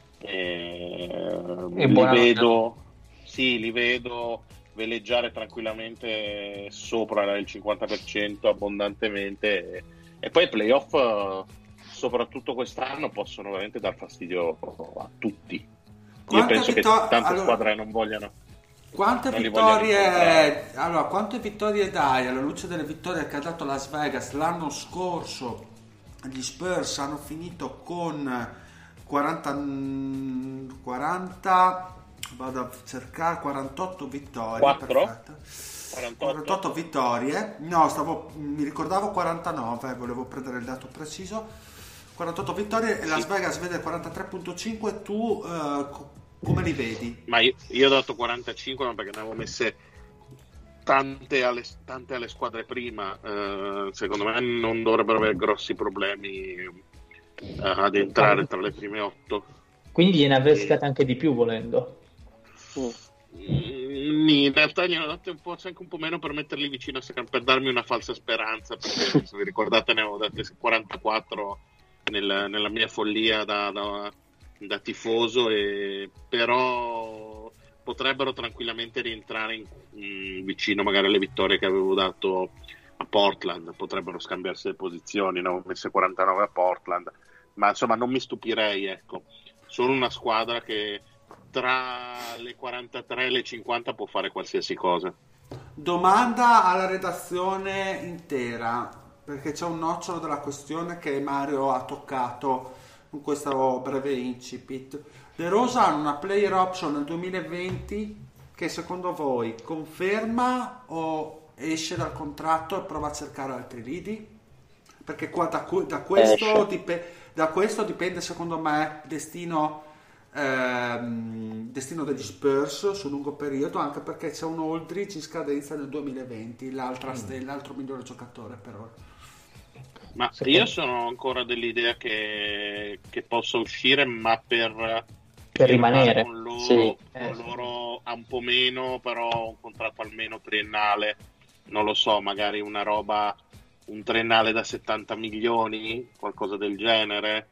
e, E li buona- vedo sì, li vedo veleggiare tranquillamente sopra il cinquanta per cento abbondantemente. E, e poi i playoff eh, soprattutto quest'anno possono veramente dar fastidio a tutti. Quante Io penso vittor- che tante allora, squadre non vogliano. Quante non li vittorie allora, quante vittorie dai alla luce delle vittorie che ha dato Las Vegas l'anno scorso? Gli Spurs hanno finito con quaranta, quaranta vado a cercare quarantotto vittorie. quattro? Perfetto. quarantotto? quarantotto vittorie. No, stavo mi ricordavo quarantanove, volevo prendere il dato preciso. quarantotto vittorie e Las Vegas vede quarantatré virgola cinque. Tu eh, come li vedi? Ma io, io ho dato quarantacinque, ma perché ne avevo messe tante alle, tante alle squadre prima. Uh, secondo me non dovrebbero avere grossi problemi uh, ad entrare tra le prime otto. Quindi gliene avresti date anche di più volendo. Mm, in realtà gliene ho date un po', anche un po' meno per metterli vicino a Sacramento, per darmi una falsa speranza, perché se vi ricordate ne avevo date quarantaquattro nel, nella mia follia da, da, da tifoso, e però potrebbero tranquillamente rientrare in, in, vicino magari alle vittorie che avevo dato a Portland, potrebbero scambiarsi le posizioni, ne ho messe quarantanove a Portland, ma insomma non mi stupirei, ecco. Sono una squadra che tra le quarantatré e le cinquanta può fare qualsiasi cosa. Domanda alla redazione intera, perché c'è un nocciolo della questione che Mario ha toccato con questo breve incipit. De Rosa hanno una player option nel duemilaventi che secondo voi conferma o esce dal contratto e prova a cercare altri lidi? Perché qua da, da, questo, dip- da questo dipende secondo me il destino, ehm, destino degli Spurs sul lungo periodo, anche perché c'è un Aldridge in scadenza nel duemilaventi, l'altra stella, l'altro migliore giocatore per ora. Ma io sono ancora dell'idea che, che possa uscire, ma per, per rimanere con loro, sì. con eh. loro ha un po' meno, però un contratto almeno triennale, non lo so, magari una roba, un triennale da settanta milioni, qualcosa del genere,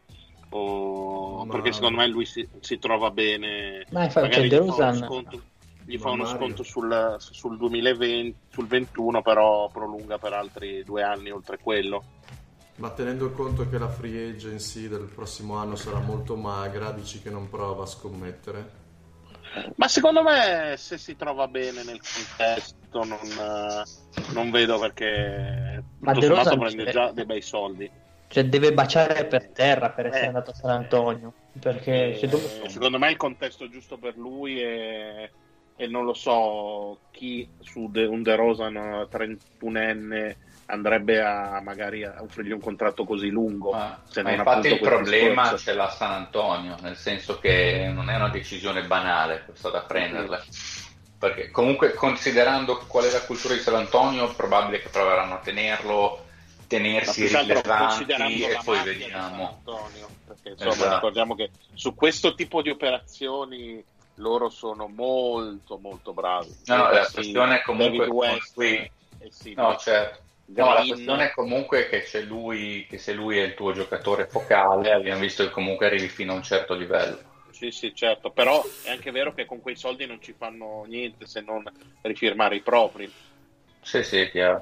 o Ma... perché secondo me lui si, si trova bene. Ma infatti magari c'è gli fa uno DeRozan. sconto, gli Ma fa uno Mario. sconto sul, sul duemilaventi, sul ventuno, però prolunga per altri due anni oltre quello. Ma tenendo conto che la free agency del prossimo anno sarà molto magra, dici che non prova a scommettere? Ma secondo me se si trova bene nel contesto non, non vedo perché Ma tutto De Rosa sommato non prende c'è. già dei bei soldi. Cioè deve baciare per terra per essere Eh. andato a San Antonio, perché cioè, dove Eh, sono? secondo me è il contesto giusto per lui, e, e non lo so chi su De, un De Rosan trentunenne andrebbe a magari a offrirgli un contratto così lungo. Ma, se ma non infatti appunto il questi problema sforzi. ce l'ha San Antonio, nel senso che non è una decisione banale questa da prenderla, perché comunque considerando qual è la cultura di San Antonio, è probabile che proveranno a tenerlo, tenersi Ma più che altro rilevanti considerando e la poi mafia di vediamo. San Antonio, perché insomma Esatto. ricordiamo che su questo tipo di operazioni loro sono molto molto bravi. No, no, la Sì, questione è comunque David West qui- e sì, No, certo. No, la Green. questione è comunque che c'è lui, che se lui è il tuo giocatore focale, abbiamo visto che comunque arrivi fino a un certo livello. Sì, sì, certo, però è anche vero che con quei soldi non ci fanno niente se non rifirmare i propri. Sì, sì, è chiaro.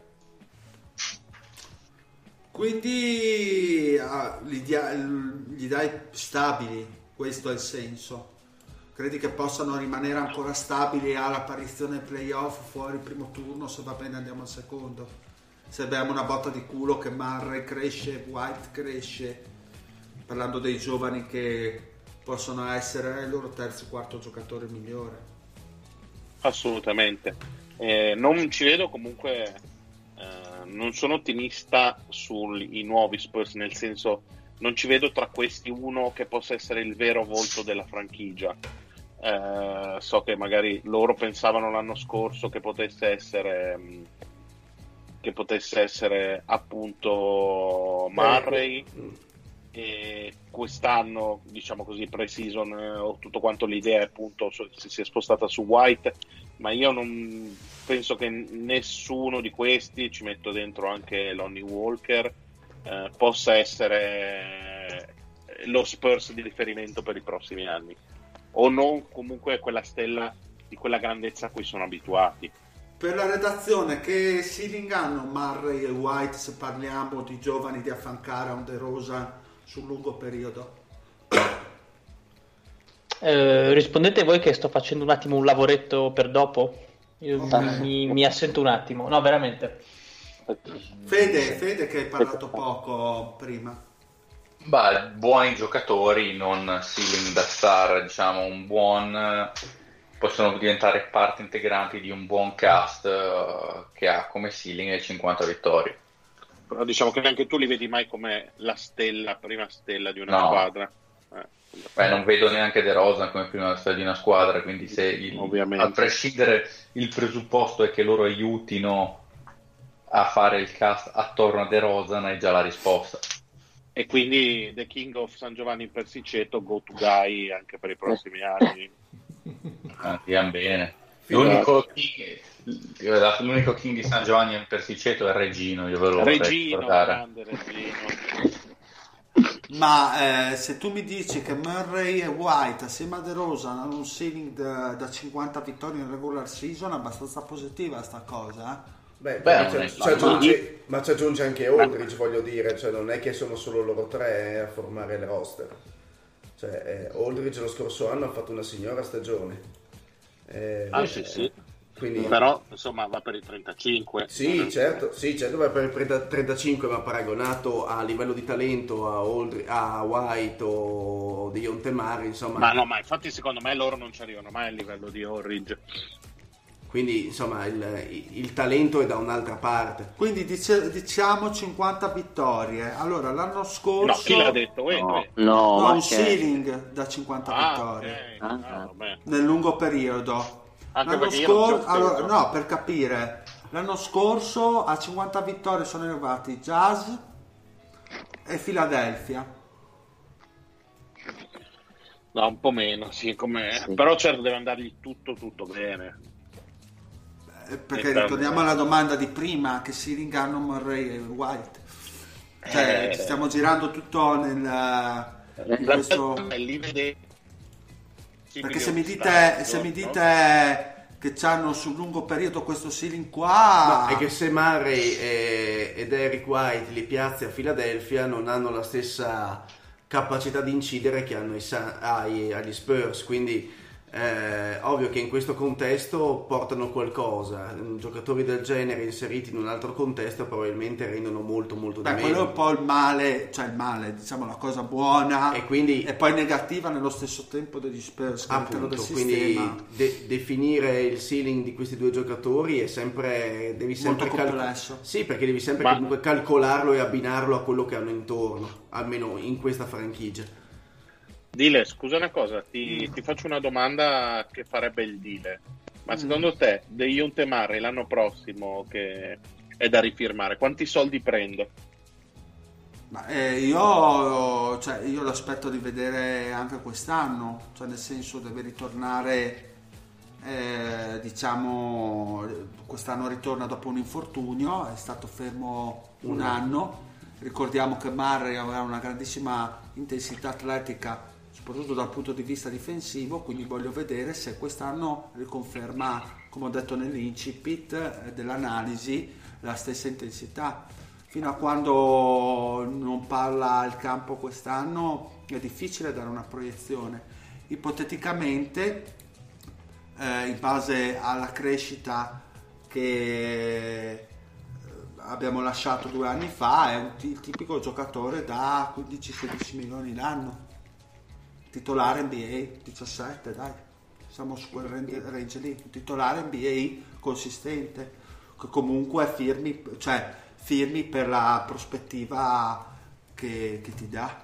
Quindi ah, gli, dia- gli dai stabili, questo è il senso. Credi che possano rimanere ancora stabili all'apparizione ai playoff fuori il primo turno? Se va bene andiamo al secondo. Se abbiamo una botta di culo che Murray cresce, White cresce, parlando dei giovani che possono essere il loro terzo o quarto giocatore migliore. Assolutamente. Eh, non ci vedo comunque, eh, non sono ottimista sui nuovi Spurs, nel senso non ci vedo tra questi uno che possa essere il vero volto della franchigia. Eh, so che magari loro pensavano l'anno scorso che potesse essere che potesse essere appunto Murray, e quest'anno diciamo così pre-season eh, ho tutto quanto l'idea appunto so- si sia spostata su White, ma io non penso che nessuno di questi, ci metto dentro anche Lonnie Walker, eh, possa essere lo Spurs di riferimento per i prossimi anni, o non comunque quella stella di quella grandezza a cui sono abituati. Per la redazione, che ceiling hanno Murray e White se parliamo di giovani di affiancare a un De Rosa sul lungo periodo? Eh, rispondete voi che sto facendo un attimo un lavoretto per dopo. Io Okay. mi, mi assento un attimo. No, veramente. Fede, Fede che hai parlato poco prima. Beh, buoni giocatori, non ceiling da star, diciamo un buon, possono diventare parte integranti di un buon cast eh, che ha come ceiling le cinquanta vittorie. Però diciamo che neanche tu li vedi mai come la stella, prima stella di una No. squadra. Eh. Beh, non vedo neanche De Rosa come prima stella di una squadra, quindi se il, Ovviamente. a prescindere il presupposto è che loro aiutino a fare il cast attorno a De Rosa, è già la risposta. E quindi The King of San Giovanni Persiceto, go to guy anche per i prossimi anni. Andiamo bene. L'unico king, l'unico king di San Giovanni in Persiceto è Regino, io ve lo vorrei Regino, ricordare. grande Regino. Ma eh, se tu mi dici che Murray e White assieme a De Rosa hanno un ceiling da, da cinquanta vittorie in regular season, è abbastanza positiva sta cosa, eh? Beh, Beh, ma, non è- ci, ci aggiunge, ma ci aggiunge anche Aldridge, voglio dire, cioè non è che sono solo loro tre a formare il roster. Cioè, eh, Aldridge lo scorso anno ha fatto una signora stagione. Eh, Ah, sì, sì. Quindi, Però insomma va per i trentacinque. sì, certo, sì, certo, va per il trentacinque, ma paragonato a livello di talento a, Aldridge, a White o di Ontemari, insomma. Ma no, ma infatti secondo me loro non ci arrivano mai al livello di Orridge. Quindi, insomma, il, il talento è da un'altra parte. Quindi dice- diciamo cinquanta vittorie. Allora, l'anno scorso No, chi l'ha detto? Uè, No, uè. no, no, ma un che- ceiling da cinquanta Ah, vittorie ok. Ah, Ah, vabbè. nel lungo periodo. Anche L'anno perché io non scorso, ci ho allora, speso. no, per capire, l'anno scorso a cinquanta vittorie sono arrivati Jazz e Philadelphia. No, un po' meno, sì, come... Sì. però certo deve andargli tutto tutto bene. Eh, Perché Intanto- ritorniamo alla domanda di prima, che si ringannano Murray e White. Cioè, Eh. ci stiamo girando tutto nel... in La questo... è lì vede... Perché se mi dite, se mi dite che hanno sul lungo periodo questo ceiling qua... No, è che se Murray e, ed Eric White li piazzi a Philadelphia non hanno la stessa capacità di incidere che hanno i, Sa- ai- agli Spurs, quindi eh, ovvio che in questo contesto portano qualcosa. Giocatori del genere inseriti in un altro contesto probabilmente rendono molto molto di Beh, quello è un meno. po' il male, cioè il male, diciamo la cosa buona E quindi- e poi negativa nello stesso tempo degli Spurs all'interno del Appunto, quindi sistema. de- definire il ceiling di questi due giocatori è sempre devi sempre Molto complesso. sì, perché devi sempre Ma- comunque calcolarlo e abbinarlo a quello che hanno intorno, almeno in questa franchigia. Dile, scusa una cosa, ti, ti faccio una domanda che farebbe il Dile. Ma secondo te, De Jonte Murray l'anno prossimo che è da rifirmare, quanti soldi prende? Ma eh, io, cioè, io l'aspetto di vedere anche quest'anno, cioè nel senso deve ritornare, eh, diciamo, quest'anno ritorna dopo un infortunio, è stato fermo un anno. Ricordiamo che Murray aveva una grandissima intensità atletica, soprattutto dal punto di vista difensivo, quindi voglio vedere se quest'anno riconferma, come ho detto nell'incipit eh, dell'analisi, la stessa intensità. Fino a quando non parla il campo quest'anno è difficile dare una proiezione. Ipoteticamente, eh, in base alla crescita che eh, abbiamo lasciato due anni fa, è un t- il tipico giocatore da quindici sedici milioni l'anno, titolare N B A, diciassette, dai, siamo su quel range, range lì, un titolare N B A consistente, che comunque firmi, cioè firmi per la prospettiva che, che ti dà.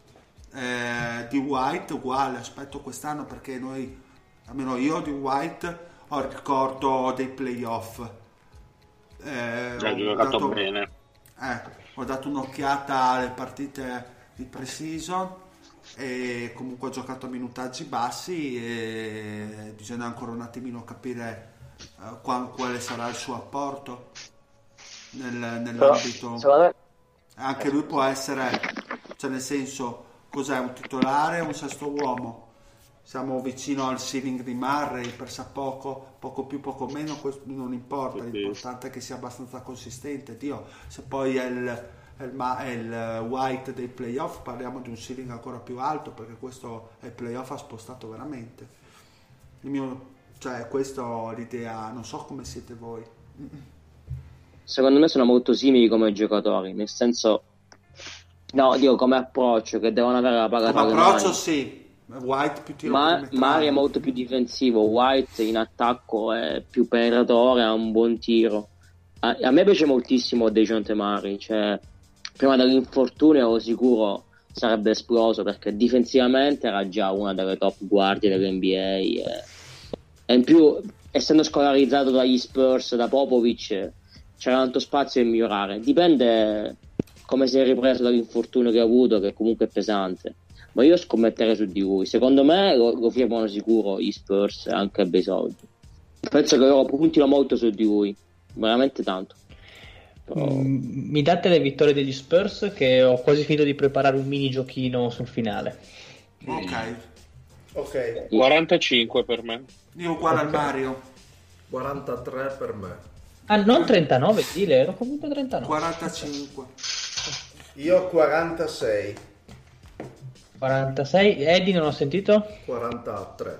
Eh, di White uguale, aspetto quest'anno, perché noi, almeno io di White ho il ricordo dei playoff. Eh, Già ho giocato dato- bene. eh, ho dato un'occhiata alle partite di pre-season e comunque ho giocato a minutaggi bassi e bisogna ancora un attimino capire eh, qua- quale sarà il suo apporto nel, Però, nell'ambito. secondo me, Anche lui può essere, cioè nel senso, cos'è, un titolare o un sesto uomo? Siamo vicino al ceiling di Murray, per sa poco, poco più, poco meno, questo non importa, Sì. l'importante è che sia abbastanza consistente. Dio, se poi è il è il, ma- è il uh, White dei playoff, parliamo di un ceiling ancora più alto, perché questo è il playoff ha spostato veramente. Il mio, cioè, questo l'idea, non so come siete voi. Secondo me sono molto simili come giocatori, nel senso, no, dico come approccio, che devono avere la pagata. Come approccio sì, White più tiro Ma perimetrale. Mari è molto più difensivo, White in attacco è più penetratore, ha un buon tiro. A, a me piace moltissimo Dejounte Murray, cioè prima dell'infortunio ero sicuro sarebbe esploso, perché difensivamente era già una delle top guardie dell'N B A e, e in più, essendo scolarizzato dagli Spurs, da Popovic, c'era tanto spazio per migliorare. Dipende come si è ripreso dall'infortunio che ha avuto, che comunque è pesante, ma io scommetterei su di lui. Secondo me lo, lo firmano sicuro gli Spurs, anche a bei soldi. Penso che loro puntino molto su di lui, veramente tanto. Però... Mm, mi date le vittorie degli Spurs, che ho quasi finito di preparare un mini giochino sul finale. Ok, Ok. quarantacinque per me. io uguale al Mario. quarantatré per me. Ah, non trentanove, Dile, ero comunque trentanove. quarantacinque. Io quarantasei. quarantasei, Eddie non ho sentito? quarantatré.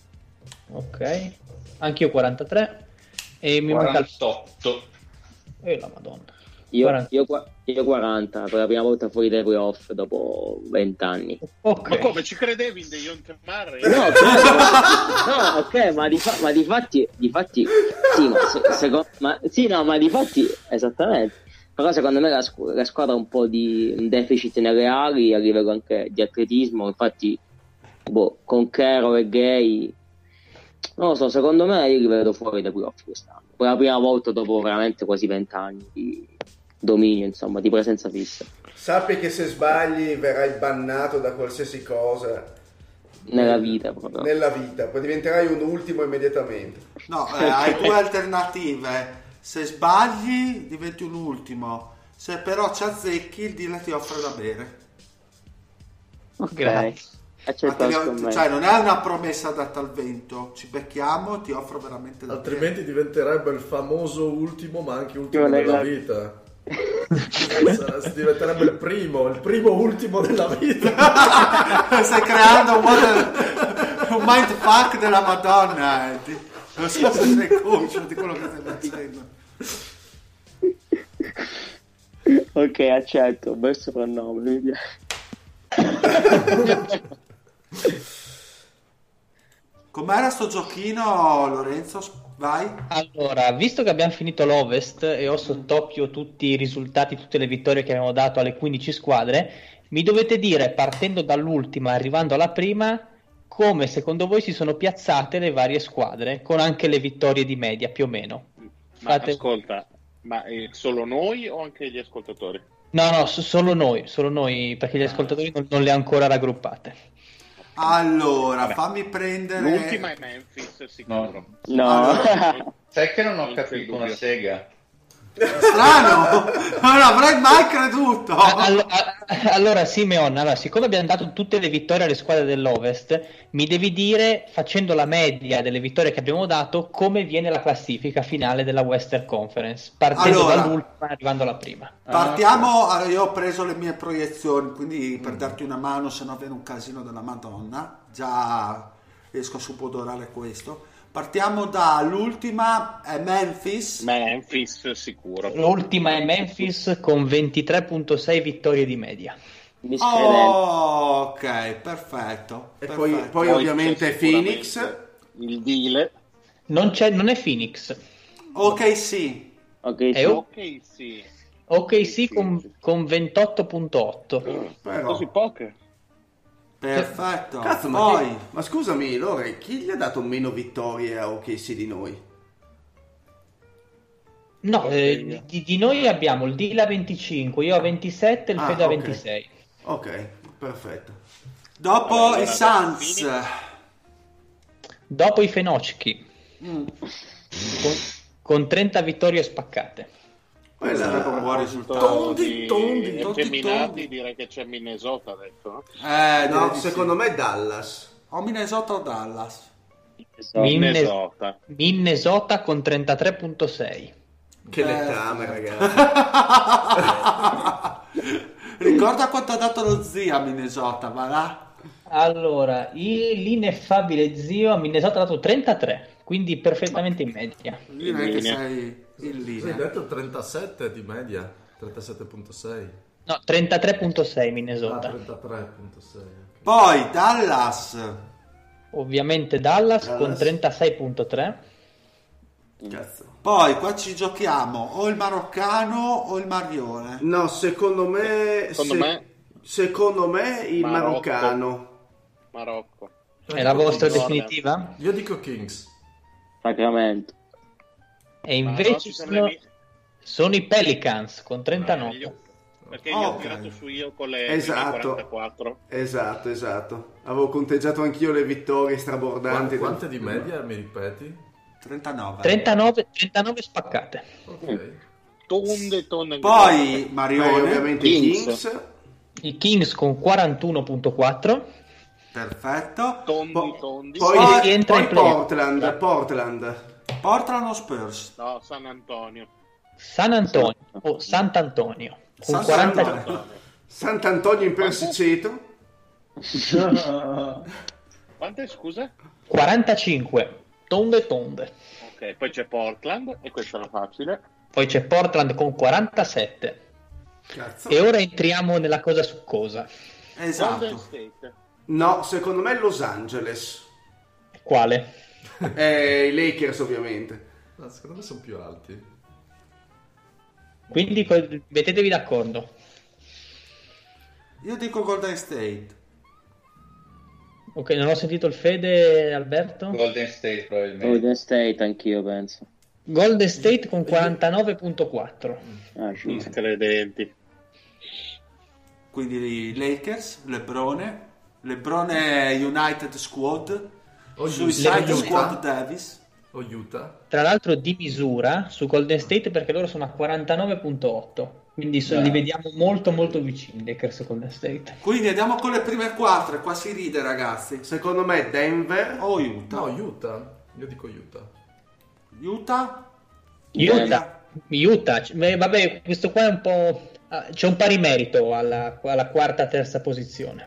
Ok, anch'io quarantatré. E mi manca il... quarantotto. Eh, la madonna. Io, quaranta. io, qua- io quaranta, per la prima volta fuori dai playoff dopo venti anni. Ok. Ma come, ci credevi in Dejounte Murray? No, no, ok, ma di, fa- ma di fatti, di fatti, sì, ma, se- seco- ma sì, no, ma di fatti, esattamente. Però secondo me la, squ- la squadra ha un po' di un deficit nelle ali, a livello anche di atletismo. Infatti, boh, con Carroll e Gay, non lo so, secondo me io li vedo fuori dai playoff quest'anno. Per la prima volta dopo veramente quasi vent'anni di dominio, insomma, di presenza fissa. Sappi che se sbagli verrai bannato da qualsiasi cosa Nella vita proprio. nella vita, poi diventerai un ultimo immediatamente. No, eh, hai due alternative. Se sbagli diventi un ultimo, se però ci azzecchi il dealer ti offre da bere. Ok, Grazie. accetto la Ma ti- scommessa. cioè non è una promessa data al vento, ci becchiamo, ti offro veramente da Altrimenti bere. diventerebbe il famoso ultimo, ma anche ultimo Ultimo della nella- vita. Sarà- si diventerebbe il primo, il primo ultimo della vita. Stai creando un, modo, un mindfuck della Madonna, Eddie. Non so se sei conscio di quello che stai facendo. Ok, accetto, bel soprannome, mi piace. Com'era sto giochino, Lorenzo? Vai. Allora, visto che abbiamo finito l'Ovest e ho sott'occhio tutti i risultati, tutte le vittorie che abbiamo dato alle quindici squadre, mi dovete dire, partendo dall'ultima e arrivando alla prima, come secondo voi si sono piazzate le varie squadre, con anche le vittorie di media, più o meno. Ma Fate- ascolta, ma eh, solo noi o anche gli ascoltatori? No, no, so- solo noi, solo noi, perché gli ascoltatori non, non le ha ancora raggruppate. Allora, Vabbè. fammi prendere. L'ultima è Memphis, sicuro. No, Sai che non ho Non c'è capito una dubbio. sega? Strano, non avrei mai creduto. A- all- a- allora, Simeon, allora, siccome abbiamo dato tutte le vittorie alle squadre dell'Ovest, mi devi dire, facendo la media delle vittorie che abbiamo dato, come viene la classifica finale della Western Conference, partendo Allora. dall'ultima e arrivando alla prima. Partiamo, allora, io ho preso le mie proiezioni, quindi per darti una mano, se no viene un casino della Madonna, già riesco a subodorare questo. Partiamo dall'ultima, è Memphis. Memphis, sicuro. L'ultima è Memphis con ventitré virgola sei vittorie di media. miscredente. Oh, ok, perfetto. E perfetto. poi, poi Poi ovviamente c'è sicuramente Phoenix. il Dile. Non, c'è, non è Phoenix. Ok, sì. Ok, È sì. un- Ok, sì. Ok, sì, con, con ventotto virgola otto. Però. Così poche. Perfetto. Cazzo, ma, Poi, chi- ma scusami, Lore, chi gli ha dato meno vittorie a O K C di noi? No, eh, di, di noi abbiamo il Dila venticinque, io a ventisette e il Ah, Fede a ok. ventisei. Ok, perfetto. dopo Allora, i Suns. Phoenix. Dopo i Fenocchi, Mm. con, con trenta vittorie spaccate. Questo sarebbe un Quella... buon risultato. Tondi, tondi, tondi, effeminati, tondi. direi che c'è Minnesota adesso. Eh, direi No, di secondo sì. me Dallas. O Minnesota o Dallas. Esatto. Minne- Minnesota. Minnesota con trentatré virgola sei. Che Eh, lettame, eh. ragazzi. Ricorda quanto ha dato lo zio a Minnesota, va là. Allora, il- l'ineffabile zio a Minnesota ha dato trentatré, quindi perfettamente in media. Direi che linea. sei in Sì, hai linea. detto trentasette di media, trentasette virgola sei. No, trentatré virgola sei Ah, Minnesota. trentatré virgola sei. ok. Poi Dallas. Ovviamente Dallas, con Dallas. trentasei virgola tre. Cazzo. Poi qua ci giochiamo o il maroccano o il Marione. No, secondo me... Secondo se- me- Secondo me il Marocco. maroccano. Marocco. È la vostra Jordan. definitiva? Io dico Kings. Sacramento. E Ma no, invece ci sono sono, le mie- sono i Pelicans con trentanove. Io- Perché Oh, io ho ok. tirato su io con le Esatto. prime quarantaquattro. Esatto, esatto. Avevo conteggiato anch'io le vittorie Qua- strabordanti. Quante del- di media mi ripeti? trentanove. trentanove, trentanove spaccate. Ok. Tonde, tonde. Poi Poi Marione. ovviamente i Kings. Kings. I Kings con quarantuno virgola quattro. Perfetto. Tondi, Po- tondi. Poi, E si entra poi in playoff. Portland, Portland. Portland o Spurs? No, San Antonio. San Antonio o Sant'Antonio con Sant'Antonio. quaranta. Sant'Antonio in Persiceto. Quante, scusa? quarantacinque. Tonde tonde. Ok, poi c'è Portland, e questa era facile. Poi c'è Portland con quarantasette. Cazzo. E ora entriamo nella cosa succosa. Golden Esatto. State. No, secondo me Los Angeles. Quale? Eh, I Lakers ovviamente. No, secondo me sono più alti. Quindi co- mettetevi d'accordo. Io dico Golden State. Ok, non ho sentito il Fede, Alberto. Golden State probabilmente. Golden State anch'io penso. Golden State con quarantanove virgola quattro. Ah, sì. Miscredenti. Quindi i Lakers, Lebrone, Lebrone United Squad, O Suicide Utah. Squad Davis. O Utah. Tra l'altro di misura su Golden State perché loro sono a quarantanove virgola otto. Quindi so- li vediamo molto molto vicini Lakers e Golden State. Quindi andiamo con le prime quattro, e qua si ride ragazzi. Secondo me Denver. O Utah. No, Utah. Io dico Utah. Utah? Utah, Utah, c- beh, vabbè, questo qua è un po'. ah, C'è un pari merito alla, alla quarta, terza posizione.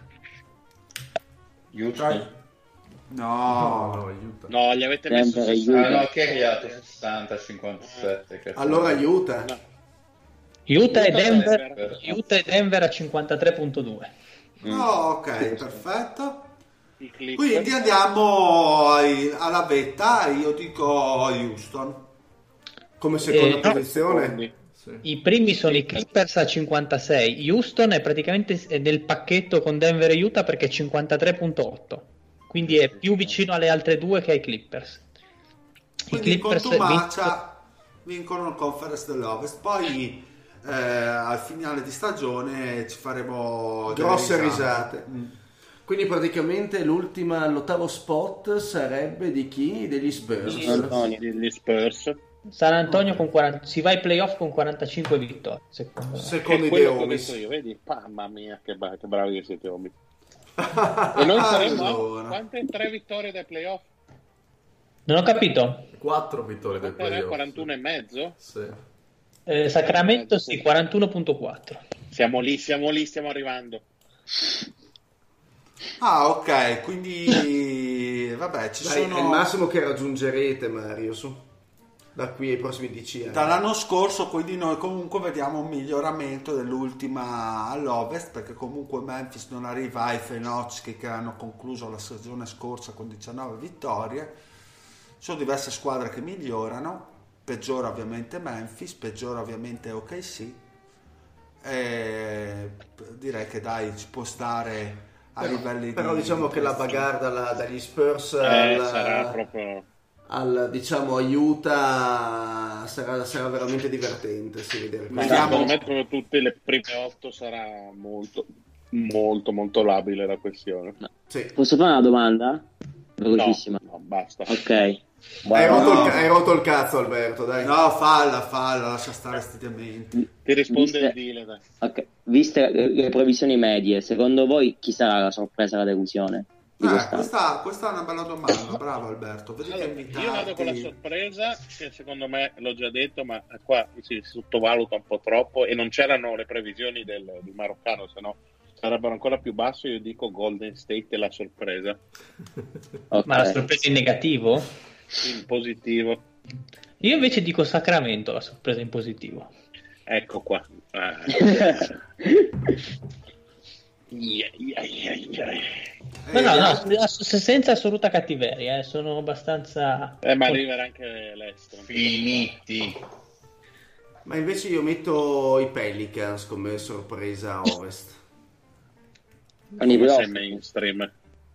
Utah. No. No, no, Utah. No, gli avete messo Denver e sessanta. Ah no, che gli ha dato sessanta cinquantasette. che Allora cazzo. Utah. Utah e Utah e Denver, Denver. Utah e Denver a cinquantatré virgola due. Oh, ok, perfetto. I Clippers. Quindi andiamo ai- alla vetta, io dico Houston. Come seconda Eh, no. posizione. Secondi. Sì. I primi sono i Clippers a cinquantasei. Houston è praticamente nel pacchetto con Denver e Utah perché è cinquantatré virgola otto. Quindi è più vicino alle altre due che ai Clippers. I Quindi con Clippers Tumacia vincono il Conference dell'Ovest. Poi eh, al finale di stagione ci faremo delle Grosse risate. Mm. Quindi praticamente l'ultima, l'ottavo spot sarebbe di chi? Degli Spurs. San Antonio. Gli Spurs. San Antonio con quaranta, si va ai playoff con quarantacinque vittorie. Secondo me. Secondo È i quello che ho Deomis. detto io, vedi? Mamma mia, che, bra- che bravi che siete, Omi. E noi saremo a Allora. quante? Tre vittorie dai playoff? Non ho capito. Quattro vittorie del Quante era? playoff. quarantuno e mezzo? Sì. Eh, Sacramento sì, quarantuno virgola quattro. Siamo lì, siamo lì, stiamo arrivando. Ah, ok, quindi vabbè, ci Dai, sono è il massimo che raggiungerete, Mario, su. Da qui ai prossimi dieci anni. dall'anno scorso, quindi noi comunque vediamo un miglioramento dell'ultima all'Ovest, perché comunque Memphis non arriva ai Fenotski che hanno concluso la stagione scorsa con diciannove vittorie. Ci sono diverse squadre che migliorano, peggiora ovviamente Memphis, peggiora ovviamente O K C, e direi che dai, ci può stare a livelli Però di diciamo che la bagarre dalla- dagli Spurs Eh, al, sarà proprio... al, diciamo aiuta sarà, sarà veramente divertente sì, vedere Ma questo. Vediamo. secondo me proprio tutte le prime otto sarà molto, molto, molto labile la questione. Sì. Posso fare una domanda? No, Velocissima. no, basta. Ok. Hai, Guarda, rotto il, no. ca- hai rotto il cazzo, Alberto, dai. No, falla, falla, lascia stare sti dementi. Ti risponde Viste- il deal, dai. ok, viste le, le previsioni medie, secondo voi chi sarà la sorpresa, la delusione? Eh, questa, questa è una bella domanda, bravo Alberto. Vedi Allora, che io vado con la sorpresa, che secondo me l'ho già detto, ma qua si sottovaluta un po' troppo e non c'erano le previsioni del, del maroccano, se no sarebbero ancora più basso. Io dico Golden State è la sorpresa. Okay. Ma la sorpresa in negativo? In positivo. Io invece dico Sacramento, la sorpresa in positivo. Ecco qua. Eh. Yeah, yeah, yeah, yeah. No, no, no, senza assoluta cattiveria, eh, sono abbastanza... Eh, ma arriverà anche l'estero. Finiti. Ma invece io metto i Pelicans come sorpresa a Ovest. Come sei mainstream.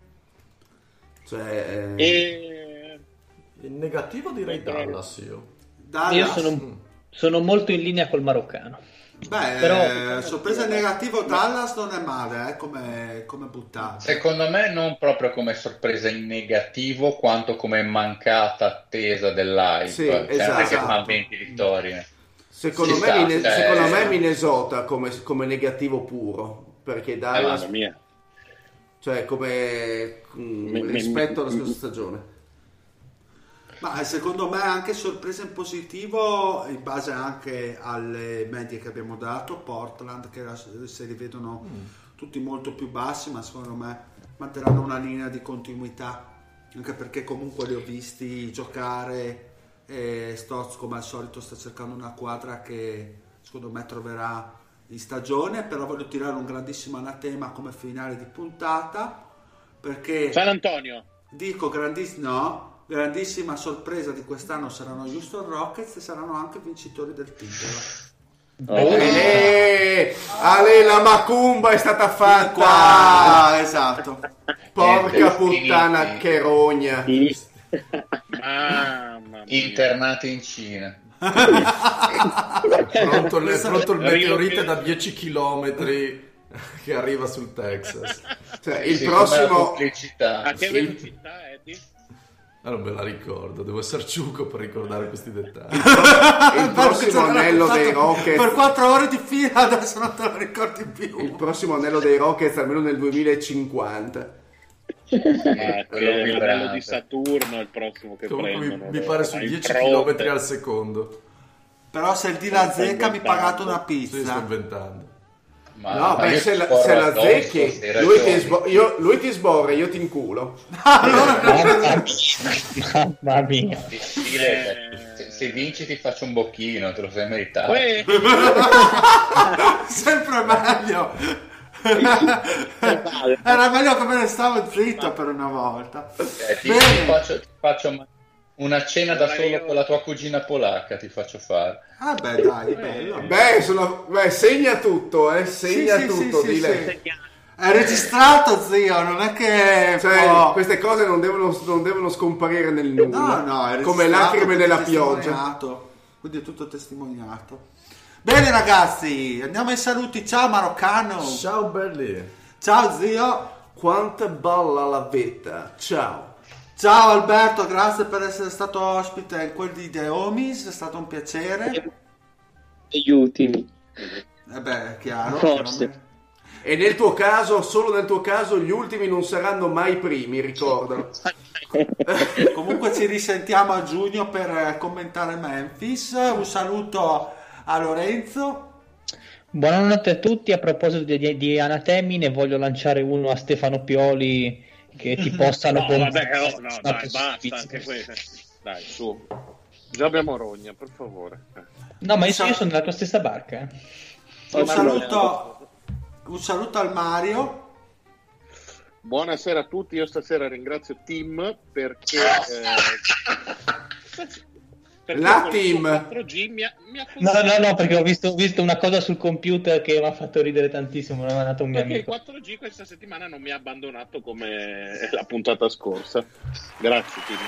Cioè... Eh... E... In negativo direi Dallas io. Dallas. Io sono, sono molto in linea col maroccano. Beh, però, eh, sorpresa negativo Dallas non è male eh, come, come buttata. Secondo me non proprio come sorpresa in negativo quanto come mancata attesa dell'hype. Sì, cioè, esatto. Che fa venti vittorie. Secondo, me, sta, Mine- cioè... secondo me Minnesota come, come negativo puro, perché Dallas... Eh, mia. Cioè come mh, rispetto alla scorsa stagione. Ma secondo me anche sorpresa in positivo in base anche alle medie che abbiamo dato. Portland che si rivedono mm. tutti molto più bassi, ma secondo me manterranno una linea di continuità, anche perché comunque li ho visti giocare e Stotz come al solito sta cercando una quadra che secondo me troverà in stagione. Però voglio tirare un grandissimo anatema come finale di puntata, perché San Antonio dico grandissimo no grandissima sorpresa di quest'anno saranno Houston Rockets e saranno anche vincitori del titolo. Oh. Eh, Ale, la macumba è stata fatta. Qua, esatto. Porca puttana, che rogna. Mamma mia. Internati in Cina. Pronto, le, pronto il meteorite da dieci chilometri che arriva sul Texas. Cioè, il sì, prossimo a che velocità, Eddie? Ah, non me la ricordo, devo essere ciuco per ricordare questi dettagli. Il prossimo anello dei Rockets per quattro ore di fila, adesso non te lo ricordi più. Il prossimo anello dei Rockets almeno nel duemilacinquanta. Eh, quello l'anello di Saturno è il prossimo che comunque prendono. Mi, mi pare su dieci chilometri al secondo. Però se il di la zecca mi pagate una pizza. Sì, sto inventando. Ma no, beh, se la, se la zecchi lui ti, sbo- io, lui ti sborra, io ti inculo. Mamma mia. Se, se vinci ti faccio un bocchino, te lo sei meritato. Sempre meglio. Era meglio che me ne stavo zitto per una volta. Eh, ti, ti, faccio, ti faccio una cena da solo io... con la tua cugina polacca, ti faccio fare. Ah beh, dai, bello. Beh, sono... beh segna tutto, eh, segna sì, tutto, sì, dile. Sì, sì. È registrato, zio, non è che cioè, può... queste cose non devono, non devono scomparire nel nulla. No, no, è come lacrime nella pioggia. Quindi è tutto testimoniato. Bene ragazzi, andiamo ai saluti. Ciao Maroccano. Ciao belli. Ciao zio. Quanta balla la vita. Ciao. Ciao Alberto, grazie per essere stato ospite in quel di The Homies, è stato un piacere. Gli ultimi. Eh beh, è chiaro. Forse. E nel tuo caso, solo nel tuo caso, gli ultimi non saranno mai i primi, ricordalo. Comunque ci risentiamo a giugno per commentare Memphis. Un saluto a Lorenzo. Buonanotte a tutti. A proposito di, di anatemi, ne voglio lanciare uno a Stefano Pioli che ti possano no, vabbè, oh, no, dai, basta anche questo. Dai, su. Già abbiamo rogna, per favore. No, ma io, io sono nella tua stessa barca. Eh. Un saluto, un saluto al Mario. Buonasera a tutti, io stasera ringrazio Tim perché... Eh, perché la Team quattro G mi ha, mi ha no no no perché ho visto, visto una cosa sul computer che mi ha fatto ridere tantissimo. Mi ha mandato un mio perché amico. il quattro G questa settimana non mi ha abbandonato come la puntata scorsa. Grazie Tim.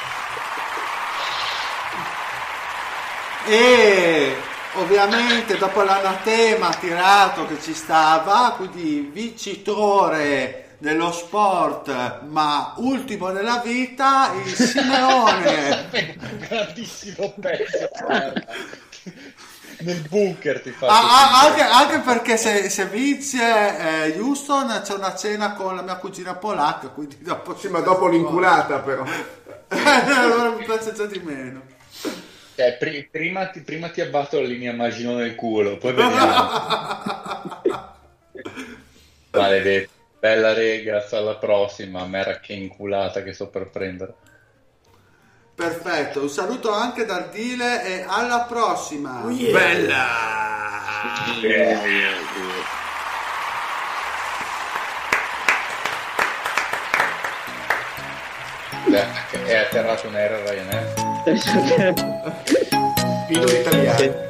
E ovviamente dopo l'anatema tirato che ci stava, quindi vincitore dello sport ma ultimo nella vita, il Simeone. Grandissimo pezzo. nel bunker ti fa ah, ah, anche, anche perché se, se vince eh, Houston c'è una cena con la mia cugina polacca, quindi dopo Sì, ma dopo l'inculata però. allora mi piace già di meno. Cioè, pri- prima, ti, prima ti abbatto la linea Magino nel culo, poi vediamo. Maledetto. Bella Regas, alla prossima, mera che inculata che sto per prendere. Perfetto, un saluto anche da Dile e alla prossima. Oh, yeah. Bella. Yeah, yeah, Beh, è atterrato un aereo Ryanair. Filo italiano.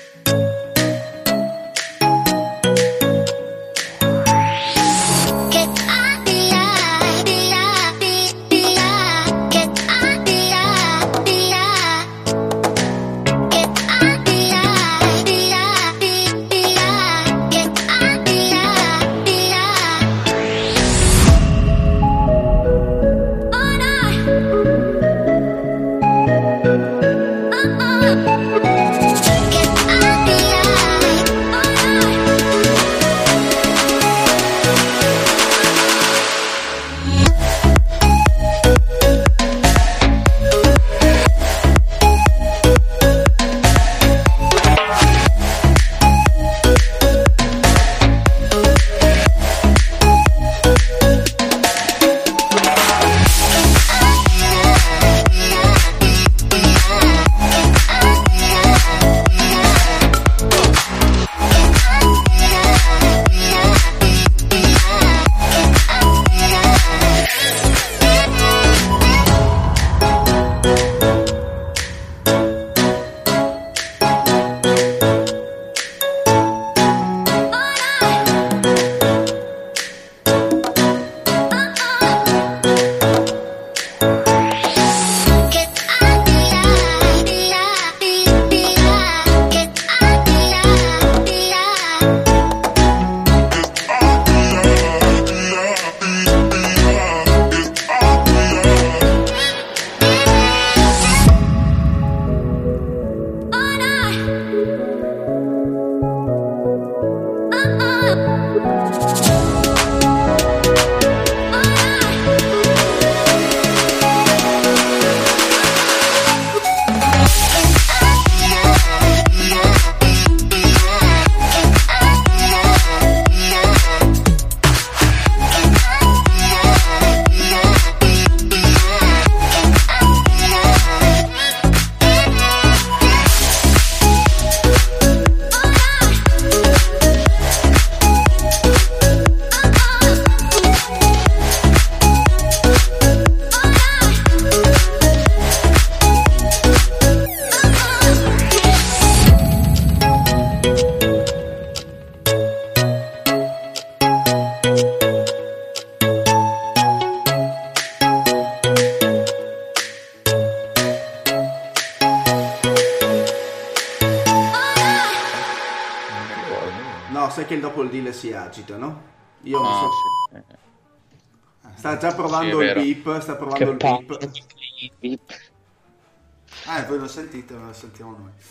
Sai che dopo il deal si agita, no? Io non Ah, so. sì. Sta già provando Sì, è il vero. beep, sta provando Che il palle. beep. Eh, voi lo sentite, ma lo sentiamo noi.